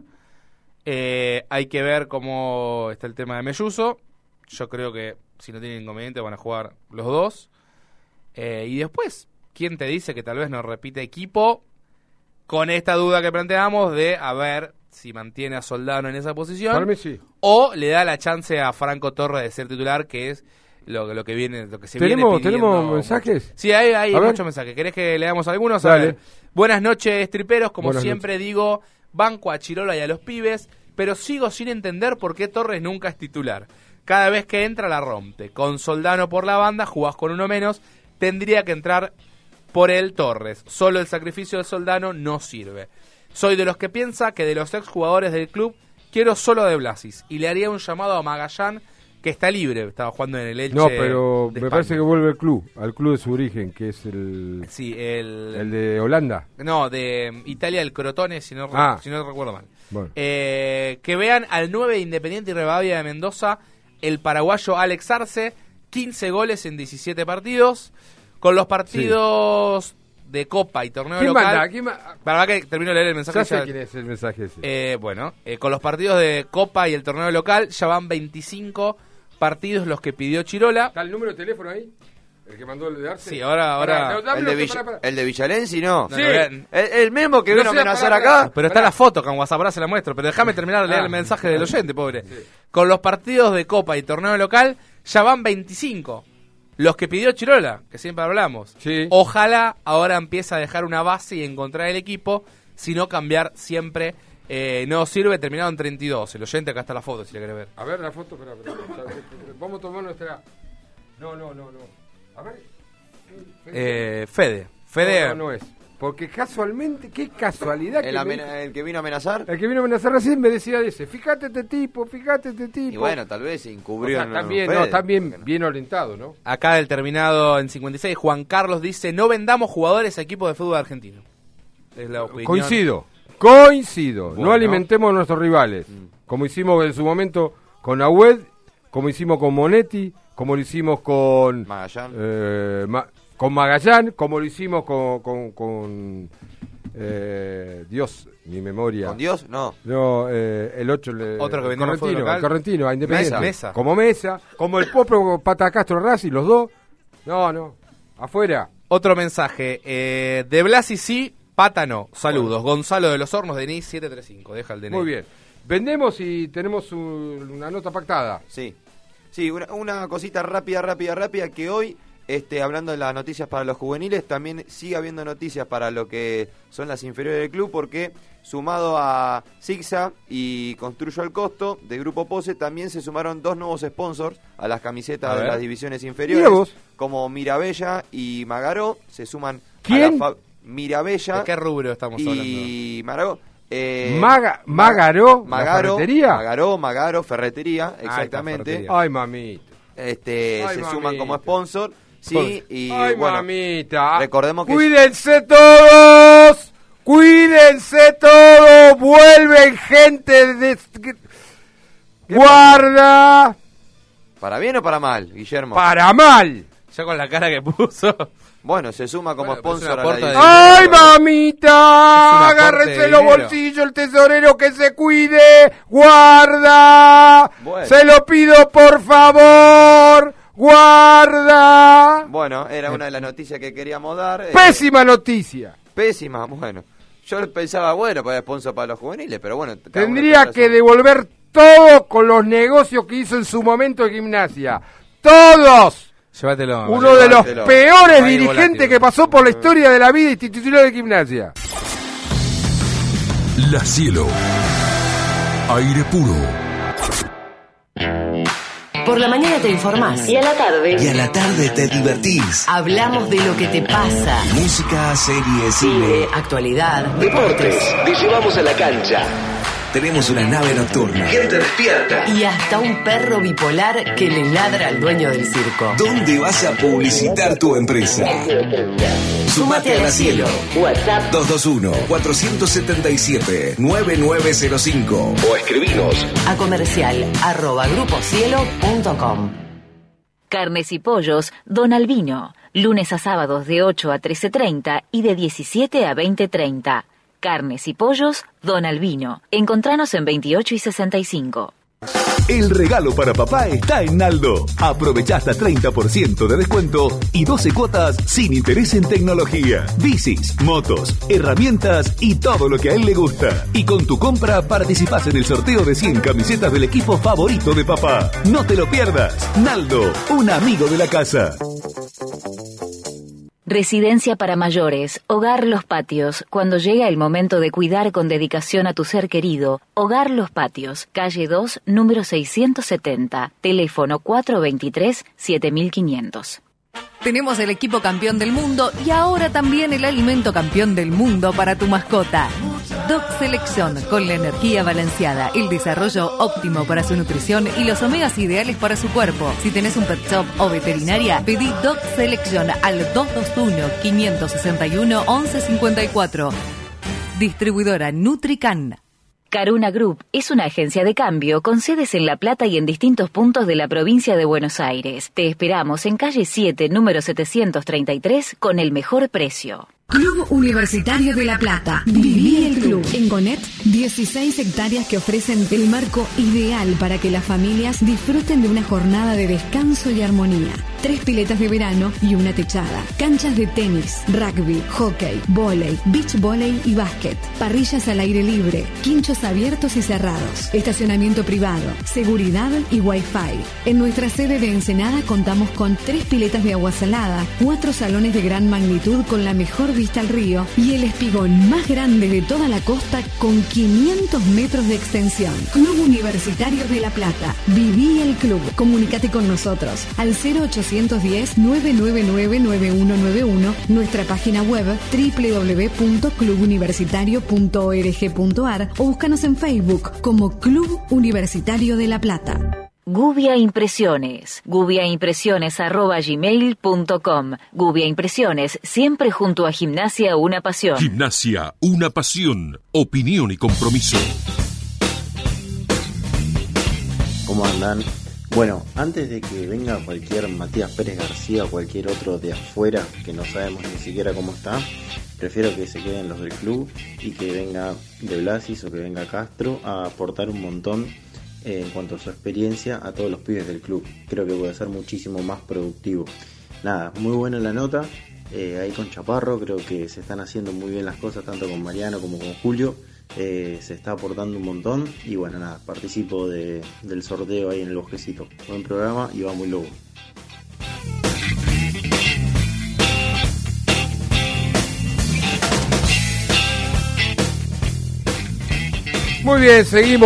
Hay que ver cómo está el tema de Melluso. Yo creo que si no tienen inconveniente van a jugar los dos. Y después, ¿quién te dice que tal vez nos repite equipo? Con esta duda que planteamos de a ver si mantiene a Soldano en esa posición. Para mí sí. O le da la chance a Franco Torres de ser titular, que es lo que viene, lo que se viene pidiendo. ¿Tenemos mensajes? Sí, hay muchos mensajes. ¿Querés que leamos algunos? Dale. A ver. Buenas noches, triperos. Como Buenas siempre digo, banco a Chirola y a los pibes, pero sigo sin entender por qué Torres nunca es titular. Cada vez que entra la rompe. Con Soldano por la banda, jugás con uno menos, tendría que entrar por él Torres. Solo el sacrificio de Soldano no sirve. Soy de los que piensa que de los exjugadores del club quiero solo de Blasis y le haría un llamado a Magallán, que está libre, estaba jugando en el Elche. No, pero me España. parece que vuelve al club de su origen, que es el de Holanda. No, de Italia, el Crotone, si no recuerdo mal. Bueno. Que vean al 9 de Independiente y Rivadavia de Mendoza, el paraguayo Alex Arce, 15 goles en 17 partidos. Con los partidos de Copa y torneo local. Para que termino de leer el mensaje. Ya sé quién es el mensaje ese. Con los partidos de Copa y el torneo local ya van 25 partidos los que pidió Chirola. ¿Está el número de teléfono ahí? ¿El que mandó el de Arce? Sí, ahora... ¿El de Villalensi no? Sí. El mismo que vino a amenazar acá. Pero está la foto que en WhatsApp, ahora se la muestro. Pero déjame terminar de leer el mensaje del oyente, pobre. Sí. Con los partidos de Copa y torneo local ya van 25. Los que pidió Chirola, que siempre hablamos. Sí. Ojalá ahora empiece a dejar una base y encontrar el equipo, sino cambiar siempre. No sirve, terminado en 32. El oyente, acá está la foto, si le querés ver. A ver la foto, espera. Vamos a tomar nuestra... No. A ver. Fede. No es. Porque casualmente, qué casualidad. ¿El que vino a amenazar? El que vino a amenazar recién me decía de ese. Fíjate este tipo. Y bueno, tal vez se encubrió. También bien orientado, ¿no? Acá del terminado en 56, Juan Carlos dice: no vendamos jugadores a equipos de fútbol argentino. Es la opinión. Coincido. Bueno. No alimentemos a nuestros rivales. Como hicimos en su momento con Agüed, como hicimos con Monetti, como lo hicimos con Magallán. Con Magallán, como lo hicimos con Dios, mi memoria. ¿Con Dios? No. No, el 8. Otro que vendió el Correntino, a Independiente. Mesa. Como Mesa, como el propio Pata Castro Racing, los dos. No, afuera. Otro mensaje. De Blasi sí, Pata no. Saludos. Bueno. Gonzalo de los Hornos, DNI 735. Deja el DNI. Muy bien. Vendemos y tenemos una nota pactada. Sí, una cosita rápida, que hoy, hablando de las noticias para los juveniles, también sigue habiendo noticias para lo que son las inferiores del club, porque sumado a Sixa y Construyo al Costo, de Grupo Pose, también se sumaron 2 nuevos sponsors a las camisetas de las divisiones inferiores, como Mirabella y Magaró, se suman ¿Quién? a la Mirabella. ¿De qué rubro estamos hablando? Y Magaró. Magaró, ferretería. Magaró, ferretería, exactamente. Ferretería. Ay, mamita. Se suman como sponsor, sí, y ay, bueno, mamita. Recordemos que cuídense todos, vuelven gente de guarda. ¿Para bien o para mal, Guillermo? Para mal. Ya con la cara que puso. Bueno, se suma como sponsor a la división. ¡Ay, mamita! Agárrense los bolsillos, el tesorero que se cuide. ¡Guarda! Bueno. Se lo pido, por favor. ¡Guarda! Bueno, era una de las noticias que queríamos dar. ¡Pésima noticia! Pésima, bueno. Yo pensaba, para sponsor para los juveniles, pero bueno. Tendría que devolver todo con los negocios que hizo en su momento de Gimnasia. ¡Todos! Llévatelo. Uno de los peores dirigentes que pasó por la historia de la vida institucional de Gimnasia. La Cielo. Aire puro. Por la mañana te informás. Y a la tarde. Y a la tarde te divertís. Hablamos de lo que te pasa. Música, series, cine, actualidad, deportes. Te llevamos a la cancha. Tenemos una nave nocturna. Gente despierta. Y hasta un perro bipolar que le ladra al dueño del circo. ¿Dónde vas a publicitar tu empresa? Sumate a La Cielo. WhatsApp 221-477-9905. O escribinos a comercial@gruposielo.com. Carnes y pollos Don Albino. Lunes a sábados de 8 a 13:30 y de 17 a 20:30. Carnes y pollos Don Albino. Encontranos en 28 y 65. El regalo para papá está en Naldo. Aprovecha hasta 30% de descuento y 12 cuotas sin interés en tecnología, bicis, motos, herramientas y todo lo que a él le gusta. Y con tu compra participás en el sorteo de 100 camisetas del equipo favorito de papá. No te lo pierdas. Naldo, un amigo de la casa. Residencia para mayores, Hogar Los Patios. Cuando llega el momento de cuidar con dedicación a tu ser querido, Hogar Los Patios, calle 2, número 670, teléfono 423-7500. Tenemos el equipo campeón del mundo y ahora también el alimento campeón del mundo para tu mascota. Dog Selección, con la energía balanceada, el desarrollo óptimo para su nutrición y los omegas ideales para su cuerpo. Si tenés un pet shop o veterinaria, pedí Dog Selección al 221-561-1154. Distribuidora Nutrican. Caruna Group es una agencia de cambio con sedes en La Plata y en distintos puntos de la provincia de Buenos Aires. Te esperamos en calle 7, número 733, con el mejor precio. Club Universitario de La Plata. Viví el club. En Gonet, 16 hectáreas que ofrecen el marco ideal para que las familias disfruten de una jornada de descanso y armonía. 3 piletas de verano y una techada. Canchas de tenis, rugby, hockey, vóley, beach vóley y básquet. Parrillas al aire libre. Quinchos abiertos y cerrados. Estacionamiento privado. Seguridad y wifi. En nuestra sede de Ensenada contamos con 3 piletas de agua salada, 4 salones de gran magnitud con la mejor vista al río y el espigón más grande de toda la costa con 500 metros de extensión. Club Universitario de La Plata. Viví el club. Comunícate con nosotros al 0810-999-9191, nuestra página web www.clubuniversitario.org.ar o búscanos en Facebook como Club Universitario de La Plata. Gubia Impresiones. gubiaimpresiones@gmail.com. Gubia Impresiones, siempre junto a Gimnasia Una Pasión. Gimnasia Una Pasión. Opinión y compromiso. ¿Cómo andan? Bueno, antes de que venga cualquier Matías Pérez García o cualquier otro de afuera, que no sabemos ni siquiera cómo está, prefiero que se queden los del club y que venga De Blasis o que venga Castro a aportar un montón en cuanto a su experiencia a todos los pibes del club. Creo que puede ser muchísimo más productivo. Nada, muy buena la nota. Ahí con Chaparro creo que se están haciendo muy bien las cosas, tanto con Mariano como con Julio. Se está aportando un montón y bueno, nada, participo del sorteo ahí en el bosquecito. Buen programa y va muy lobo. Muy bien, seguimos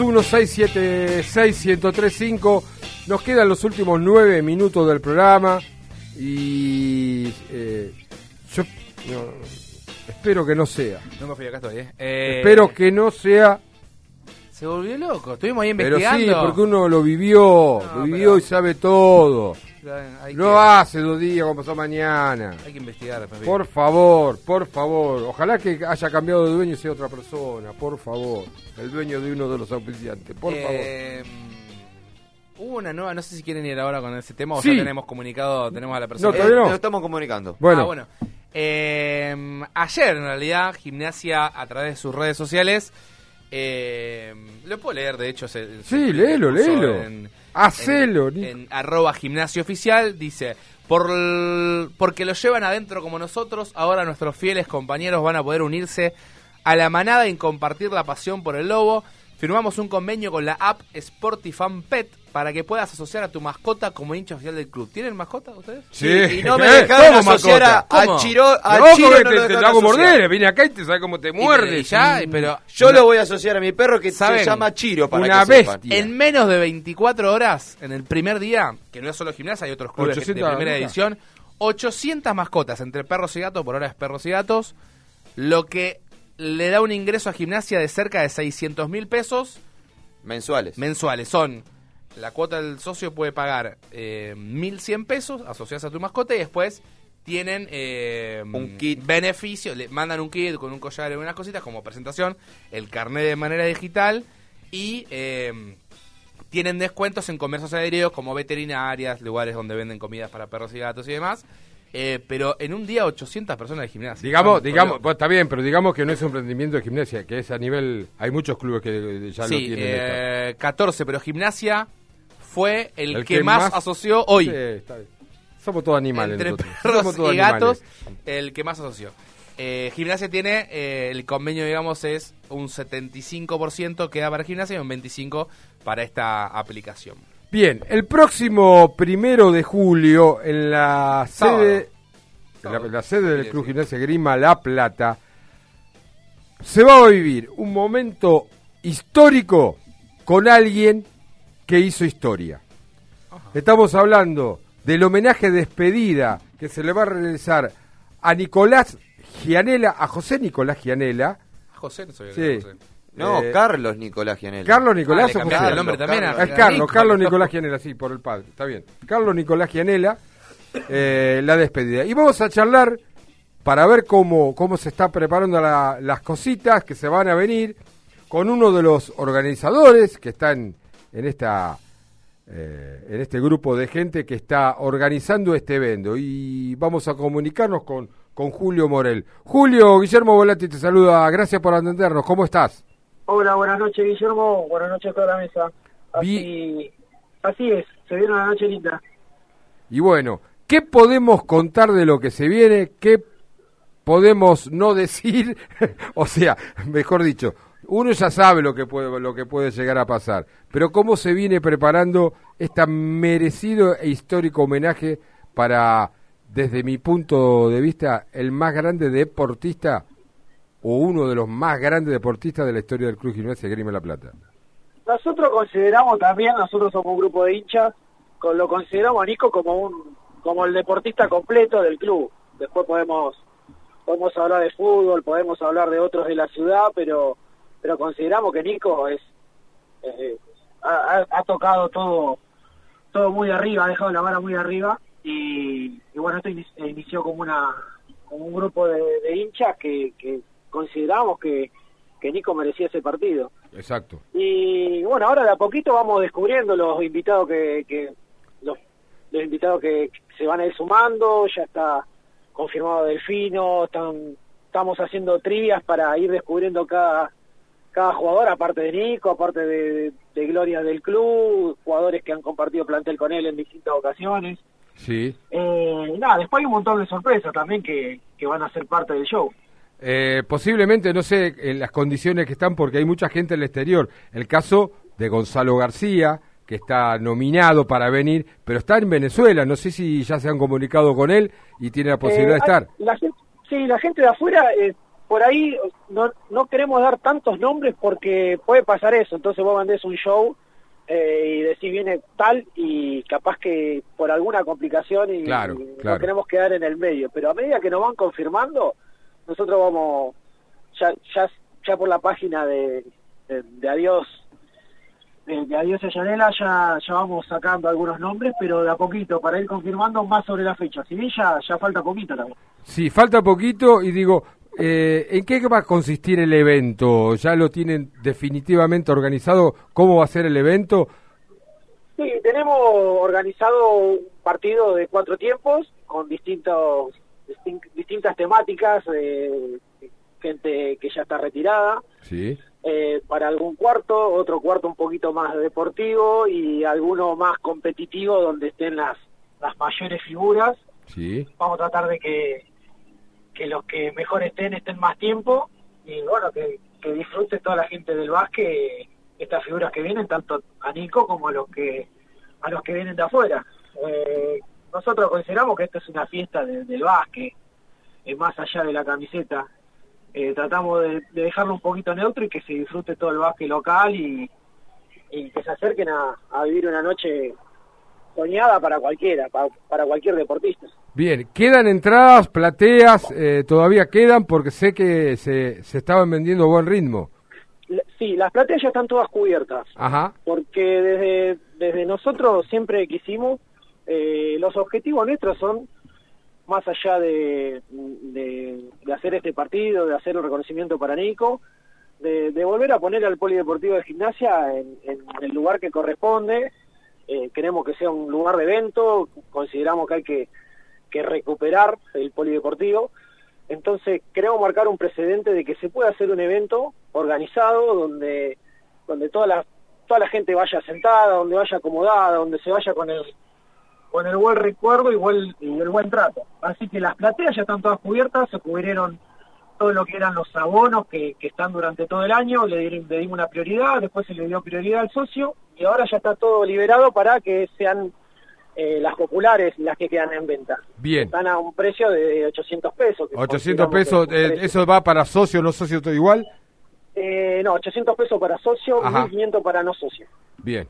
221-676-1035. Nos quedan los últimos 9 minutos del programa y yo espero que no sea. No me fui, acá estoy. Espero que no sea. Se volvió loco, estuvimos ahí Pero investigando. sí, porque uno lo vivió, y sabe todo. No hace 2 días como pasó mañana. Hay que investigar. Por favor. Ojalá que haya cambiado de dueño y sea otra persona, por favor. El dueño de uno de los auspiciantes, por favor. Hubo una nueva, no sé si quieren ir ahora con ese tema o Sí. ya tenemos comunicado, tenemos a la persona. No, todavía no. Lo estamos comunicando. Bueno. Ayer en realidad Gimnasia a través de sus redes sociales, lo puedo leer, de hecho. Sí, léelo. Hacelo. En @gimnasiooficial dice: porque lo llevan adentro como nosotros, ahora nuestros fieles compañeros van a poder unirse a la manada y compartir la pasión por el lobo. Firmamos un convenio con la app Sportifan Pet para que puedas asociar a tu mascota como hincha oficial del club. ¿Tienen mascota ustedes? Sí. Y no me dejaron asociar a Chiro. A Chiro no lo te dejaron hago asociar. morder, vine acá y te sabes cómo te muerde. Pero yo lo voy a asociar a mi perro que ¿saben? se llama Chiro para Una que bestia. sepan. En menos de 24 horas, en el primer día, que no es solo Gimnasia, hay otros clubes de 800 primera lucas. edición, 800 mascotas entre perros y gatos, por ahora es perros y gatos, lo que le da un ingreso a Gimnasia de cerca de 600.000 pesos mensuales. Son, la cuota del socio puede pagar 1.100 pesos, asociarse a tu mascota y después tienen un kit, beneficio, le mandan un kit con un collar y algunas cositas como presentación, el carnet de manera digital y tienen descuentos en comercios adheridos como veterinarias, lugares donde venden comidas para perros y gatos y demás. Pero en un día 800 personas de Gimnasia. Digamos, pues, está bien, pero digamos que no es un emprendimiento de Gimnasia, que es a nivel, hay muchos clubes que ya lo tienen. 14, pero Gimnasia fue el que más asoció hoy. Sí, está bien. Somos todos animales. Entre nosotros. perros Somos todos y gatos, animales. el que más asoció. Gimnasia tiene, el convenio, digamos, es un 75% queda para Gimnasia y un 25% para esta aplicación. Bien, el próximo 1 de julio en la sede, la sede del Club Gimnasia Grima La Plata, se va a vivir un momento histórico con alguien que hizo historia. Estamos hablando del homenaje de despedida que se le va a realizar a Nicolás Gianella, a José Nicolás Gianella. José, no sabía Sí. que era José. No, Carlos Nicolás Gianella. Carlos Nicolás le o cambiaste José. el nombre también a- Es Carlos Nicolás Gianella, sí, por el padre, está bien. Carlos Nicolás Gianella, la despedida. Y vamos a charlar para ver cómo se está preparando las cositas que se van a venir con uno de los organizadores que están en este grupo de gente que está organizando este evento. Y vamos a comunicarnos con Julio Morel. Julio, Guillermo Volati te saluda, gracias por atendernos, ¿cómo estás? Hola, buenas noches, Guillermo. Buenas noches a toda la mesa. Así es, se viene una noche linda. Y bueno, ¿qué podemos contar de lo que se viene? ¿Qué podemos no decir? O sea, mejor dicho, uno ya sabe lo que puede llegar a pasar, pero ¿cómo se viene preparando este merecido e histórico homenaje para, desde mi punto de vista, el más grande deportista o uno de los más grandes deportistas de la historia del Club Gimnasia Grima La Plata? Nosotros consideramos también, nosotros somos un grupo de hinchas, lo consideramos a Nico como el deportista completo del club. Después podemos hablar de fútbol, podemos hablar de otros de la ciudad, pero consideramos que Nico ha tocado todo muy arriba, ha dejado la vara muy arriba y bueno, esto inició como un grupo de hinchas que consideramos que Nico merecía ese partido. Exacto. Y bueno, ahora de a poquito vamos descubriendo los invitados los invitados que se van a ir sumando. Ya está confirmado Delfino, están estamos haciendo trivias para ir descubriendo cada jugador, aparte de Nico, aparte de Gloria del club, jugadores que han compartido plantel con él en distintas ocasiones. Sí. Después hay un montón de sorpresas también que van a ser parte del show. Posiblemente, no sé, en las condiciones que están, porque hay mucha gente en el exterior. El caso de Gonzalo García, que está nominado para venir, pero está en Venezuela. No sé si ya se han comunicado con él y tiene la posibilidad de estar. La gente de afuera, por ahí no queremos dar tantos nombres porque puede pasar eso. Entonces vos mandés un show y decís viene tal y capaz que por alguna complicación y claro. No queremos quedar en el medio. Pero a medida que nos van confirmando, nosotros vamos ya por la página de Adiós. De Adiós Ayanela ya vamos sacando algunos nombres, pero de a poquito, para ir confirmando más sobre la fecha. Si bien ya falta poquito también. Sí, falta poquito y digo, ¿en qué va a consistir el evento? ¿Ya lo tienen definitivamente organizado? ¿Cómo va a ser el evento? Sí, tenemos organizado un partido de 4 tiempos con distintas temáticas, gente que ya está retirada. Sí. Para algún otro cuarto un poquito más deportivo y alguno más competitivo donde estén las mayores figuras. Sí. Vamos a tratar de que los que mejor estén más tiempo y bueno, que disfrute toda la gente del básquet estas figuras que vienen, tanto a Nico como a los que vienen de afuera. Nosotros consideramos que esto es una fiesta del básquet, más allá de la camiseta. Tratamos de dejarlo un poquito neutro y que se disfrute todo el básquet local y que se acerquen a vivir una noche soñada para cualquiera, para cualquier deportista. Bien, ¿quedan entradas, plateas? ¿Todavía quedan? Porque sé que se estaban vendiendo a buen ritmo. Sí, las plateas ya están todas cubiertas. Ajá. Porque desde nosotros siempre quisimos, los objetivos nuestros son, más allá de hacer este partido, de hacer un reconocimiento para Nico, de volver a poner al Polideportivo de Gimnasia en el lugar que corresponde. Queremos que sea un lugar de evento, consideramos que hay que recuperar el Polideportivo. Entonces queremos marcar un precedente de que se puede hacer un evento organizado donde toda la gente vaya sentada, donde vaya acomodada, donde se vaya con el buen recuerdo y el buen trato. Así que las plateas ya están todas cubiertas, se cubrieron todo lo que eran los abonos que están durante todo el año, le dimos una prioridad, después se le dio prioridad al socio y ahora ya está todo liberado para que sean las populares las que quedan en venta. Bien. Están a un precio de 800 pesos. 800 pesos, ¿eso va para socio, no socio, todo igual? No, 800 pesos para socio, Ajá. 1.500 para no socio. Bien.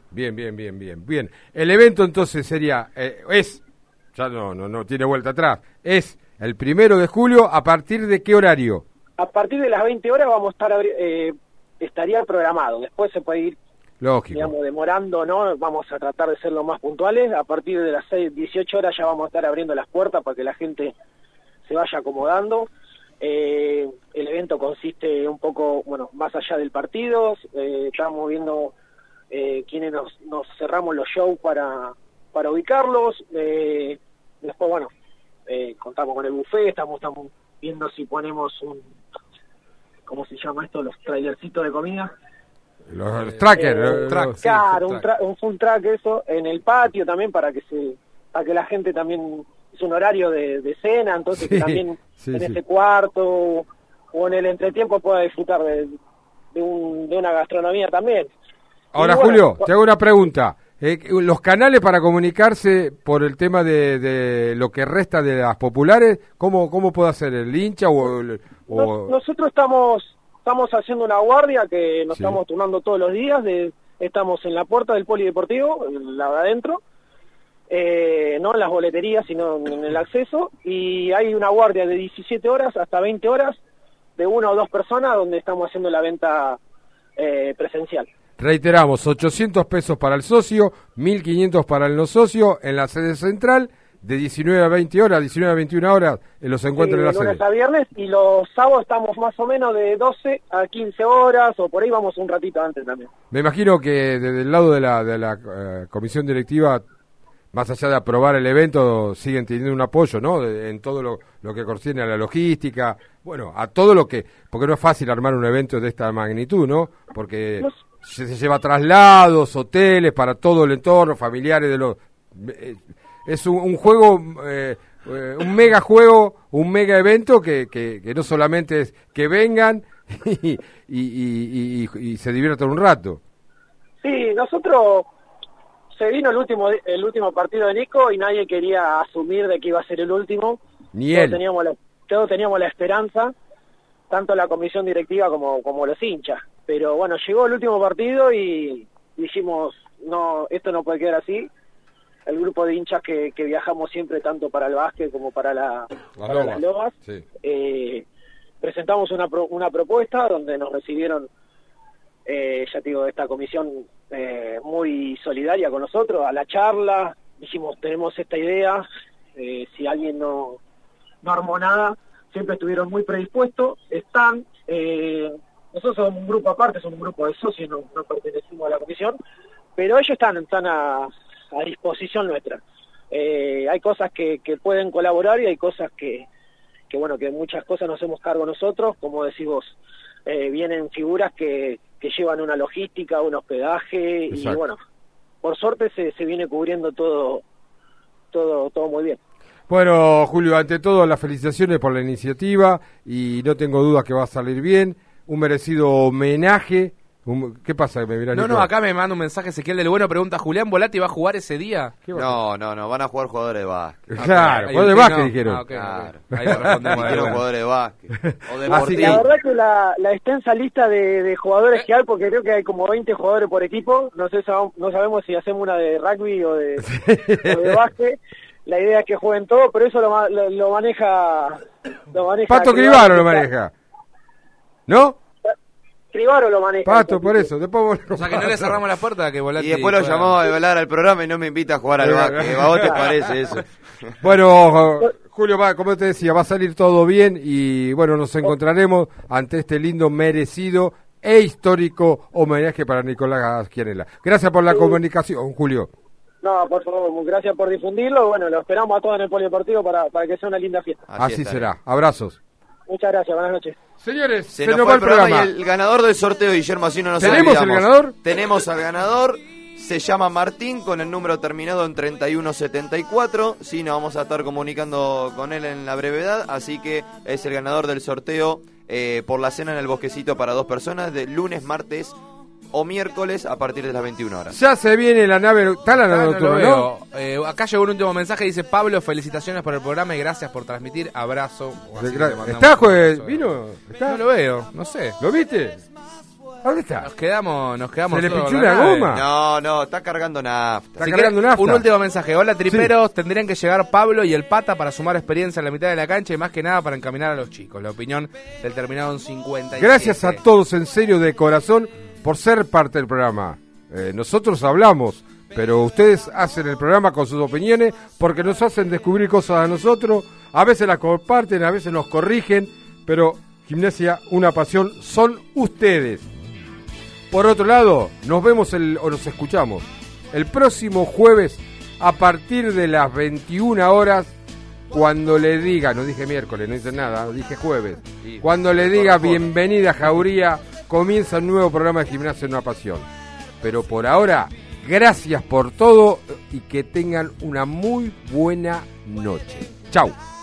El evento entonces sería, ya no tiene vuelta atrás, es el 1 de julio, ¿a partir de qué horario? A partir de las 20 horas vamos a estar, estaría programado, después se puede ir, lógico, digamos, demorando, ¿no? Vamos a tratar de ser lo más puntuales, a partir de las 18 horas ya vamos a estar abriendo las puertas para que la gente se vaya acomodando. El evento consiste un poco, más allá del partido, estamos viendo quienes nos cerramos los shows para ubicarlos, después, contamos con el buffet, estamos viendo si ponemos ¿cómo se llama esto? Los trailercitos de comida. Los trackers. Claro, un food truck, eso, en el patio también para que la gente también, es un horario de cena, entonces que también ese cuarto o en el entretiempo pueda disfrutar de una gastronomía también. Ahora, Julio, te hago una pregunta. Los canales para comunicarse por el tema de lo que resta de las populares, ¿cómo puede hacer? ¿El hincha o...? Nosotros estamos haciendo una guardia que nos estamos turnando todos los días. Estamos en la puerta del Polideportivo, en la de adentro, no en las boleterías, sino en el acceso, y hay una guardia de 17 horas hasta 20 horas de 1 o 2 personas donde estamos haciendo la venta presencial. Reiteramos, 800 pesos para el socio, 1.500 para el no socio, en la sede central, de 19 a 20 horas, 19 a 21 horas, en los encuentros de la sede. Lunes a viernes, y los sábados estamos más o menos de 12 a 15 horas, o por ahí vamos un ratito antes también. Me imagino que desde el lado de la comisión directiva más allá de aprobar el evento, siguen teniendo un apoyo, ¿no? En todo lo que concierne a la logística, bueno, a todo lo que... Porque no es fácil armar un evento de esta magnitud, ¿no? Porque se lleva traslados, hoteles para todo el entorno, familiares de los... Es un juego, un mega juego, un mega evento que no solamente es que vengan y se diviertan un rato. Sí, nosotros... Se vino el último partido de Nico y nadie quería asumir de que iba a ser el último. Ni él. Todos teníamos la esperanza, tanto la comisión directiva como los hinchas. Pero bueno, llegó el último partido y dijimos, no, esto no puede quedar así. El grupo de hinchas que viajamos siempre tanto para el básquet como para las Lobas. Sí. Presentamos una propuesta donde nos recibieron, ya te digo, esta comisión muy solidaria con nosotros, a la charla. Dijimos, tenemos esta idea, si alguien no armó nada, siempre estuvieron muy predispuestos, están, nosotros somos un grupo aparte, somos un grupo de socios, no pertenecemos a la comisión, pero ellos están a disposición nuestra. Hay cosas que pueden colaborar y hay cosas que muchas cosas nos hacemos cargo nosotros, como decís vos, vienen figuras que llevan una logística, un hospedaje. Exacto. Y bueno, por suerte se viene cubriendo todo muy bien. Bueno, Julio, ante todo las felicitaciones por la iniciativa y no tengo dudas que va a salir bien, un merecido homenaje. ¿Qué pasa? No, acá me manda un mensaje Ezequiel del Bueno, pregunta, ¿Julián Volati va a jugar ese día? No, van a jugar jugadores de básquet. Claro, jugadores de básquet dijeron. Okay, claro. Ahí respondemos jugadores de básquet. O deportivos. La verdad que la extensa lista de jugadores que hay, porque creo que hay como 20 jugadores por equipo, no sabemos si hacemos una de rugby o de básquet. La idea es que jueguen todos, pero eso lo maneja Pato Cribaro lo maneja, ¿no? Cribaro lo maneja. Pato, por eso. O sea, que no le cerramos la puerta que Volati. Y después lo llamó a hablar al programa y no me invita a jugar al básquet. ¿A vos te parece eso? Bueno, Julio, como te decía, va a salir todo bien y bueno, nos encontraremos ante este lindo, merecido e histórico homenaje para Nicolás Schianella. Gracias por la comunicación, Julio. No, por favor, gracias por difundirlo. Bueno, lo esperamos a todos en el polideportivo para que sea una linda fiesta. Así será. Abrazos. Muchas gracias, buenas noches. Señores, se nos va el programa. Y el ganador del sorteo, Guillermo, así no nos olvidamos. ¿Tenemos el ganador? Tenemos al ganador, se llama Martín, con el número terminado en 3174. Sí, nos vamos a estar comunicando con él en la brevedad, así que es el ganador del sorteo por la cena en el Bosquecito para 2 personas, de lunes, martes o miércoles a partir de las 21 horas. Ya se viene la nave, está la nave nocturna, ¿no? Acá llegó un último mensaje, dice Pablo, felicitaciones por el programa y gracias por transmitir, abrazo. ¿Está, juez? ¿Vino? ¿Está? No lo veo, no sé. ¿Lo viste? ¿Dónde está? Nos quedamos. ¿Se le pinchó una goma? No, está cargando nafta. Un último mensaje. Hola, triperos. Sí. Tendrían que llegar Pablo y el Pata para sumar experiencia en la mitad de la cancha y más que nada para encaminar a los chicos. La opinión del terminado en 57. Gracias a todos, en serio, de corazón, por ser parte del programa. Nosotros hablamos, pero ustedes hacen el programa con sus opiniones porque nos hacen descubrir cosas a nosotros. A veces las comparten, a veces nos corrigen, pero Gimnasia, una pasión, son ustedes. Por otro lado, nos vemos nos escuchamos el próximo jueves a partir de las 21 horas, cuando le diga, no dije miércoles, no hice nada, dije jueves, cuando le diga bienvenida Jauría, comienza un nuevo programa de Gimnasia en una pasión. Pero por ahora, gracias por todo y que tengan una muy buena noche. Chau.